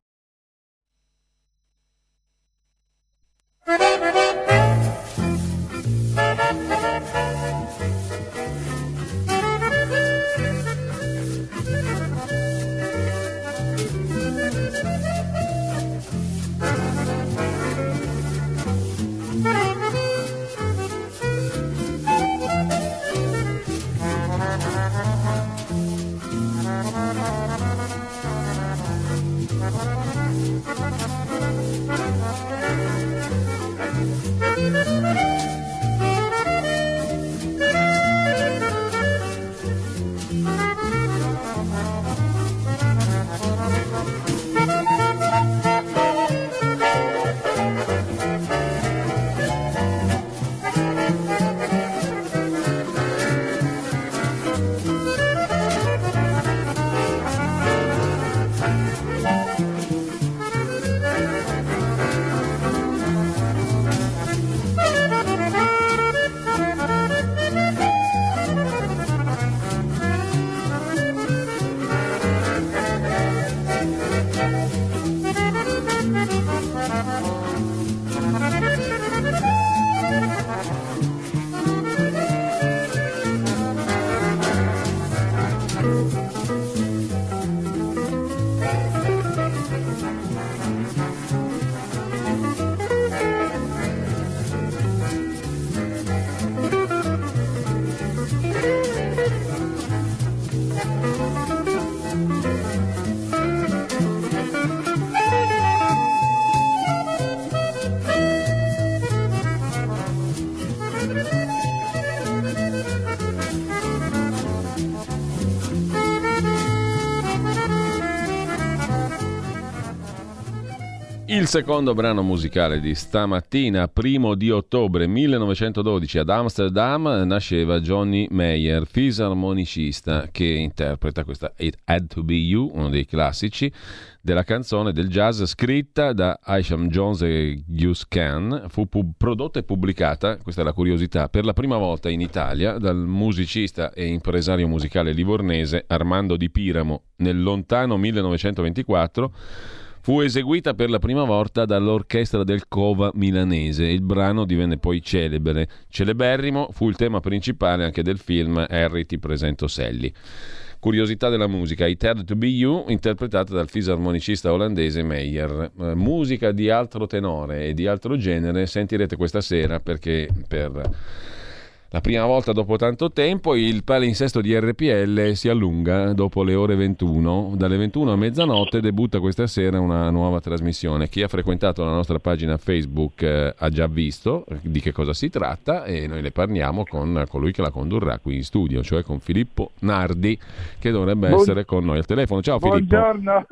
Il secondo brano musicale di stamattina, primo di ottobre millenovecentododici, ad Amsterdam nasceva Johnny Meyer, fisarmonicista, che interpreta questa It Had to Be You, uno dei classici della canzone del jazz, scritta da Isham Jones e Gus Kahn. Fu pub- prodotta e pubblicata, questa è la curiosità, per la prima volta in Italia dal musicista e impresario musicale livornese Armando Di Piramo nel lontano millenovecentoventiquattro. Fu eseguita per la prima volta dall'orchestra del Cova milanese. Il brano divenne poi celebre, celeberrimo, fu il tema principale anche del film Harry ti presento Sally. Curiosità della musica, It Had to Be You, interpretata dal fisarmonicista olandese Meyer. Eh, musica di altro tenore e di altro genere sentirete questa sera, perché per la prima volta dopo tanto tempo il palinsesto di R P L si allunga dopo le ore ventuno. Dalle ventuno a mezzanotte debutta questa sera una nuova trasmissione. Chi ha frequentato la nostra pagina Facebook eh, ha già visto di che cosa si tratta, e noi ne parliamo con colui che la condurrà qui in studio, cioè con Filippo Nardi, che dovrebbe Buon... essere con noi al telefono. Ciao Filippo. Buongiorno.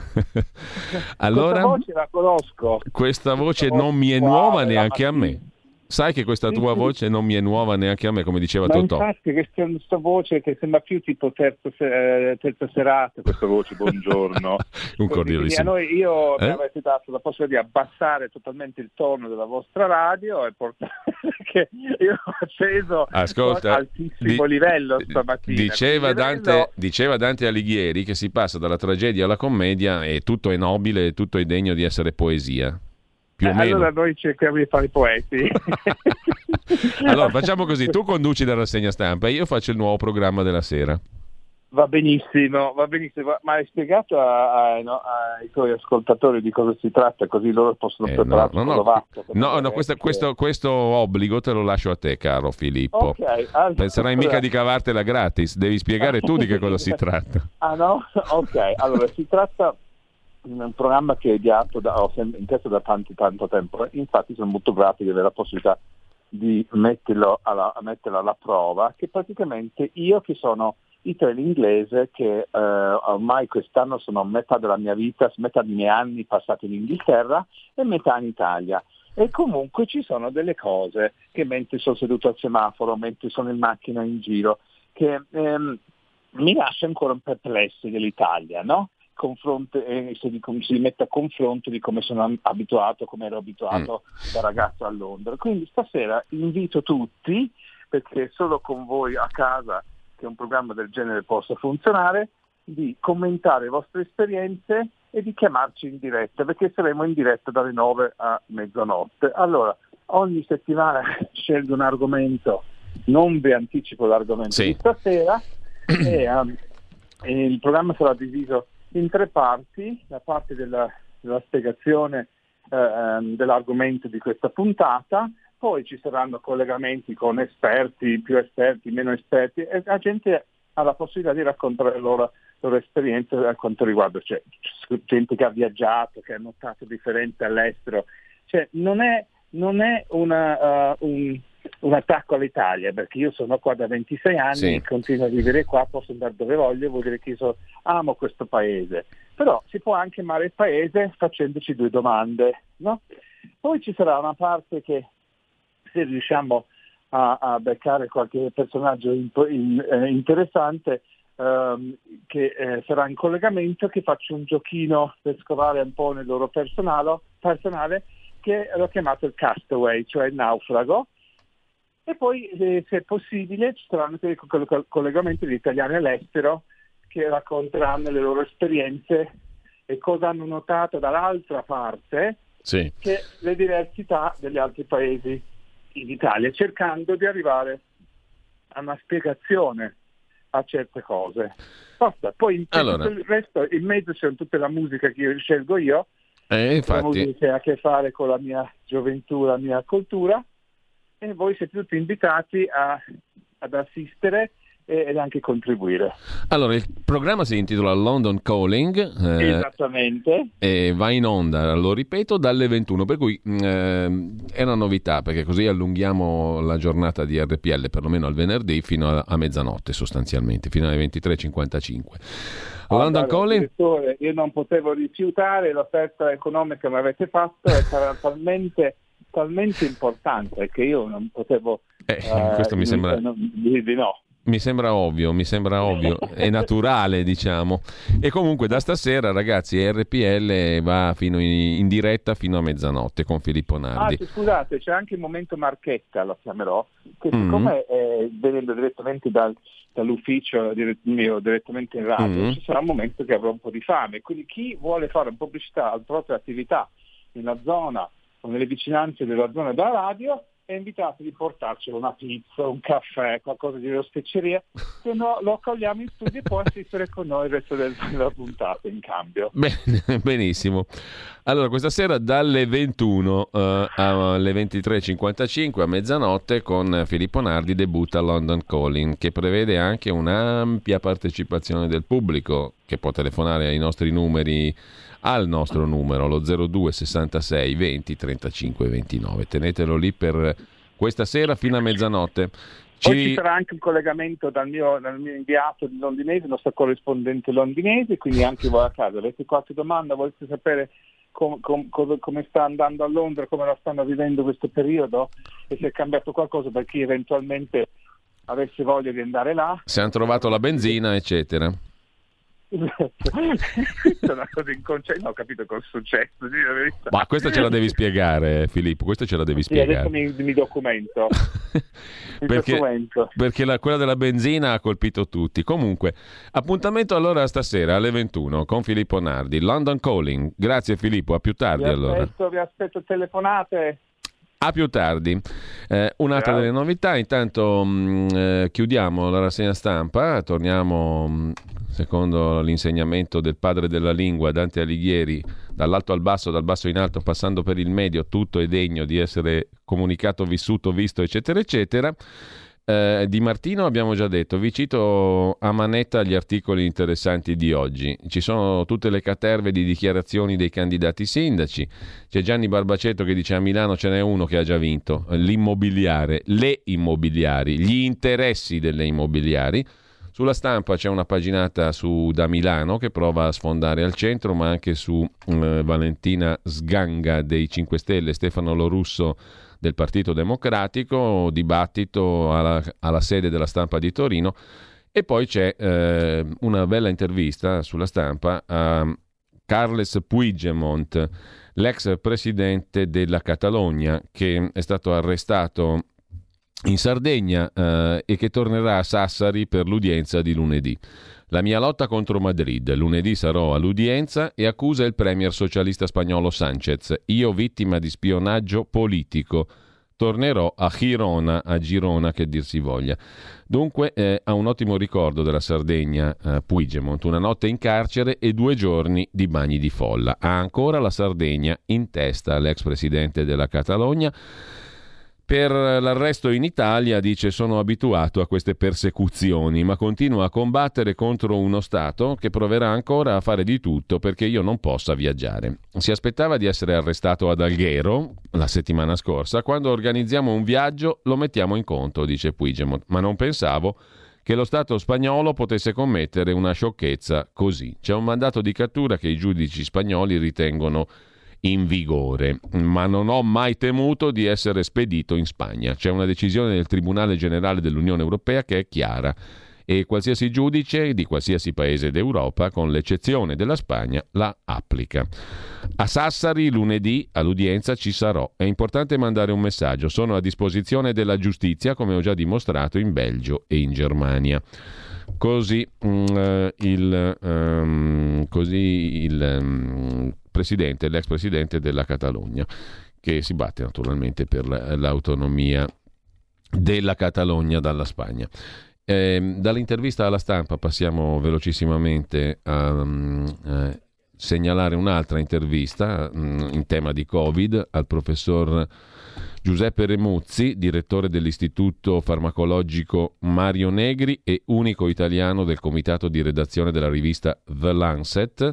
Allora, questa voce la conosco. Questa voce questa non mi è nuova neanche a me. Sai che questa tua voce non mi è nuova neanche a me, come diceva Ma Totò. Infatti questa, questa voce che sembra più tipo terza, eh, terza serata, questa voce, buongiorno. Un cordialissimo. A noi, io eh? mi avete dato la possibilità di abbassare totalmente il tono della vostra radio e portare che io ho acceso Ascolta, a altissimo di, livello stamattina. Diceva Dante, livello... diceva Dante Alighieri che si passa dalla tragedia alla commedia e tutto è nobile e tutto è degno di essere poesia. Più o eh, meno. Allora noi cerchiamo di fare i poeti. Allora facciamo così, tu conduci la rassegna stampa e io faccio il nuovo programma della sera. Va benissimo, va benissimo, ma hai spiegato a, a, no, ai tuoi ascoltatori di cosa si tratta, così loro possono eh, prepararsi no, no, con no, no, no questo, questo, questo obbligo te lo lascio a te, caro Filippo. Okay, allora... Penserai mica di cavartela gratis, devi spiegare tu di che cosa si tratta. Ah no? Ok, allora si tratta di un programma che è ideato da, ho in testa da tanto tanto tempo, infatti sono molto grato di avere la possibilità di metterlo alla, metterlo alla prova, che praticamente io che sono italiano inglese, che eh, ormai quest'anno sono metà della mia vita, metà dei miei anni passati in Inghilterra e metà in Italia, e comunque ci sono delle cose che mentre sono seduto al semaforo, mentre sono in macchina in giro, che ehm, mi lascia ancora un perplesso dell'Italia, no? Confronto, eh, se di, si mette a confronto di come sono abituato, come ero abituato mm. da ragazzo a Londra. Quindi stasera invito tutti, perché solo con voi a casa che un programma del genere possa funzionare, di commentare le vostre esperienze e di chiamarci in diretta, perché saremo in diretta dalle nove a mezzanotte. Allora, ogni settimana scelgo un argomento, non vi anticipo l'argomento sì. di stasera, e, um, e il programma sarà diviso in tre parti: la parte della, della spiegazione eh, dell'argomento di questa puntata, poi ci saranno collegamenti con esperti, più esperti, meno esperti, e la gente ha la possibilità di raccontare le loro, loro esperienze a quanto riguarda, cioè gente che ha viaggiato, che ha notato differenze all'estero. Cioè non è, non è una, uh, un, un attacco all'Italia, perché io sono qua da ventisei anni sì. e continuo a vivere qua, posso andare dove voglio, vuol dire che io so, amo questo paese, però si può anche amare il paese facendoci due domande, no? Poi ci sarà una parte che, se riusciamo a, a beccare qualche personaggio in, in, eh, interessante, ehm, che eh, sarà in collegamento, che faccio un giochino per scovare un po' nel loro personale, personale che l'ho chiamato il Castaway, cioè il naufrago. E poi, eh, se è possibile, ci saranno dei collegamenti di italiani all'estero che racconteranno le loro esperienze e cosa hanno notato dall'altra parte, sì. che le diversità degli altri paesi in Italia, cercando di arrivare a una spiegazione a certe cose. Basta. Poi in allora. tutto il resto, in mezzo c'è tutta la musica che io scelgo io, eh, infatti. la musica che ha a che fare con la mia gioventù, la mia cultura, e voi siete tutti invitati a, ad assistere ed anche contribuire. Allora, il programma si intitola London Calling, eh, esattamente, e va in onda, lo ripeto, dalle ventuno, per cui eh, è una novità, perché così allunghiamo la giornata di R P L, perlomeno al venerdì, fino a, a mezzanotte sostanzialmente, fino alle ventitré e cinquantacinque. London allora, Calling. Direttore, io non potevo rifiutare l'offerta economica che mi avete fatto, è talmente, talmente importante che io non potevo eh, eh, questo mi sembra dire di no. Mi sembra ovvio, mi sembra ovvio, è naturale, diciamo. E comunque da stasera, ragazzi, R P L va fino in, in diretta fino a mezzanotte con Filippo Nardi. Ah, scusate, c'è anche il momento Marchetta, lo chiamerò, che Mm. siccome eh, venendo direttamente dal, dall'ufficio dire- mio, direttamente in radio, Mm. ci sarà un momento che avrò un po' di fame. Quindi chi vuole fare pubblicità alla propria attività nella zona o nelle vicinanze della zona della radio, è invitato di portarci una pizza, un caffè, qualcosa di osteria, se no lo accogliamo in studio e può assistere con noi il resto del- della puntata in cambio. Bene, benissimo. Allora, questa sera dalle ventuno eh, alle ventitré e cinquantacinque a mezzanotte con Filippo Nardi debutta London Calling, che prevede anche un'ampia partecipazione del pubblico, che può telefonare ai nostri numeri, al nostro numero, lo zero due sessantasei venti trentacinque ventinove. Tenetelo lì per questa sera fino a mezzanotte. Poi Ci- ci sarà anche un collegamento dal mio, dal mio inviato londinese, il nostro corrispondente londinese, quindi anche voi a casa. Avete qualche domanda? Volete sapere com, com, come, come sta andando a Londra, come la stanno vivendo questo periodo e se è cambiato qualcosa per chi eventualmente avesse voglia di andare là? Se hanno trovato la benzina, eccetera. Questa è una cosa inconcepibile, no, ho capito cosa è successo, di la verità. Ma questa ce la devi spiegare, Filippo, questa ce la devi Sì, adesso spiegare. mi, mi documento. Mi Perché, documento. perché la, quella della benzina ha colpito tutti. Comunque, appuntamento allora stasera alle ventuno con Filippo Nardi, London Calling. Grazie Filippo, a più tardi Vi allora. aspetto, vi aspetto telefonate. A più tardi. Eh, un'altra Ciao. delle novità, intanto mh, eh, chiudiamo la rassegna stampa, torniamo mh, secondo l'insegnamento del padre della lingua Dante Alighieri, dall'alto al basso, dal basso in alto, passando per il medio, tutto è degno di essere comunicato, vissuto, visto, eccetera, eccetera. Eh, di Martino abbiamo già detto, vi cito a manetta gli articoli interessanti di oggi. Ci sono tutte le caterve di dichiarazioni dei candidati sindaci. C'è Gianni Barbacetto che dice: a Milano ce n'è uno che ha già vinto, l'immobiliare, le immobiliari, gli interessi delle immobiliari. Sulla Stampa c'è una paginata su Da Milano che prova a sfondare al centro, ma anche su eh, Valentina Sganga dei cinque Stelle, Stefano Lorusso del Partito Democratico, dibattito alla, alla sede della Stampa di Torino. E poi c'è eh, una bella intervista sulla Stampa a Carles Puigdemont, l'ex presidente della Catalogna, che è stato arrestato in Sardegna eh, e che tornerà a Sassari per l'udienza di lunedì. La mia lotta contro Madrid. Lunedì sarò all'udienza e accusa il premier socialista spagnolo Sánchez. Io vittima di spionaggio politico. Tornerò a Girona, a Girona che dir si voglia. Dunque eh, ha un ottimo ricordo della Sardegna eh, Puigdemont, una notte in carcere e due giorni di bagni di folla. Ha ancora la Sardegna in testa l'ex presidente della Catalogna. Per l'arresto in Italia dice: sono abituato a queste persecuzioni, ma continuo a combattere contro uno Stato che proverà ancora a fare di tutto perché io non possa viaggiare. Si aspettava di essere arrestato ad Alghero la settimana scorsa. Quando organizziamo un viaggio lo mettiamo in conto, dice Puigdemont, ma non pensavo che lo Stato spagnolo potesse commettere una sciocchezza così. C'è un mandato di cattura che i giudici spagnoli ritengono in vigore, ma non ho mai temuto di essere spedito in Spagna. C'è una decisione del Tribunale Generale dell'Unione Europea che è chiara e qualsiasi giudice di qualsiasi paese d'Europa, con l'eccezione della Spagna, la applica. A Sassari lunedì all'udienza ci sarò. È importante mandare un messaggio. Sono a disposizione della giustizia, come ho già dimostrato in Belgio e in Germania. Così mm, il um, così il um, presidente, l'ex presidente della Catalogna, che si batte naturalmente per l'autonomia della Catalogna dalla Spagna. Eh, dall'intervista alla Stampa passiamo velocissimamente a um, eh, segnalare un'altra intervista um, in tema di Covid al professor Giuseppe Remuzzi, direttore dell'Istituto Farmacologico Mario Negri e unico italiano del comitato di redazione della rivista The Lancet.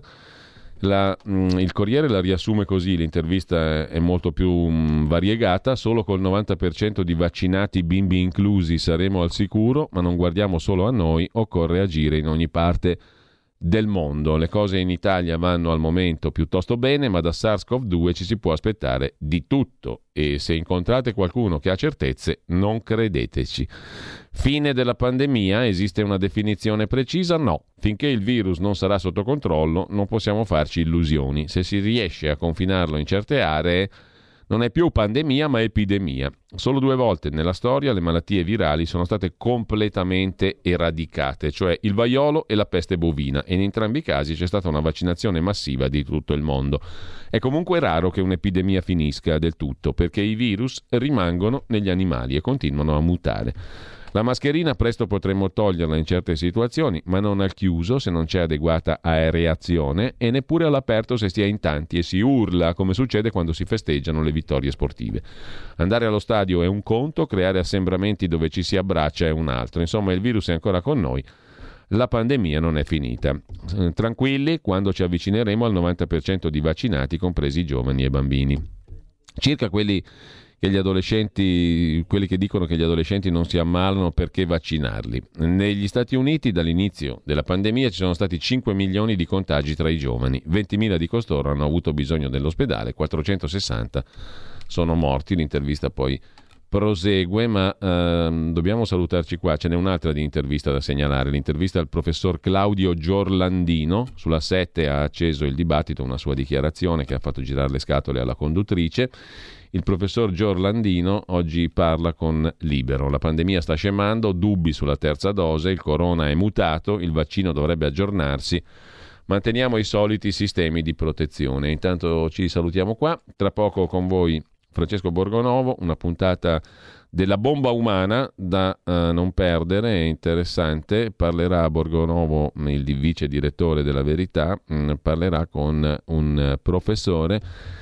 La, mh, il Corriere la riassume così: l'intervista è molto più mh, variegata. Solo col novanta per cento di vaccinati, bimbi inclusi, saremo al sicuro, ma non guardiamo solo a noi, occorre agire in ogni parte del mondo. Le cose in Italia vanno al momento piuttosto bene, ma da SARS-CoV due ci si può aspettare di tutto e se incontrate qualcuno che ha certezze, non credeteci. Fine della pandemia, esiste una definizione precisa? No. Finché il virus non sarà sotto controllo non possiamo farci illusioni. Se si riesce a confinarlo in certe aree non è più pandemia ma epidemia. Solo due volte nella storia le malattie virali sono state completamente eradicate, cioè il vaiolo e la peste bovina, e in entrambi i casi c'è stata una vaccinazione massiva di tutto il mondo. È comunque raro che un'epidemia finisca del tutto, perché i virus rimangono negli animali e continuano a mutare. La mascherina presto potremo toglierla in certe situazioni, ma non al chiuso se non c'è adeguata aereazione e neppure all'aperto se si è in tanti e si urla, come succede quando si festeggiano le vittorie sportive. Andare allo stadio è un conto, creare assembramenti dove ci si abbraccia è un altro. Insomma, il virus è ancora con noi. La pandemia non è finita. Tranquilli, quando ci avvicineremo al novanta per cento di vaccinati, compresi i giovani e bambini. Circa quelli che gli adolescenti, quelli che dicono che gli adolescenti non si ammalano, perché vaccinarli? Negli Stati Uniti dall'inizio della pandemia ci sono stati cinque milioni di contagi tra i giovani, ventimila di costoro hanno avuto bisogno dell'ospedale, quattrocentosessanta sono morti. L'intervista poi prosegue, ma ehm, dobbiamo salutarci qua, ce n'è un'altra di intervista da segnalare, l'intervista al professor Claudio Giorlandino. Sulla sette ha acceso il dibattito una sua dichiarazione che ha fatto girare le scatole alla conduttrice. Il professor Giorlandino oggi parla con Libero. La pandemia sta scemando, dubbi sulla terza dose, il corona è mutato, il vaccino dovrebbe aggiornarsi. Manteniamo i soliti sistemi di protezione. Intanto ci salutiamo qua. Tra poco con voi Francesco Borgonovo, una puntata della bomba umana da uh, non perdere, è interessante. Parlerà a Borgonovo il vice direttore della Verità, mh, parlerà con un professore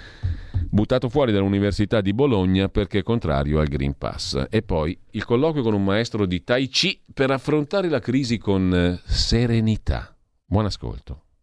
buttato fuori dall'Università di Bologna perché contrario al Green Pass. E poi il colloquio con un maestro di Tai Chi per affrontare la crisi con serenità. Buon ascolto.